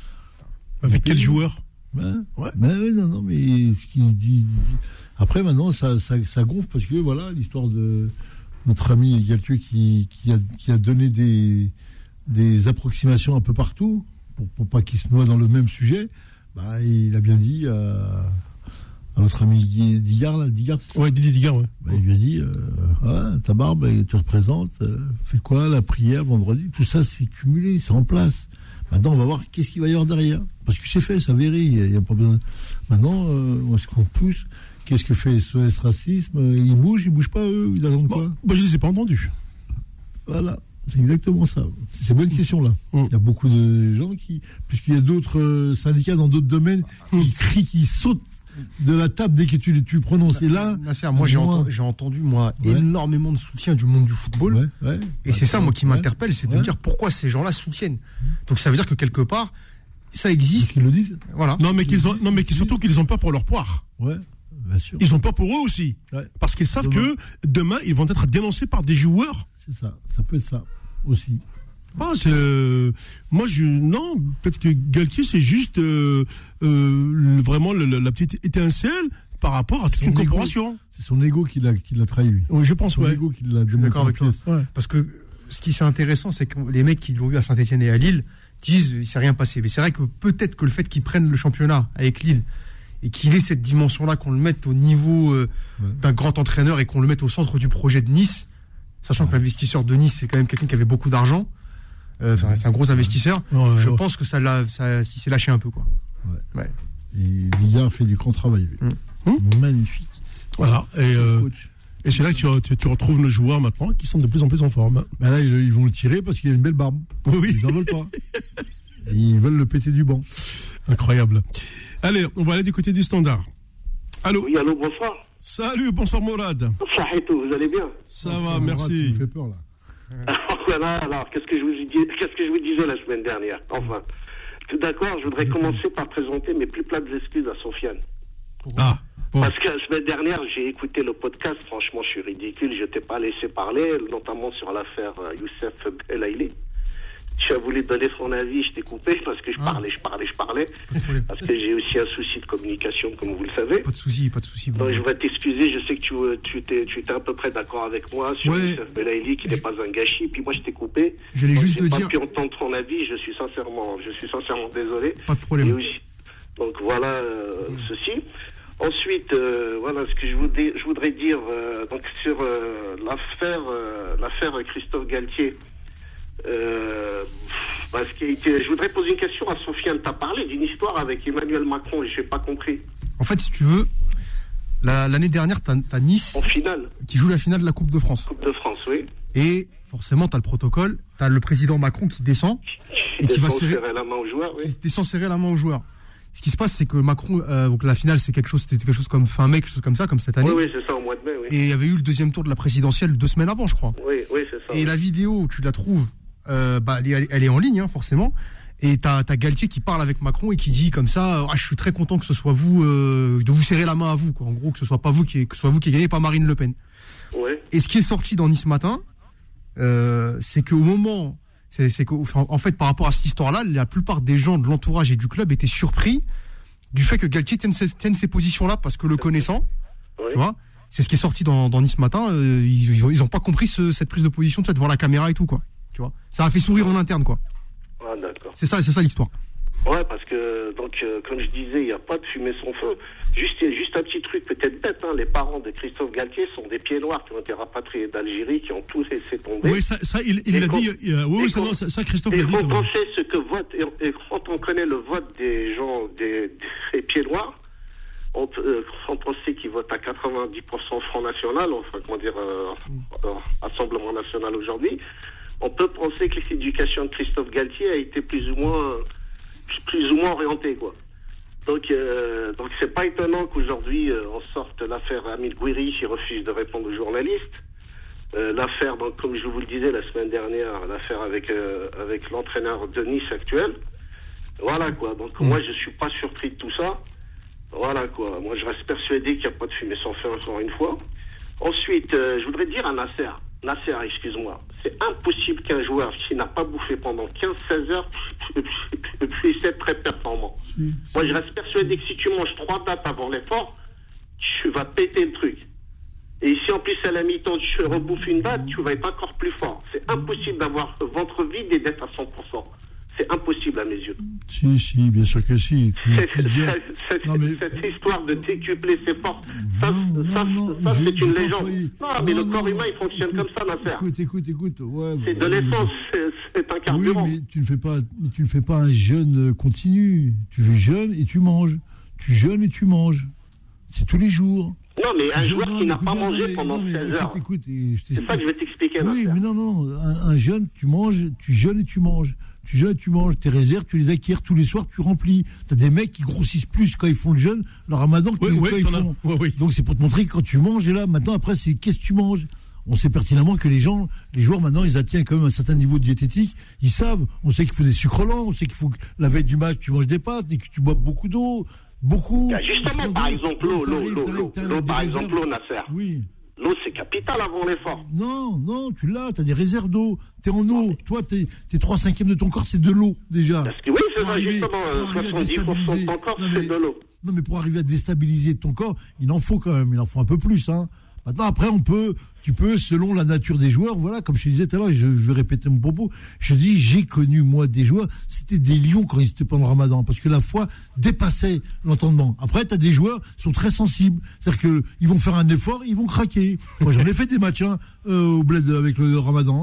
Speaker 2: Avec quel joueur?
Speaker 4: Ouais.
Speaker 2: Ouais.
Speaker 4: Mais oui, non, non, mais ce qu'il dit. Après, maintenant, ça, ça, ça gonfle parce que, voilà, l'histoire de notre ami Galtier qui, qui, a, qui a donné des, des approximations un peu partout pour, pour pas qu'il se noie dans le même sujet. Bah, il a bien dit à, à notre ami Guy- Digard, là, Digard, c'est ça.
Speaker 2: Ouais, Didier Digard, ouais.
Speaker 4: Bah, il lui a dit, euh, voilà, ta barbe, elle te représente, euh, fais quoi, la prière, vendredi, tout ça, c'est cumulé, c'est en place. Maintenant, on va voir qu'est-ce qu'il va y avoir derrière. Parce que c'est fait, ça avéré, il y a, il y a pas besoin. Maintenant, euh, où est-ce qu'on pousse? Qu'est-ce que fait S O S Racisme? Ils bougent, ils bougent pas, eux? Ils attendent quoi?
Speaker 2: Bon, bah, je ne les ai pas entendus.
Speaker 4: Voilà, c'est exactement ça. C'est une bonne question, là.
Speaker 2: Mm.
Speaker 4: Il y a beaucoup de gens qui, puisqu'il y a d'autres euh, syndicats dans d'autres domaines, qui crient, qui sautent de la table dès que tu, les- tu le prononces. Et là,
Speaker 3: Nasser, moi, j'ai,
Speaker 4: moi-
Speaker 3: entendu, j'ai entendu, moi,
Speaker 4: Ouais.
Speaker 3: énormément de soutien du monde du football.
Speaker 4: ouais, ouais.
Speaker 3: Et c'est ça, moi, qui
Speaker 4: Ouais.
Speaker 3: m'interpelle, c'est de
Speaker 4: Ouais.
Speaker 3: me dire pourquoi ces gens-là soutiennent. Donc, ça veut dire que quelque part, ça
Speaker 4: Est-ce
Speaker 3: existe.
Speaker 4: qu'ils le disent?
Speaker 3: Voilà.
Speaker 2: Non, mais qu'ils ont, non, mais qu'ils- surtout qu'ils ont pas pour leur poire.
Speaker 4: Ouais, bien sûr.
Speaker 2: Ils ont pas pour eux aussi.
Speaker 4: Ouais.
Speaker 2: Parce qu'ils savent
Speaker 4: Demain.
Speaker 2: que demain, ils vont être dénoncés par des joueurs.
Speaker 4: C'est ça, ça peut être ça aussi.
Speaker 2: Ah, c'est, euh, moi, je, non, peut-être que Galtier, c'est juste euh, euh, le- vraiment le- le- la petite étincelle par rapport à toute
Speaker 4: Son
Speaker 2: une
Speaker 4: égo.
Speaker 2: corporation.
Speaker 4: C'est son ego qui l'a, qui l'a trahi, lui.
Speaker 2: Oui, je pense,
Speaker 4: Son
Speaker 2: ouais.
Speaker 4: ego qui l'a démonté
Speaker 3: d'accord
Speaker 4: en
Speaker 3: avec toi.
Speaker 4: pièces.
Speaker 2: Ouais.
Speaker 3: Parce que ce qui est intéressant, c'est que les mecs qui l'ont eu à Saint-Etienne et à Lille disent il s'est rien passé. Mais c'est vrai que peut-être que le fait qu'ils prennent le championnat avec Lille et qu'il ait cette dimension-là, qu'on le mette au niveau euh,
Speaker 4: Ouais.
Speaker 3: d'un grand entraîneur et qu'on le mette au centre du projet de Nice, sachant que l'investisseur de Nice, c'est quand même quelqu'un qui avait beaucoup d'argent, euh, enfin, c'est un gros investisseur,
Speaker 2: Ouais,
Speaker 3: je
Speaker 2: ouais.
Speaker 3: pense que ça, l'a, ça il s'est lâché un peu. Quoi.
Speaker 4: Et Digard fait du grand travail, lui.
Speaker 2: Hum.
Speaker 4: Magnifique.
Speaker 2: Voilà. Et,
Speaker 4: C'est
Speaker 2: euh,
Speaker 4: le coach.
Speaker 2: Et c'est là que tu, tu, tu retrouves nos joueurs maintenant qui sont de plus en plus en forme.
Speaker 4: Ben là, ils, ils vont le tirer parce qu'il a une belle barbe.
Speaker 2: Oui.
Speaker 4: Ils n'en veulent pas. Ils veulent le péter du banc.
Speaker 2: Incroyable. Allez, on va aller du côté du standard. Allô.
Speaker 6: Oui, allô, bonsoir.
Speaker 2: Salut, bonsoir Mourad.
Speaker 6: Sahitou, vous allez bien?
Speaker 2: Ça va, merci.
Speaker 4: Tu me fais peur là.
Speaker 6: Voilà, alors, qu'est-ce que je vous dis, qu'est-ce que je vous disais la semaine dernière? Enfin, tout d'accord, je voudrais commencer par présenter mes plus plates excuses à Sofiane.
Speaker 2: Ah. Bon.
Speaker 6: Parce que la semaine dernière, j'ai écouté le podcast, franchement, je suis ridicule, je t'ai pas laissé parler, notamment sur l'affaire Youssef El Aili. Tu as voulu donner son avis, je t'ai coupé parce que je parlais, je parlais, je parlais. Parce que j'ai aussi un souci de communication, comme vous le savez.
Speaker 3: Pas de souci, pas de souci.
Speaker 6: Donc je vais t'excuser, je sais que tu, tu, t'es, tu étais à peu près d'accord avec moi sur
Speaker 3: Ouais.
Speaker 6: Youssef El Aili, qui n'est pas un gâchis, puis moi je t'ai coupé.
Speaker 3: Je l'ai
Speaker 6: Donc,
Speaker 3: juste
Speaker 6: j'ai
Speaker 3: de
Speaker 6: pas
Speaker 3: dire.
Speaker 6: pu entendre ton avis, je suis sincèrement, je suis sincèrement désolé.
Speaker 3: Pas de problème.
Speaker 6: Et aussi- donc voilà euh, ceci. Ensuite, euh, voilà ce que je voudrais, je voudrais dire euh, donc sur euh, l'affaire, euh, l'affaire Christophe Galtier. Euh, parce qu'il a été, je voudrais poser une question à Sofiane. T'as parlé d'une histoire avec Emmanuel Macron et je n'ai pas compris.
Speaker 3: En fait, si tu veux, la- l'année dernière, t'as as Nice
Speaker 6: En finale,
Speaker 3: qui joue la finale de la Coupe de France.
Speaker 6: Coupe de France, oui.
Speaker 3: Et forcément, t'as le protocole, t'as le président Macron qui descend et qui va
Speaker 6: Descend
Speaker 3: serrer,
Speaker 6: serrer la main aux joueurs, oui.
Speaker 3: qui descend serrer la main aux joueurs. Ce qui se passe, c'est que Macron, euh, donc la finale, c'est quelque chose, c'était quelque chose comme fin mai, quelque chose comme ça, comme cette année.
Speaker 6: Oui, oui, c'est ça, au mois de mai, oui.
Speaker 3: Et il y avait eu le deuxième tour de la présidentielle deux semaines avant, je crois.
Speaker 6: Oui, oui, c'est ça.
Speaker 3: Et la vidéo, tu la trouves, euh, bah, elle, est, elle est en ligne, hein, forcément. Et t'as as Galtier qui parle avec Macron et qui dit comme ça, ah, je suis très content que ce soit vous, euh, de vous serrer la main à vous, quoi. En gros, que ce soit pas vous qui, que ce soit vous qui gagnez, pas Marine Le Pen.
Speaker 6: Oui.
Speaker 3: Et ce qui est sorti dans Nice Matin, euh, c'est qu'au moment, c'est c'est qu'au- enfin, en fait, par rapport à cette histoire-là, la plupart des gens de l'entourage et du club étaient surpris du fait que Galtier tienne ces, tienne ces positions-là, parce que le connaissant,
Speaker 6: Oui.
Speaker 3: tu vois, c'est ce qui est sorti dans, dans Nice Matin. Euh, ils, ils ont, ils ont pas compris ce- cette prise de position, tu vois, devant la caméra et tout, quoi. Tu vois, ça a fait sourire en interne, quoi.
Speaker 6: Ah, d'accord.
Speaker 3: C'est ça, c'est ça l'histoire.
Speaker 6: Ouais, parce que, donc, euh, comme je disais, il n'y a pas de fumée sans feu. Juste, juste un petit truc peut-être bête, hein. Les parents de Christophe Galtier sont des pieds noirs qui ont été rapatriés d'Algérie, qui ont tous laissé tomber.
Speaker 2: Oui, ça, ça il il
Speaker 6: Et
Speaker 2: l'a
Speaker 6: quand-
Speaker 2: dit. euh, oui,
Speaker 6: et
Speaker 2: oui, ça,
Speaker 6: quand-
Speaker 2: non, ça, ça, Christophe
Speaker 6: Et
Speaker 2: l'a dit.
Speaker 6: quand
Speaker 2: quand
Speaker 6: on
Speaker 2: même.
Speaker 6: sait ce que vote, et, et quand on connaît le vote des gens, des, des pieds noirs, on, peut- euh, quand on sait qu'ils votent à quatre-vingt-dix pour cent Front National, enfin, comment dire, euh, euh, Rassemblement National aujourd'hui, on peut penser que l'éducation de Christophe Galtier a été plus ou moins, plus ou moins orientée, quoi. Donc, euh, donc c'est pas étonnant qu'aujourd'hui euh, on sorte l'affaire Amine Gouiri qui refuse de répondre aux journalistes. Euh, l'affaire, donc, comme je vous le disais la semaine dernière, l'affaire avec euh, avec l'entraîneur de Nice actuel. Voilà quoi. Donc moi je suis pas surpris de tout ça. Voilà quoi. Moi je reste persuadé qu'il n'y a pas de fumée sans feu encore une fois. Ensuite, euh, je voudrais dire à Nasser, Nasser, excuse-moi, c'est impossible qu'un joueur qui n'a pas bouffé pendant quinze seize heures puisse être très performant. Moi je reste persuadé que si tu manges trois dates avant l'effort, tu vas péter le truc. Et si en plus à la mi-temps tu rebouffes une date, tu vas être encore plus fort. C'est impossible d'avoir le ventre vide et d'être à cent pour cent. C'est impossible à mes yeux.
Speaker 4: Si, si, bien sûr que si. Tu-
Speaker 6: C'est-
Speaker 4: tu dis-
Speaker 6: c'est- c'est-
Speaker 4: Non, mais-
Speaker 6: Cette histoire de décupler ses forces, ça,
Speaker 4: Non,
Speaker 6: ça,
Speaker 4: non, non,
Speaker 6: ça,
Speaker 4: j'ai-
Speaker 6: c'est
Speaker 4: j'ai
Speaker 6: une
Speaker 4: pas
Speaker 6: légende.
Speaker 4: employé.
Speaker 6: Non, mais le
Speaker 4: Non,
Speaker 6: corps
Speaker 4: non,
Speaker 6: humain, il fonctionne
Speaker 4: écoute,
Speaker 6: comme ça, l'affaire.
Speaker 4: Écoute, écoute, écoute. Ouais,
Speaker 6: C'est
Speaker 4: bah,
Speaker 6: de
Speaker 4: ouais,
Speaker 6: l'essence, c'est c'est un
Speaker 4: Oui,
Speaker 6: carburant.
Speaker 4: mais tu ne fais pas, mais tu ne fais pas un jeûne euh, continu. Tu fais jeûne et tu manges. Tu jeûnes et tu manges. C'est tous les jours.
Speaker 6: Non, mais un
Speaker 4: Je-
Speaker 6: joueur
Speaker 4: non,
Speaker 6: qui
Speaker 4: mais
Speaker 6: n'a
Speaker 4: écoute,
Speaker 6: pas
Speaker 4: non,
Speaker 6: mangé
Speaker 4: mais-
Speaker 6: pendant
Speaker 4: non, mais
Speaker 6: seize
Speaker 4: écoute,
Speaker 6: heures.
Speaker 4: Écoute, et je
Speaker 6: C'est ça que je vais t'expliquer,
Speaker 4: Oui,
Speaker 6: l'affaire.
Speaker 4: mais non, non. Un, un jeûne, tu manges, tu jeûnes et tu manges. Tu jeûnes et tu manges. Tes réserves, tu les acquiers tous les soirs, tu remplis. T'as des mecs qui grossissent plus quand ils font le jeûne, le ramadan, que
Speaker 2: Oui,
Speaker 4: quand
Speaker 2: oui,
Speaker 4: ils
Speaker 2: t'en as-
Speaker 4: font.
Speaker 2: oui, oui.
Speaker 4: Donc c'est pour te montrer que quand tu manges, et là, maintenant, après, c'est qu'est-ce que tu manges. On sait pertinemment que les gens, les joueurs maintenant, ils atteignent quand même un certain niveau de diététique. Ils savent. On sait qu'il faut des sucres lents. On sait qu'il faut que la veille du match, tu manges des pâtes et que tu bois beaucoup d'eau. Beaucoup.
Speaker 6: Ah, justement, par exemple, l'eau, l'eau, l'eau, l'eau, l'eau, par exemple, l'eau, Nasser.
Speaker 4: Oui.
Speaker 6: L'eau, c'est capital avant l'effort.
Speaker 4: Non, non, tu l'as, tu as des réserves d'eau. Tu es en eau. Toi, t'es, t'es trois cinquièmes de ton corps, c'est de l'eau, déjà.
Speaker 6: Parce que oui, c'est
Speaker 4: Pour
Speaker 6: ça,
Speaker 4: arriver-
Speaker 6: justement,
Speaker 4: pour
Speaker 6: euh,
Speaker 4: arriver à
Speaker 6: soixante-dix pour cent de
Speaker 4: déstabiliser-
Speaker 6: ton corps,
Speaker 4: Non,
Speaker 6: c'est
Speaker 4: mais-
Speaker 6: de l'eau.
Speaker 4: Non, mais pour arriver à déstabiliser ton corps, il en faut quand même, il en faut un peu plus. Hein. Maintenant, après, on peut, tu peux, selon la nature des joueurs, voilà, comme je te disais tout à l'heure, je, je vais répéter mon propos, je dis, j'ai connu, moi, des joueurs, c'était des lions quand ils étaient pendant le ramadan, parce que la foi dépassait l'entendement. Après, tu as des joueurs qui sont très sensibles, c'est-à-dire qu'ils vont faire un effort, ils vont craquer. Moi, j'en ai fait des matchs hein, euh, au bled avec le ramadan, hein.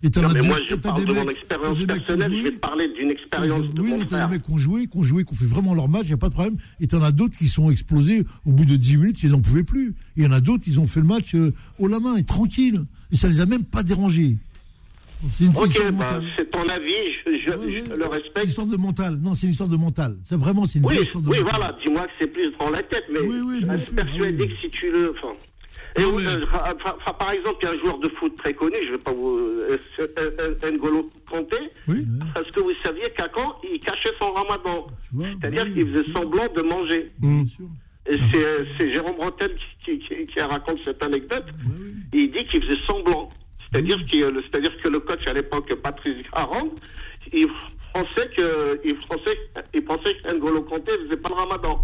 Speaker 4: Et t'en
Speaker 6: Non,
Speaker 4: as
Speaker 6: mais
Speaker 4: deux-
Speaker 6: moi, je
Speaker 4: t'as
Speaker 6: parle
Speaker 4: des
Speaker 6: de mon
Speaker 4: mecs-
Speaker 6: expérience
Speaker 4: t'as des mecs qui ont
Speaker 6: personnelle, je
Speaker 4: joué.
Speaker 6: vais te parler d'une expérience de
Speaker 4: Oui,
Speaker 6: mon
Speaker 4: mais t'as
Speaker 6: frère.
Speaker 4: des mecs qui ont joué, qui ont joué, qui ont fait vraiment leur match, il n'y a pas de problème. Et t'en as d'autres qui sont explosés au bout de dix minutes, ils n'en pouvaient plus. Et il y en a d'autres, ils ont fait le match euh, haut la main et tranquille. Et ça les a même pas dérangés. C'est une
Speaker 6: Ok,
Speaker 4: histoire de
Speaker 6: bah,
Speaker 4: mental.
Speaker 6: c'est ton avis, je, je,
Speaker 4: Ouais, ouais.
Speaker 6: je le
Speaker 4: C'est une
Speaker 6: respecte.
Speaker 4: histoire de mental. Non, c'est une histoire de mental. C'est vraiment, c'est une
Speaker 6: Oui,
Speaker 4: vraie histoire de
Speaker 6: oui,
Speaker 4: mental.
Speaker 6: voilà, dis-moi que c'est plus dans la tête, mais
Speaker 4: Oui, oui,
Speaker 6: je
Speaker 4: bien
Speaker 6: reste
Speaker 4: sûr,
Speaker 6: persuadé
Speaker 4: oui.
Speaker 6: que si tu le... Enfin, et
Speaker 2: Non,
Speaker 6: oui,
Speaker 2: mais-
Speaker 6: euh, enfin, enfin, par exemple, il y a un joueur de foot très connu, je ne vais pas vous... euh, euh, N'Golo Kanté,
Speaker 2: Oui.
Speaker 6: parce que vous saviez qu'à quand il cachait son ramadan.
Speaker 4: Tu vois,
Speaker 6: C'est-à-dire
Speaker 4: oui,
Speaker 6: qu'il faisait
Speaker 4: bien sûr.
Speaker 6: semblant de manger.
Speaker 2: Mmh.
Speaker 4: Bien sûr.
Speaker 6: Et c'est, c'est Jérôme Bruntel qui, qui, qui, qui raconte cette anecdote. Il dit qu'il faisait semblant. C'est-à-dire, qu'il, c'est-à-dire que le coach à l'époque, Patrice Garand, il pensait que, il pensait, il pensait qu'N'Golo Kanté ne faisait pas le ramadan.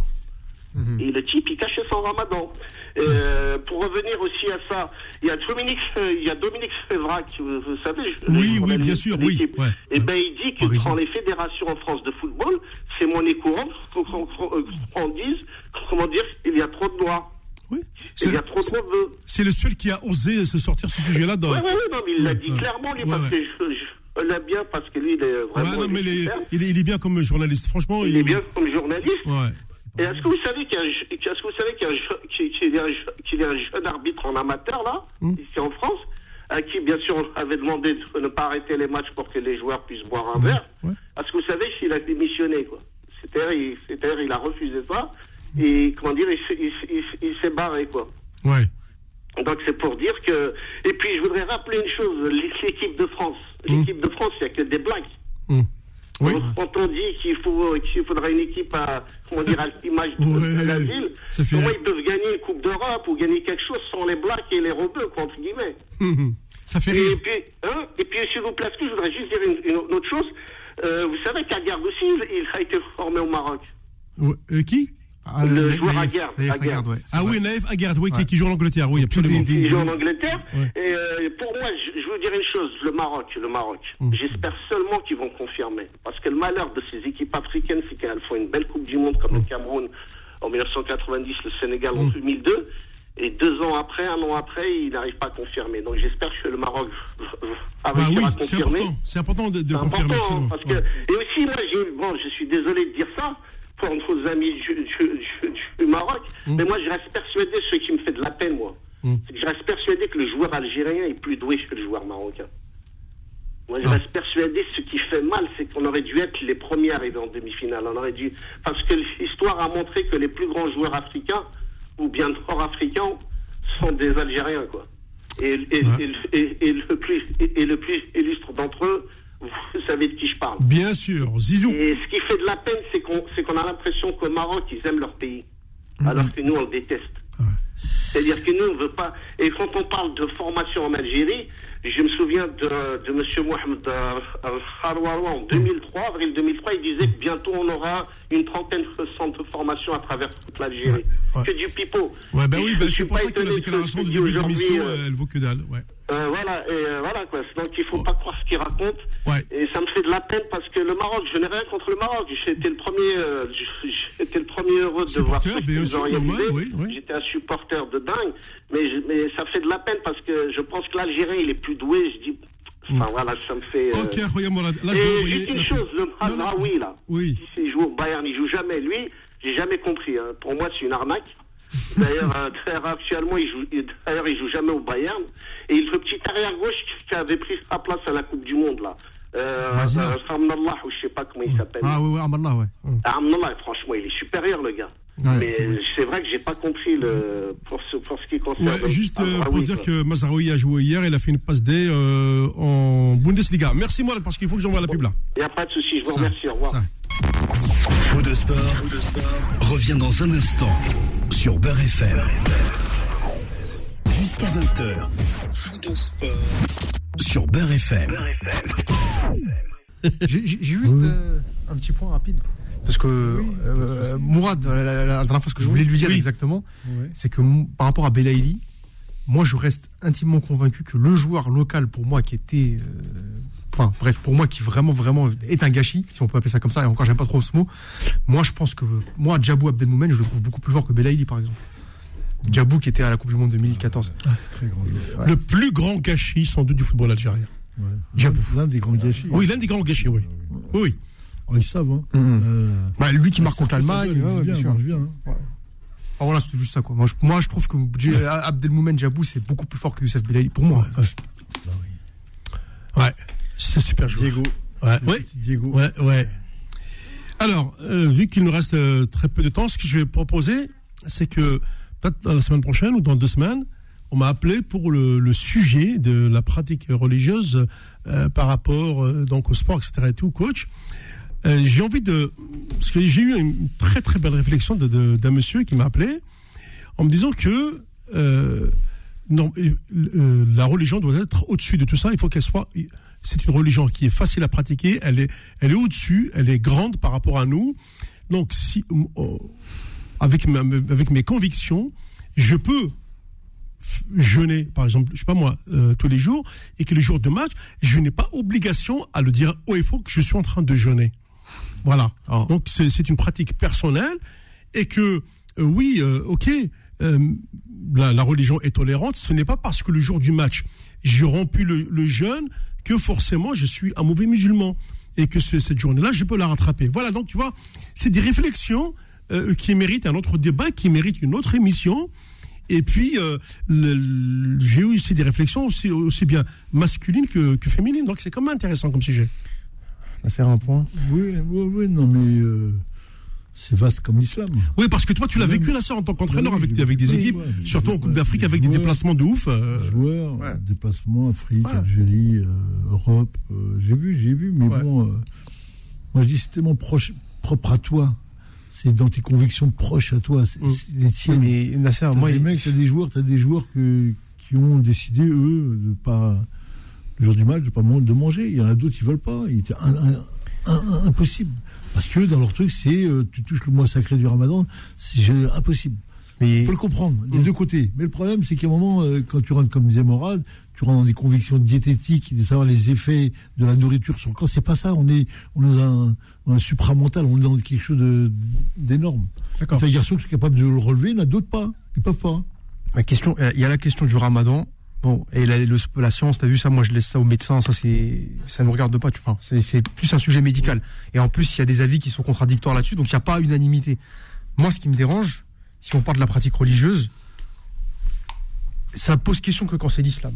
Speaker 6: Et le type, il cachait son ramadan. Euh, pour revenir aussi à ça, il y a Dominique, il y a Dominique Sévrac, vous, vous savez. le
Speaker 2: Oui, oui,
Speaker 6: journaliste
Speaker 2: bien sûr,
Speaker 6: de
Speaker 2: oui,
Speaker 6: l'équipe.
Speaker 2: ouais.
Speaker 6: Et ben, il dit que
Speaker 3: Horizon.
Speaker 6: dans les fédérations en France de football, c'est monnaie courante qu'on, qu'on, qu'on- qu'on dise, comment dire, il y a trop de noirs.
Speaker 2: Oui.
Speaker 6: Il
Speaker 2: C'est
Speaker 6: y a trop trop de...
Speaker 2: c'est le seul qui a osé se sortir ce sujet-là. Dans...
Speaker 6: Oui, oui, oui, non, mais il l'a
Speaker 2: Ouais,
Speaker 6: dit
Speaker 2: ouais.
Speaker 6: clairement, lui,
Speaker 2: Ouais,
Speaker 6: parce
Speaker 2: ouais.
Speaker 6: que je, je l'aime bien, parce que lui, il est vraiment...
Speaker 2: Ouais, non, mais il est,
Speaker 6: super.
Speaker 2: il, est, il est bien comme journaliste. Franchement,
Speaker 6: Il est bien comme journaliste.
Speaker 2: Ouais.
Speaker 6: Et est-ce que vous savez qu'il y a un, je- est-ce que vous savez qu'il y a un, je- qu'il qu'il y a un, je- qu'il y a un jeune arbitre en amateur, là,
Speaker 2: Mm.
Speaker 6: ici en France, à qui, bien sûr, on avait demandé de ne pas arrêter les matchs pour que les joueurs puissent boire un
Speaker 2: Ouais,
Speaker 6: verre.
Speaker 2: ouais.
Speaker 6: Est-ce que vous savez s'il a démissionné, quoi? C'est-à-dire, il, c'est-à-dire, il a refusé ça, et, comment dire, il, s'est- il, s'est- il, s'est- il s'est barré, quoi.
Speaker 2: Ouais.
Speaker 6: Donc c'est pour dire que... Et puis je voudrais rappeler une chose, l'équipe de France. L'équipe de France, il n'y a que des blagues.
Speaker 2: Mmh. Oui.
Speaker 6: Quand on dit qu'il faut qu'il faudra une équipe à, comment dire, à l'image de,
Speaker 2: Ouais,
Speaker 6: de la ville,
Speaker 2: ça fait-
Speaker 6: comment ils peuvent gagner une Coupe d'Europe ou gagner quelque chose sans les blacks et les rebeux, quoi, entre guillemets.
Speaker 2: Mmh. Ça fait
Speaker 6: Et
Speaker 2: rire.
Speaker 6: puis, hein, et puis s'il vous plaît, est-ce que je voudrais juste dire une, une autre chose. Euh, vous savez qu'Aguerd aussi, il, il a été formé au Maroc.
Speaker 2: Ouais. Euh, qui
Speaker 3: Ah,
Speaker 6: Le
Speaker 3: Naïf-
Speaker 6: joueur
Speaker 3: Naïf-
Speaker 6: Aguerd,
Speaker 3: Naïf
Speaker 6: Aguerd.
Speaker 3: Aguerd, ouais, c'est
Speaker 2: Ah
Speaker 3: vrai.
Speaker 2: oui, Naïf Aguerd, oui, qui,
Speaker 3: Ouais.
Speaker 2: qui joue en Angleterre, oui, absolument.
Speaker 3: des-
Speaker 6: Il joue en Angleterre.
Speaker 2: Ouais.
Speaker 6: Et euh, pour moi, je, je veux dire une chose, le Maroc, le Maroc.
Speaker 2: Mm.
Speaker 6: J'espère seulement qu'ils vont confirmer. Parce que le malheur de ces équipes africaines, c'est qu'elles font une belle Coupe du Monde, comme le Cameroun en mille neuf cent quatre-vingt-dix, le Sénégal en
Speaker 2: Mm.
Speaker 6: deux mille deux. Et deux ans après, un an après, ils n'arrivent pas à confirmer. Donc j'espère que le Maroc va
Speaker 2: Bah oui,
Speaker 6: réussir à
Speaker 2: c'est
Speaker 6: confirmer.
Speaker 2: important. C'est important de, de
Speaker 6: C'est
Speaker 2: confirmer.
Speaker 6: important, hein,
Speaker 2: absolument.
Speaker 6: parce que,
Speaker 2: Ouais.
Speaker 6: et aussi, moi, j'ai, bon, je suis désolé de dire ça pour nos amis du, du- du- du Maroc,
Speaker 2: Mm.
Speaker 6: mais moi, je reste persuadé, ce qui me fait de la peine, moi,
Speaker 2: Mm.
Speaker 6: c'est que je reste persuadé que le joueur algérien est plus doué que le joueur marocain. Moi, je
Speaker 2: Ah.
Speaker 6: reste persuadé, ce qui fait mal, c'est qu'on aurait dû être les premiers arrivés en demi-finale. On aurait dû, parce que l'histoire a montré que les plus grands joueurs africains, ou bien nord-africains, sont des Algériens, quoi. Et, et,
Speaker 2: Ouais.
Speaker 6: et, et- et le plus, et, et le plus illustre d'entre eux, vous savez de qui je parle.
Speaker 2: Bien sûr, Zizou.
Speaker 6: Et ce qui fait de la peine, c'est qu'on, c'est qu'on a l'impression qu'au Maroc, ils aiment leur pays, alors que nous, on le déteste.
Speaker 2: Ouais.
Speaker 6: C'est-à-dire que nous, on ne veut pas... Et quand on parle de formation en Algérie, je me souviens de, de M. Mohamed Harouaroua en deux mille trois, avril deux mille trois, il disait que bientôt on aura une trentaine de centres de formation à travers toute l'Algérie.
Speaker 2: Ouais, ouais.
Speaker 6: Que du pipeau.
Speaker 2: Ouais, bah
Speaker 6: Et
Speaker 2: oui,
Speaker 6: je
Speaker 2: bah,
Speaker 6: suis
Speaker 2: c'est pour
Speaker 6: pas
Speaker 2: ça que la
Speaker 6: étonné
Speaker 2: déclaration
Speaker 6: ce
Speaker 2: du
Speaker 6: qu'il
Speaker 2: début
Speaker 6: dit
Speaker 2: de l'émission,
Speaker 6: aujourd'hui, euh,
Speaker 2: elle vaut que dalle. Ouais.
Speaker 6: Euh, voilà, et euh, voilà quoi. Donc il faut pas croire ce qu'il raconte.
Speaker 2: Ouais.
Speaker 6: Et ça me fait de la peine parce que le Maroc, je n'ai rien contre le Maroc. J'étais le premier, euh, j'étais le premier heureux de voir
Speaker 2: Supporter,
Speaker 6: ce
Speaker 2: bien
Speaker 6: qu'ils
Speaker 2: sûr,
Speaker 6: ont réalisé.
Speaker 2: normal, oui, oui.
Speaker 6: J'étais un supporter de dingue, mais, je- mais ça fait de la peine parce que je pense que l'Algérien il est plus doué. Je dis, enfin voilà, ça me fait. euh,
Speaker 2: Ok, regarde, Morad. Là, je vais
Speaker 6: Et
Speaker 2: envoyer
Speaker 6: juste une
Speaker 2: la-
Speaker 6: chose, le
Speaker 2: Non, non,
Speaker 6: Mazraoui là,
Speaker 2: Oui.
Speaker 6: si il joue au Bayern, il joue jamais. Lui, j'ai jamais compris. Hein. Pour moi, c'est une arnaque. D'ailleurs, euh, d'ailleurs, actuellement, il joue, il- d'ailleurs, il joue jamais au Bayern. Et le petit arrière gauche qui avait pris sa place à la Coupe du Monde là, euh,
Speaker 3: Mazina.
Speaker 6: euh, Ramnallah, ou je sais pas comment il s'appelle.
Speaker 3: Ah oui, oui, Amallah, ouais.
Speaker 6: Ah, Ramnallah, franchement, il est supérieur le gars.
Speaker 3: Ouais,
Speaker 6: Mais
Speaker 3: c'est vrai.
Speaker 6: c'est vrai que j'ai pas compris le pour ce pour ce qui concerne.
Speaker 2: Ouais, juste euh,
Speaker 6: Mazraoui,
Speaker 2: pour dire
Speaker 6: quoi.
Speaker 2: que Mazraoui a joué hier, il a fait une passe D euh, en Bundesliga. Merci Morad, parce qu'il faut que j'envoie la pub là.
Speaker 6: Il n'y a pas de souci. Je vous
Speaker 2: Ça,
Speaker 6: remercie. Au revoir.
Speaker 2: ça.
Speaker 1: Faux de sport, revient dans un instant sur Beurre F M. Jusqu'à vingt heures. Faux de sport sur Beurre F M.
Speaker 3: J'ai j'ai juste euh, un petit point rapide. Parce que euh, Mourad, la, la- la dernière fois, ce que je voulais lui dire
Speaker 2: Oui.
Speaker 3: exactement,
Speaker 4: Ouais.
Speaker 3: c'est que m- par rapport à Belaïli, moi je reste intimement convaincu que le joueur local pour moi qui était, euh, enfin bref, pour moi qui vraiment vraiment est un gâchis, si on peut appeler ça comme ça, et encore j'aime pas trop ce mot. Moi je pense que moi Djabou Abdelmoumen, je le trouve beaucoup plus fort que Belaïli par exemple. Djabou qui était à la Coupe du Monde deux mille quatorze.
Speaker 4: Très grand joueur.
Speaker 3: Ouais.
Speaker 2: Le plus grand gâchis sans doute du football algérien.
Speaker 4: Ouais.
Speaker 2: Djabou.
Speaker 4: L'un des grands gâchis.
Speaker 2: Oui, l'un des grands gâchis, oui. Oui, oui.
Speaker 4: Oh, ils savent, hein.
Speaker 3: Mmh.
Speaker 4: Euh,
Speaker 3: Bah, lui qui marque contre l'Allemagne,
Speaker 4: il
Speaker 3: ouais,
Speaker 4: bien,
Speaker 3: bien sûr.
Speaker 4: marche bien, hein.
Speaker 3: Ouais. Ah, voilà, c'était juste ça, quoi. Moi, je, moi, je trouve que Dj- Abdelmoumen Djabou, c'est beaucoup plus fort que Youssef Belaïli. Pour moi.
Speaker 2: Ouais,
Speaker 4: Bah oui.
Speaker 2: ouais. C'est super joueur.
Speaker 4: Diego.
Speaker 2: Ouais,
Speaker 4: Le
Speaker 2: ouais.
Speaker 4: petit Diego.
Speaker 2: Ouais, ouais. Alors, euh, vu qu'il nous reste euh, très peu de temps, ce que je vais proposer, c'est que peut-être la semaine prochaine ou dans deux semaines, on m'a appelé pour le, le sujet de la pratique religieuse euh, par rapport euh, donc au sport, et cetera et tout, coach. Euh, j'ai envie de... Parce que j'ai eu une très très belle réflexion de, de, d'un monsieur qui m'a appelé en me disant que euh, non, euh, la religion doit être au-dessus de tout ça. Il faut qu'elle soit... C'est une religion qui est facile à pratiquer, elle est, elle est au-dessus, elle est grande par rapport à nous. Donc, si, euh, avec, ma, avec mes convictions, je peux f- jeûner, par exemple, je sais pas moi, euh, tous les jours, et que les jours de match, je n'ai pas obligation à le dire haut et fort que je suis en train de jeûner. Voilà.
Speaker 3: Oh.
Speaker 2: Donc, c'est, c'est une pratique personnelle, et que, euh, oui, euh, ok, euh, la, la religion est tolérante, ce n'est pas parce que le jour du match, j'ai rompu le, le jeûne, que forcément je suis un mauvais musulman et que ce, cette journée-là, je peux la rattraper. Voilà, donc tu vois, c'est des réflexions euh, qui méritent un autre débat, qui méritent une autre émission. Et puis, euh, le, le, j'ai eu aussi des réflexions aussi, aussi bien masculines que, que féminines. Donc c'est quand même intéressant comme sujet.
Speaker 3: Ça sert un point.
Speaker 4: Oui, oui, oui, non, mais euh, c'est vaste comme l'islam.
Speaker 2: Oui, parce que toi, tu l'as
Speaker 4: Oui,
Speaker 2: vécu
Speaker 4: mais-
Speaker 2: là, ça, en tant qu'entraîneur,
Speaker 4: Oui,
Speaker 2: avec,
Speaker 4: oui,
Speaker 2: avec des
Speaker 4: oui,
Speaker 2: équipes,
Speaker 4: ouais,
Speaker 2: surtout
Speaker 4: des-
Speaker 2: en Coupe d'Afrique,
Speaker 4: des
Speaker 2: avec des
Speaker 4: joueurs,
Speaker 2: déplacements de ouf. euh,
Speaker 4: Joueurs,
Speaker 2: ouais.
Speaker 4: déplacement, Afrique,
Speaker 2: Ouais.
Speaker 4: Algérie, euh, Europe, euh, j'ai vu, j'ai vu, mais
Speaker 2: Ouais.
Speaker 4: bon, euh, moi je dis c'est tellement proche, propre à toi, c'est dans tes convictions proches à toi, c'est,
Speaker 2: Mm.
Speaker 4: c'est les tiennes.
Speaker 3: Mais Nasser,
Speaker 4: T'as
Speaker 3: moi,
Speaker 4: des
Speaker 3: il-
Speaker 4: mecs, t'as des joueurs, t'as des joueurs que, qui ont décidé eux de pas le jour du match de pas man- de manger. Il y en a d'autres qui veulent pas. Il était un- un- un- un- impossible parce que dans leur truc c'est euh, tu touches le mois sacré du Ramadan, c'est je- impossible.
Speaker 3: mais
Speaker 4: Il faut le comprendre, des
Speaker 2: Mm.
Speaker 4: deux côtés. Mais le problème, c'est qu'à un moment, euh, quand tu rentres, comme disait Morad, tu rentres dans des convictions diététiques, de savoir les effets de la nourriture sur le corps. C'est pas ça. On est, on est dans un, dans un supramental. On est dans quelque chose de, d'énorme.
Speaker 2: D'accord.
Speaker 4: Il y a des garçons qui sont capables de le relever, il y en a d'autres pas. Ils peuvent pas.
Speaker 3: la question, il y a la question du Ramadan. Bon, et la, le- la science, t'as vu ça, moi je laisse ça aux médecins, ça c'est, ça ne me regarde pas, tu vois. C'est, c'est plus un sujet médical. Et en plus, il y a des avis qui sont contradictoires là-dessus, donc il n'y a pas unanimité. Moi, ce qui me dérange, si on parle de la pratique religieuse, ça pose question que quand c'est l'islam.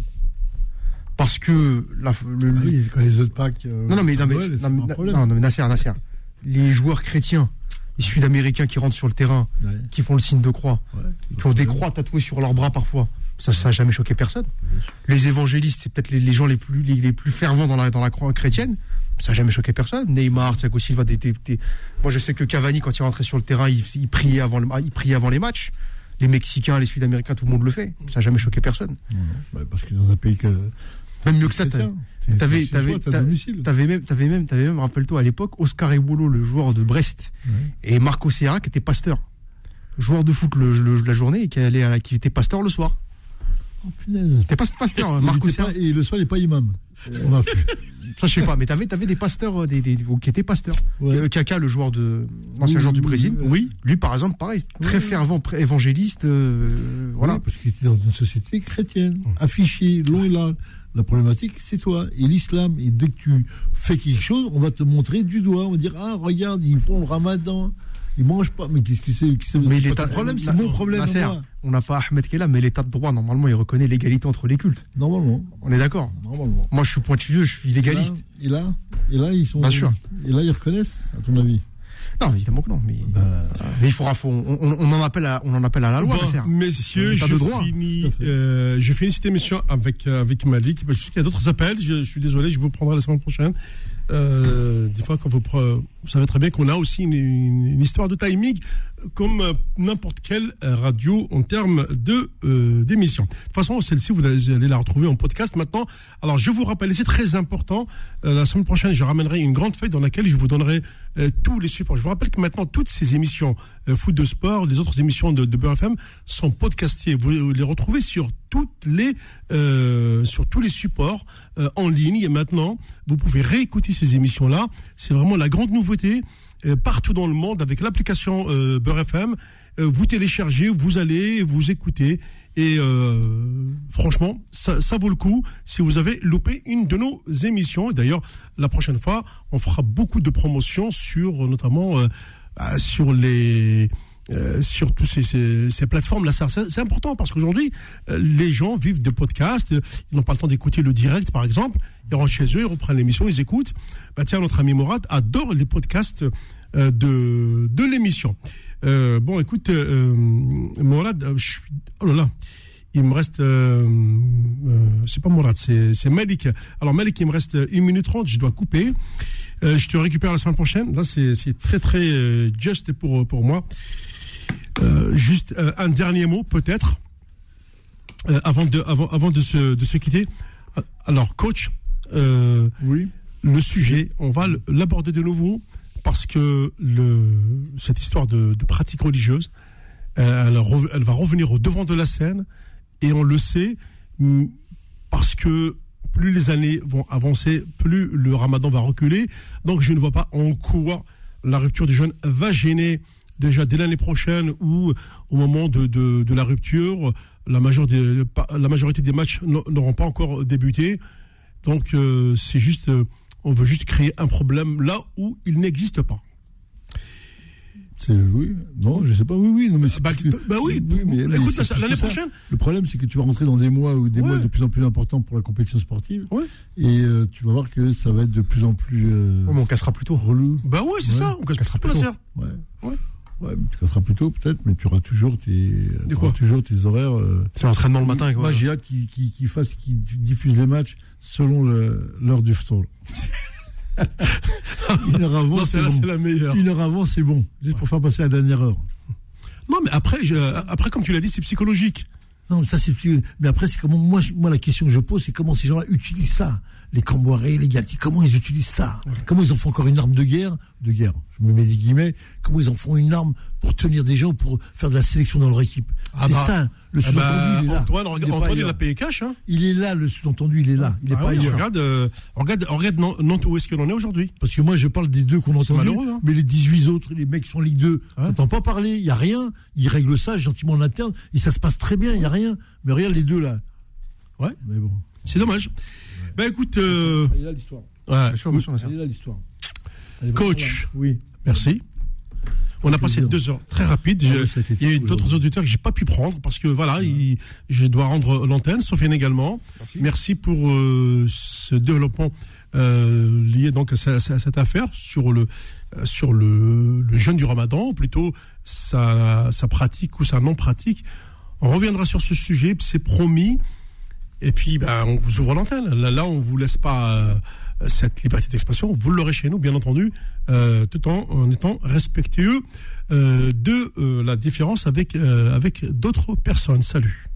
Speaker 3: Parce que la, le,
Speaker 4: Ah
Speaker 3: le-
Speaker 4: oui, quand les autres Pâques. euh,
Speaker 3: non, non, mais, non, mais,
Speaker 4: Noël,
Speaker 3: non,
Speaker 4: c'est
Speaker 3: mais-
Speaker 4: pas un problème.
Speaker 3: non, non, mais Nasser, Nasser, les joueurs chrétiens, les Sud-Américains qui rentrent sur le terrain,
Speaker 4: Ouais,
Speaker 3: qui font le signe de croix,
Speaker 4: ouais.
Speaker 3: qui ont des croix tatouées sur leurs bras parfois, ça, ça n'a jamais choqué personne. Les évangélistes, c'est peut-être les, les gens les plus, les, les plus fervents dans la, dans la croix chrétienne, ça n'a jamais choqué personne. Neymar, Thiago Silva, des, des, des- moi je sais que Cavani, quand il rentrait sur le terrain, il, il, priait avant le, il priait avant les matchs. Les Mexicains, les Sud-Américains, tout le monde le fait. Ça n'a jamais choqué personne.
Speaker 4: Non, non, bah, parce que dans un pays que.
Speaker 3: Même mieux que ça,
Speaker 4: c'est
Speaker 3: t'as-
Speaker 4: ça. T'es-
Speaker 3: t'avais-
Speaker 4: t'es chez
Speaker 3: t'avais-
Speaker 4: toi, t'as
Speaker 3: t'as-
Speaker 4: domicile.
Speaker 3: T'avais même, t'avais même, t'avais même, rappelle-toi, à l'époque, Oscar Ebolo, le joueur de Brest,
Speaker 4: Ouais.
Speaker 3: et Marco Serra, qui était pasteur. Joueur de foot le, le- la journée et qui, allait à la, qui était pasteur le soir.
Speaker 4: Oh, punaise.
Speaker 3: T'es pas pasteur, hein,
Speaker 4: Il
Speaker 3: Marco
Speaker 4: était
Speaker 3: Serra.
Speaker 4: pas- et le soir, il n'est pas imam. On a fait.
Speaker 3: Ça, je sais pas, mais t'avais, t'avais des pasteurs, euh, des, des, qui étaient pasteurs.
Speaker 4: Ouais.
Speaker 3: Euh, Kaka, le joueur de, l'ancien
Speaker 4: Oui,
Speaker 3: joueur du
Speaker 4: oui,
Speaker 3: Brésil.
Speaker 4: oui,
Speaker 3: Oui. Lui, par exemple, pareil, très
Speaker 4: Oui.
Speaker 3: fervent, pré- évangéliste, euh, voilà.
Speaker 4: Oui, parce qu'il était dans une société chrétienne, affichée, long et large. La problématique, c'est toi et l'islam. Et dès que tu fais quelque chose, on va te montrer du doigt. On va dire, ah, regarde, ils font le ramadan. Ils mangent pas. Mais qu'est-ce que c'est, c'est
Speaker 3: Mais
Speaker 4: c'est
Speaker 3: l'état-
Speaker 4: pas ton problème, c'est
Speaker 3: Na-
Speaker 4: mon problème. à
Speaker 3: Nasser,
Speaker 4: moi.
Speaker 3: on n'a pas Ahmed qui est là, mais l'état de droit, normalement, il reconnaît l'égalité entre les cultes.
Speaker 4: Normalement.
Speaker 3: On est d'accord.
Speaker 4: Normalement.
Speaker 3: Moi, je suis pointilleux, je suis légaliste.
Speaker 4: Et là, et là, ils sont.
Speaker 3: Bien sûr.
Speaker 4: Et là, ils reconnaissent, à ton avis.
Speaker 3: Non, évidemment que non, mais,
Speaker 4: Bah,
Speaker 3: mais il faudra, faut, on, on, on en appelle à, on en appelle à la loi,
Speaker 2: Bon,
Speaker 3: Nasser.
Speaker 2: messieurs,
Speaker 3: T'as
Speaker 2: je
Speaker 3: de droit.
Speaker 2: finis,
Speaker 4: Tout à fait.
Speaker 2: euh, je finis cette émission avec, euh, avec Malik. Je sais qu'il y a d'autres appels. Je, je suis désolé, je vous prendrai la semaine prochaine. Euh, des fois, quand vous, pre- vous savez très bien qu'on a aussi une, une- une histoire de timing, comme euh, n'importe quelle euh, radio en termes de euh, d'émission. De toute façon, celle-ci, vous allez, allez la retrouver en podcast maintenant. Alors, je vous rappelle, et c'est très important, euh, la semaine prochaine, je ramènerai une grande feuille dans laquelle je vous donnerai euh, tous les supports. Je vous rappelle que maintenant, toutes ces émissions euh, foot de sport, les autres émissions de, de Beurre F M sont podcastées. Vous les retrouvez sur toutes les euh, sur tous les supports euh, en ligne. Et maintenant, vous pouvez réécouter ces émissions-là. C'est vraiment la grande nouveauté. euh, partout dans le monde avec l'application euh, Beurre F M. Euh, vous téléchargez, vous allez, vous écoutez. Et euh, franchement, ça, ça vaut le coup si vous avez loupé une de nos émissions. Et d'ailleurs, la prochaine fois, on fera beaucoup de promotions sur, notamment euh, sur les... Euh, sur toutes ces, ces, ces plateformes-là. C'est, c'est important parce qu'aujourd'hui, euh, les gens vivent des podcasts, euh, ils n'ont pas le temps d'écouter le direct, par exemple. Ils rentrent chez eux, ils reprennent l'émission, ils écoutent. Bah, tiens, notre ami Mourad adore les podcasts euh, de, de l'émission. Euh, bon, écoute, euh, Mourad, euh, je suis... Oh là là, il me reste... Euh, euh, c'est pas Mourad, c'est, c'est Malik. Alors, Malik, il me reste une minute trente, je dois couper. Euh, je te récupère la semaine prochaine. Là, c'est, c'est très, très euh, juste pour, pour moi. Euh, juste euh, un dernier mot peut-être euh, avant de avant avant de se de se quitter. Alors coach, euh,
Speaker 4: oui.
Speaker 2: Le sujet, on va l'aborder de nouveau parce que le cette histoire de, de pratique religieuse, elle, elle va revenir au devant de la scène et on le sait parce que plus les années vont avancer, plus le Ramadan va reculer. Donc je ne vois pas en quoi la rupture du jeûne va gêner. Déjà dès l'année prochaine ou au moment de, de, de la rupture, la majorité, la majorité des matchs n'auront pas encore débuté. Donc euh, c'est juste, euh, on veut juste créer un problème là où il n'existe pas.
Speaker 4: C'est, oui, non, je sais pas, oui, oui, non, mais c'est
Speaker 2: bah,
Speaker 4: que,
Speaker 2: bah oui,
Speaker 4: oui mais,
Speaker 2: écoute,
Speaker 4: mais
Speaker 2: l'année prochaine.
Speaker 4: Le problème, c'est que tu vas rentrer dans des mois ou des
Speaker 2: ouais.
Speaker 4: mois de plus en plus importants pour la compétition sportive.
Speaker 2: Ouais.
Speaker 4: Et euh, tu vas voir que ça va être de plus en plus. Euh,
Speaker 3: ouais, mais on cassera plus tôt.
Speaker 4: Relou.
Speaker 2: Bah ouais, c'est ouais. ça, on casse
Speaker 3: cassera
Speaker 2: plus tôt.
Speaker 4: Ouais. Ouais. Ouais, tu casseras plus tôt peut-être, mais tu auras toujours tes, tu auras toujours tes horaires. Euh,
Speaker 3: c'est l'entraînement le matin, quoi.
Speaker 4: Moi, j'ai hâte qu'ils, qu'ils, qu'ils fassent, qu'ils diffusent les matchs selon le, l'heure du ftour. Une heure avant,
Speaker 2: non,
Speaker 4: c'est,
Speaker 2: c'est, là,
Speaker 4: bon.
Speaker 2: c'est la meilleure.
Speaker 4: Une heure avant, c'est bon, juste ouais. pour faire passer la dernière heure.
Speaker 2: Non, mais après, je, après, comme tu l'as dit, c'est psychologique.
Speaker 4: Non, mais ça c'est. Mais après, c'est comment moi, moi, la question que je pose, c'est comment ces gens-là utilisent ça. Les Camboirés, les Galti, comment ils utilisent ça? Ouais. Comment ils en font encore une arme de guerre? De guerre, je me mets des guillemets. Comment ils en font une arme pour tenir des gens, pour faire de la sélection dans leur équipe?
Speaker 2: Ah
Speaker 4: c'est
Speaker 2: bah,
Speaker 4: ça, le sous-entendu,
Speaker 2: ah bah,
Speaker 4: il est là.
Speaker 2: Antoine, il Antoine, il l'a payé cash, hein.
Speaker 4: Il est là, le sous-entendu, il est là. Il est ah pas oui, ailleurs.
Speaker 2: Regarde, euh, regarde, regarde Nantes, où est-ce qu'on en est aujourd'hui?
Speaker 4: Parce que moi, je parle des deux qu'on a entendus, hein. Mais les dix-huit autres, les mecs qui sont en Ligue deux, on n'entend pas parler, il n'y a rien. Ils règlent ça gentiment en interne, et ça se passe très bien, il n'y a rien. Mais regarde les deux là.
Speaker 2: Ouais,
Speaker 4: mais bon.
Speaker 2: C'est dommage. Ben bah, écoute. Euh...
Speaker 4: Elle est là l'histoire.
Speaker 2: Ouais.
Speaker 4: Bien sûr, bien sûr, elle est là l'histoire.
Speaker 2: Coach.
Speaker 4: Oui.
Speaker 2: Merci. On a passé deux heures très rapides.
Speaker 4: Ah,
Speaker 2: je,
Speaker 4: oui,
Speaker 2: il y a eu d'autres auditeurs que j'ai pas pu prendre parce que voilà, ouais. il, je dois rendre l'antenne. Sofiane également. Merci, Merci pour euh, ce développement euh, lié donc à, à, à cette affaire sur le sur le, le jeûne du Ramadan, ou plutôt sa, sa pratique ou sa non pratique. On reviendra sur ce sujet, c'est promis. Et puis, ben, on vous ouvre l'antenne. Là, là on vous laisse pas euh, cette liberté d'expression. Vous l'aurez chez nous, bien entendu, euh, tout en, en étant respectueux euh, de euh, la différence avec, euh, avec d'autres personnes. Salut.